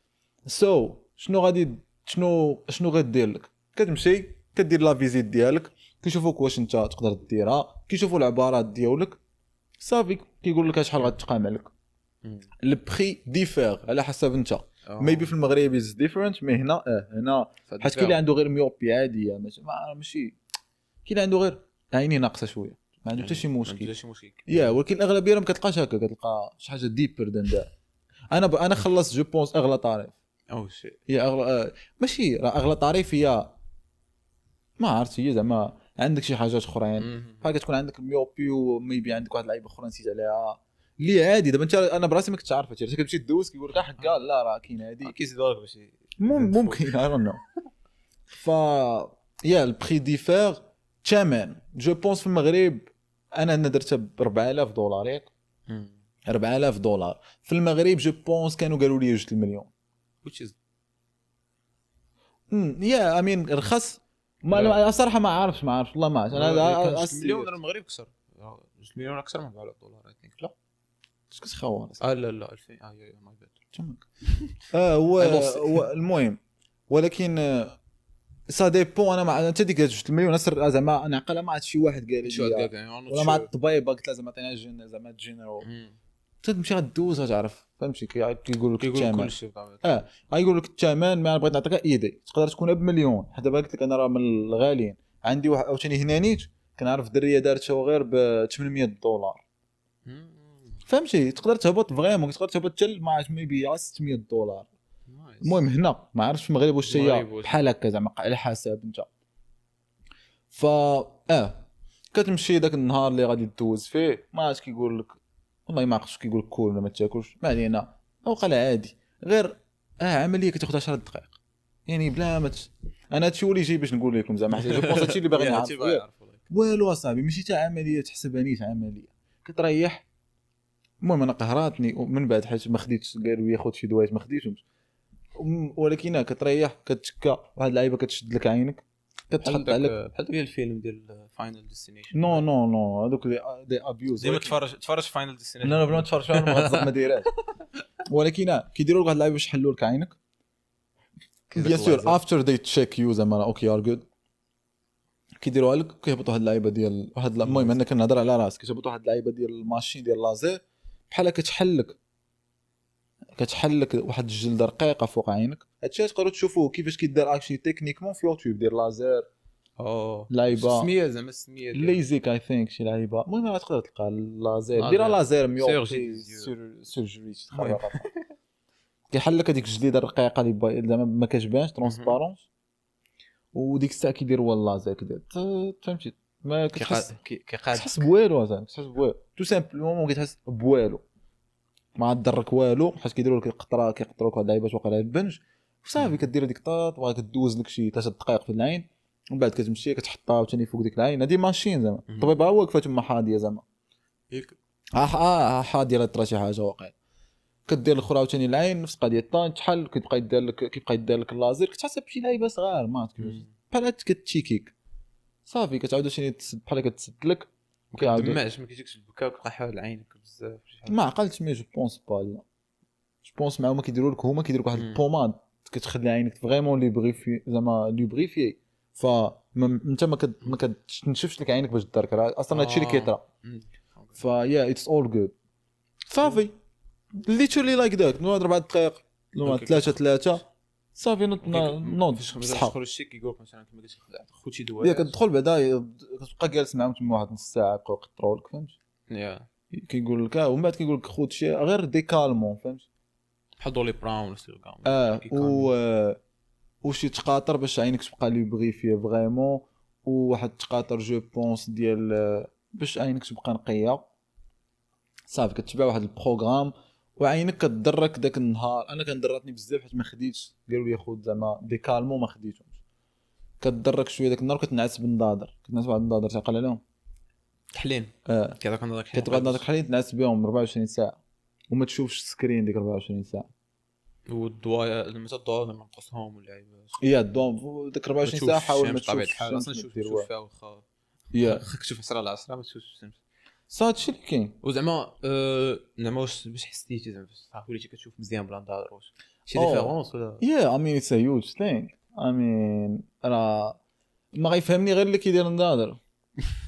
شنو غدير لك كتمشي كدير لا فيزيت ديالك كيشوفوك واش انت تقدر ديرها كيشوفوا العبارات ديالك صافي كيقول لك شحال غتقام عليك البري ديفير على حسب انت ميبي في المغرب از ديفرنت مي هنا هنا حيت كاين اللي عنده غير ميوبي عاديه ماشي كاين اللي عنده غير عيني ناقصه شويه ما عنده حتى شي مشكل يا ولكن الاغلبيه ما كتلقاش هكا كتلقى شي حاجه ديبر دان دا انا خلصت جو بونس اغلى طريف او شي هي اغلى ماشي راه اغلى طريف هي ما عرفت هي زعما عندك شي حاجات اخرين بحال كتكون عندك الميوبي وميبي عندك واحد اللعيبه اخرى نسيت عليها اللي عادي دابا انت انا براسي ما كنتش عارف هادشي كتمشي دوز كيقول لك حكا لا راه كاين هادي كيزيدوا لك باش ممكن اي دون نو ف يا البري ديفير ثمن جو بونس في المغرب انا درتها ب 4000 دولار ياك 4000 دولار في المغرب جو بونس كانوا قالوا لي 2 مليون which is يا امين رخص ما صراحه ما عارفش والله ما عارف انا مليون المغرب كسر 2 مليون اكثر من 4000 دولار اي ثينك لا اش كتخوار لا 2000 يا ماي باد تماك هو المهم ولكن سا ديبون انا مع انت ديك 2 مليون نصر زعما انا عقل ما عاد شي واحد قال لي ولا مع الطبيبه قلت لازم عطينا زعما جينيرال تمشي غدوز غتعرف فهمتي كيقول لك الثمن غايقول لك الثمن ما بغيت نعطيك ايدي تقدر تكون بمليون حتى قلت لك انا راه من الغاليين عندي واحد عاوتاني هنا نيت كنعرف دريه دارتها غير ب 800 دولار فهمتي تقدر تهبط فريمون تقدر تهبط حتى ما عرفتش ميبي 600 دولار المهم هنا ما عرفتش في المغرب واش هي بحال هكا زعما على حساب انت ف كتمشي داك النهار اللي غادي تدوز فيه ما عرفتش كيقول لك والله ما عرفتش كيقول لك كول ولا ما تاكلش ما علينا وقال عادي غير عمليه كتاخذ 10 دقائق يعني بلا ما انا هادشي هو اللي جاي باش نقول لكم زعما حيت جو بونس هادشي اللي باغي نعرف والو اصاحبي ماشي حتى عمليه تحسبها نيت عمليه كتريح المهم انا قهراتني ومن بعد حيت ما خديتش قالوا لي خذ شي دوايات ما خديتهمش ولكن كتريح كتشكى واحد اللعيبه كتشد لك عينك كتحط عليك بحال ديال الفيلم ديال فاينل ديستنيشن نو هذوك دي ابيوز ديما تفرج فاينل ديستنيشن لا بلا ما تفرج فيها ما دايرهاش ولكن كيديروا لك واحد اللعيبه باش يحلوا لك عينك بيان سور افتر دي تشيك يو زعما اوكي ار جود كيديروها لك كيهبطوا واحد اللعيبه ديال واحد المهم انا كنهضر على راسك كيهبطوا واحد اللعيبه ديال الماشين ديال لازير بحال كتحل لك واحد الجلده رقيقه فوق عينك هادشي تقدروا تشوفوه كيفاش كيدار اكشلي تكنيكمون في يوتيوب ديال لازير لعيبه سميه زعما السميه ليزيك اي ثينك شي لعيبه المهم غتقدر تلقى لازير دير لازير ميوبي سيرجري كيحل لك هذيك الجلده الرقيقه اللي زعما ما كتبانش ترونسبارونس وديك الساعه كيدير هو اللازير كيدير فهمتي ما كتحس كتحس بوالو زعما كتحس بوالو تو سامبلومون ما كتحس بوالو ما ضرك والو حيت كيديروا لك القطره كيقطروك واحد اللعيبات واقع على البنج وصافي كدير هذيك الطاط وكدوز لك شي 3 دقائق في العين ومن بعد كتمشي كتحطها ثاني فوق ديك العين هذه ماشين زعما الطبيبه هو واقفه تما حاضيه زعما ياك حاضيه طرا شي حاجه واقع كدير الاخرى ثاني العين نفس القضيه طان تحل كيبقى يدير لك اللازير كتحسب بشي لعيبه صغار ما عرفت كيفاش بحال كتشيكيك صافي كتعاود ثاني بحال كتسد لك كيعاود ما كيجيكش البكا وكيبقى حاول عينك بزاف ما عقلتش مي جو بونس با لا جو بونس معاهم كيديروا لك هما كيديروا لك واحد البوماد كتخلي عينك فريمون لوبريفي زعما لوبريفي ف انت ما كتنشفش لك عينك باش تدارك اصلا هادشي اللي كيطرا فيا اتس اول جود صافي ليترلي لايك ذاك نوض 4 دقائق لو 3 صافي نوض بصحه تدخل الشيك كيقول لك مثلا كما قلت خذ شي دواء كتدخل بعدا كتبقى جالس معاهم تما واحد نص ساعه يبقاو يقطروا لك فهمت كيقول لك ومن بعد كيقول لك خذ شي غير ديكالمون فهمت بحال دولي براون ولا وشي تقاطر باش عينك تبقى لوبريفي فريمون وواحد تقاطر جو بونس ديال باش عينك تبقى نقيه صافي كتبع واحد البروغرام وعينك كتضرك داك النهار انا كندراتني بزاف حيت ما خديتش قالوا لي خذ زعما ديكالمون ما خديتهمش كتضرك شويه داك النهار كتنعس بالنظاظر كتنعس واحد النظاظر تعقل عليهم تحليل كتبقى نظرك حليل تنعس بهم 24 ساعه وما تشوفش السكرين ديك 24 ساعه والدواء لما الدواء نقصهم ولا يا الدوم ديك 24 ساعه حاول ما تشوفش الحال اصلا تشوف فيها واخا خاك تشوف 10 على 10 ما تشوفش الشمس صاتشي اللي كاين وزعما زعما باش حسيتي زعما صافي وليتي كتشوف مزيان بلا نظار واش شي ديفيرونس ولا يا امين اتس هيوج ثينك امين راه ما غيفهمني غير اللي كيدير النظار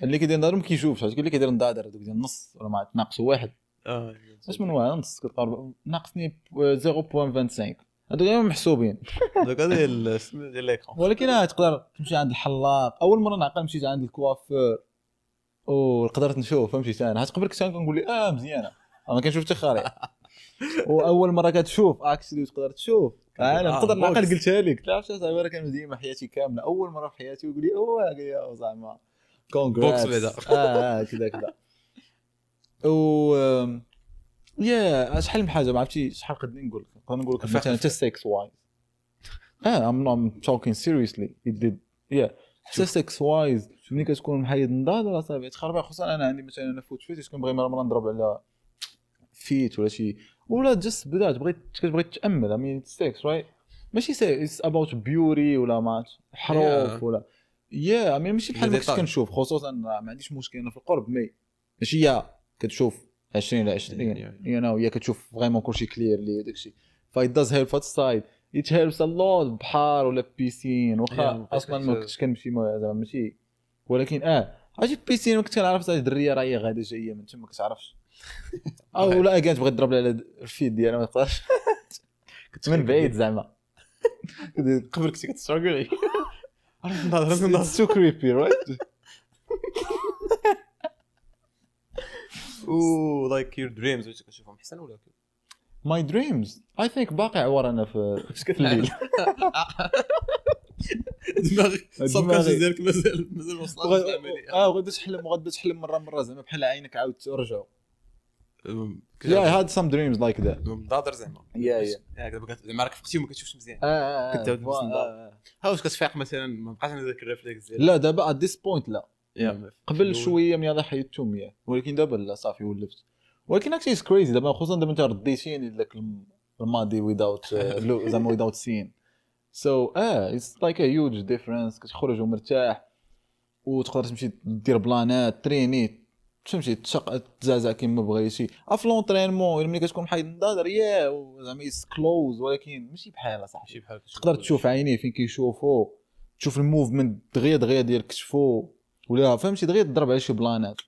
اللي كيدير نضادر ما كيشوفش، اللي كيدير نضادر دوك ديال النص ولا ما ناقص واحد اش من واحد نص كتقرب ناقصني 0.25 هادو غير محسوبين دوك ديال ليكرون. ولكن تقدر تمشي عند الحلاق. اول مره نعقل مشيت عند الكوافور وقدرت نشوف فهمتي انا قبل كنت كنقول لي مزيانه ما كنشوف حتى خارج واول مره كتشوف اكشلي تقدر تشوف انا نقدر نعقل قلتها لك تعرف صاحبي راه كان ديما حياتي كامله اول مره في حياتي ويقول لي قال لي زعما كونغراتس بوكس بعدا كذا و يا شحال من حاجه ما عرفتي شحال قدني نقول لك مثلا حتى سكس وايز I'm talking seriously it did حتى سكس وايز ملي كتكون محيد نضاد صافي تخربق. خصوصا انا عندي مثلا انا فوت فيت كنبغي مره نضرب على فيت ولا شي ولا جست بدات كتبغي تامل امين سكس رايت ماشي سكس اباوت بيوري ولا مات حروف ولا امين ماشي بحال ما كنت كنشوف. خصوصا ما عنديش مشكل انا في القرب ماشي يا كتشوف 20 على 20 يا كتشوف فريمون كلشي كليرلي داكشي فايت داز هيلب فات سايد it helps a lot بحار ولا بيسين واخا اصلا ما كنتش كنمشي زعما ماشي ولكن اجي بيسين ما كنت كنعرف صاحبي الدريه راهي غاده جايه من تما كتعرفش ولا كانت بغيت تضرب على الفيد ديالها ما تقدرش كنت من بعيد زعما قبل كنتي كتستراغل نهضر سو كريبي رايت او لايك يور دريمز واش كتشوفهم احسن ولا ماي دريمز اي ثينك باقي عور انا في الليل دماغي السبكونسيس ديالك مازال وصلت للعمليه غادي تحلم مره زعما بحال عينك عاود ترجع I had some dreams like that نضادر زعما دابا زعما راك فقتي وما كتشوفش مزيان كنت ها واش كتفيق مثلا ما بقاش عندك داك الريفلكس ديال لا دابا ات ذيس بوينت لا قبل شويه من هذا حيدتهم ولكن دابا لا صافي ولفت. ولكن اكشلي اتس كريزي دابا خصوصا دابا انت رديتيني لذاك الماضي without زعما without seeing so it's like a huge difference. كتخرج ومرتاح وتقدر تمشي دير بلانات تريني تمشي تزعزع كيما بغيتي في لونطرينمون ملي كتكون محيد نضادر زعما يس كلوز ولكن ماشي بحال صاحبي تقدر تشوف عينيه فين كيشوفوا تشوف الموفمنت دغيا ديال كتفو ولا فهمتي دغيا تضرب على شي بلانات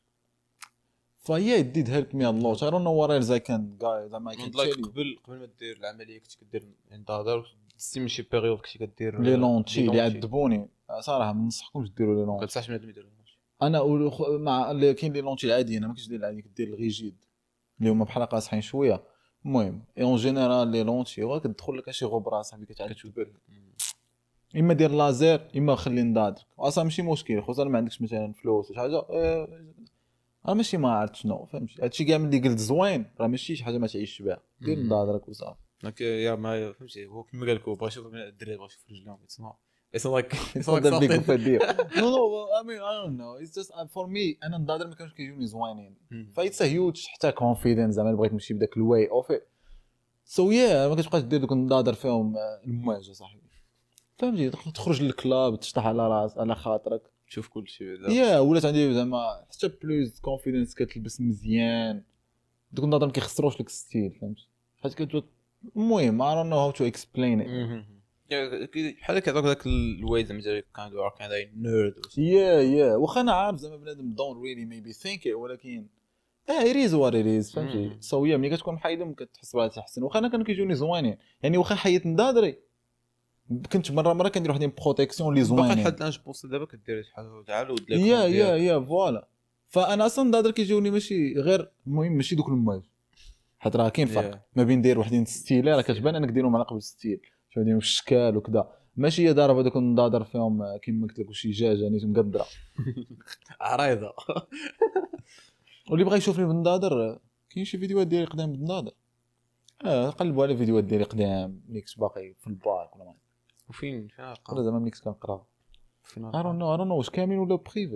فهي ديد هيلب مي الله I don't know what else I can guys زعما قبل ما دير العمليه كنت كدير نضادر سيم شي بيريود كنتي كدير لي لونتي اللي عذبوني صراحه ما ننصحكمش ديروا لي لونتي كتنصحش بنادم يدير انا مع كاين لي لونتي العاديين انا ما كنتش دير العادي كدير الريجيد اللي هما بحال قاصحين شويه. المهم اون جينيرال لي لونتي هو كتدخل لك شي غبره صاحبي كتعذب اما دير لازير اما خلي نضادر اصلا ماشي مشكل خصوصا ما عندكش مثلا فلوس ولا حاجه ماشي ما عرفت شنو فهمتي هادشي كاع ملي قلت زوين راه ماشي شي حاجه ما تعيش بها دير نضادرك وصافي يا ما فهمتي هو كيما قال لك بغا يشوف الدراري بغا يشوف رجلهم it's like that big of a deal no I mean I don't know it's just for me انا نضادر ما كانوش كيجوني زوينين فايتس هيوج حتى كونفيدنس زعما بغيت نمشي بداك الواي اوف سو ما كتبقاش دير دوك النضادر فيهم المواجهه صاحبي فهمتي تخرج للكلاب تشطح على راس على خاطرك تشوف كل شيء ولات عندي زعما حتى بلوز كونفيدنس كتلبس مزيان دوك النضادر ما كيخسروش لك ستيل فهمتي حيت المهم I don't know how to explain it بحال كيعطوك داك الواي زعما كان داي نيرد واخا انا عارف زعما بنادم دون ريلي ميبي ثينك ولكن it is what it is فهمتي سويه ملي كتكون محايدهم كتحس بها تحسن. واخا انا كانوا كيجوني زوينين يعني واخا حيت ندادري كنت مره كندير واحد بروتيكسيون لي زوينين باقي لحد الان جبوست دابا كدير شحال تعالوا لك فوالا فانا اصلا ندادر كيجوني ماشي غير المهم ماشي دوك المواج حيت راه كاين فرق ما بين داير وحدين ستيل راه كتبان انك ديرهم على قبل ستيل شوف ديالهم الشكال وكذا ماشي هي ضاربه هذوك النضادر فيهم كيما قلت لك شي دجاجه نيت مقدره عريضه واللي بغى يشوفني بالنضادر كاين شي فيديوهات ديالي قدام بالنضادر قلبوا على فيديوهات ديالي قدام ميكس باقي في البارك ولا ما وفين قرا زعما ميكس كنقرا فين I don't know واش كامل ولا بريفي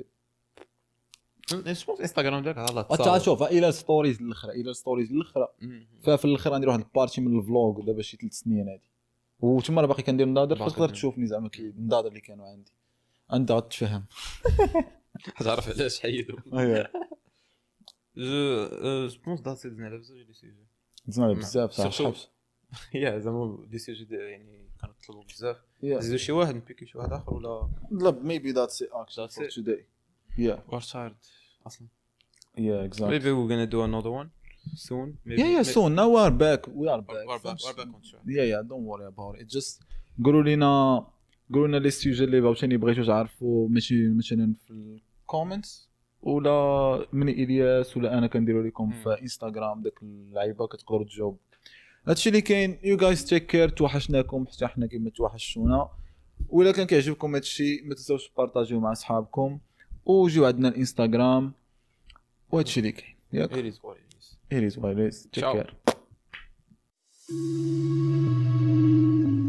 اسمو انستغرام ديالك على الله شوف الى ستوريز الاخرى ففي الاخر غندير واحد البارتي من الفلوغ دابا شي 3 سنين هادي وتما راه باقي كندير نضادر فتقدر تشوفني زعما كي النضادر اللي كانوا عندي انت غتفهم تعرف علاش حيدوا سبونس داسي دزنا بزاف صح زعما دي سي جي يعني كانوا يطلبوا بزاف زيدوا شي واحد نبيكي شي واحد اخر ولا لا ميبي ذاتس اكشن فور توداي Yeah. We're tired اصلا. Yeah, exactly. Maybe we're gonna do another one soon. Maybe. Yeah, soon. Now we are back. We're back on track. Yeah, don't worry about it. Just قولوا لنا لي سوجي اللي عاوتاني بغيتو تعرفوا ماشي مثلا في الكومنتس ولا من الياس ولا انا كنديروا لكم في انستغرام داك اللعيبه كتقدروا تجاوب. هادشي اللي كاين. يو جايز تيك كير. توحشناكم حتى حنا كما توحشونا. ولا كان كيعجبكم هادشي ما تنساوش تبارطاجيو مع اصحابكم وجيو عندنا الانستغرام وهادشي اللي كاين. ياك It is what it is. It is what it is. Take Ciao. care.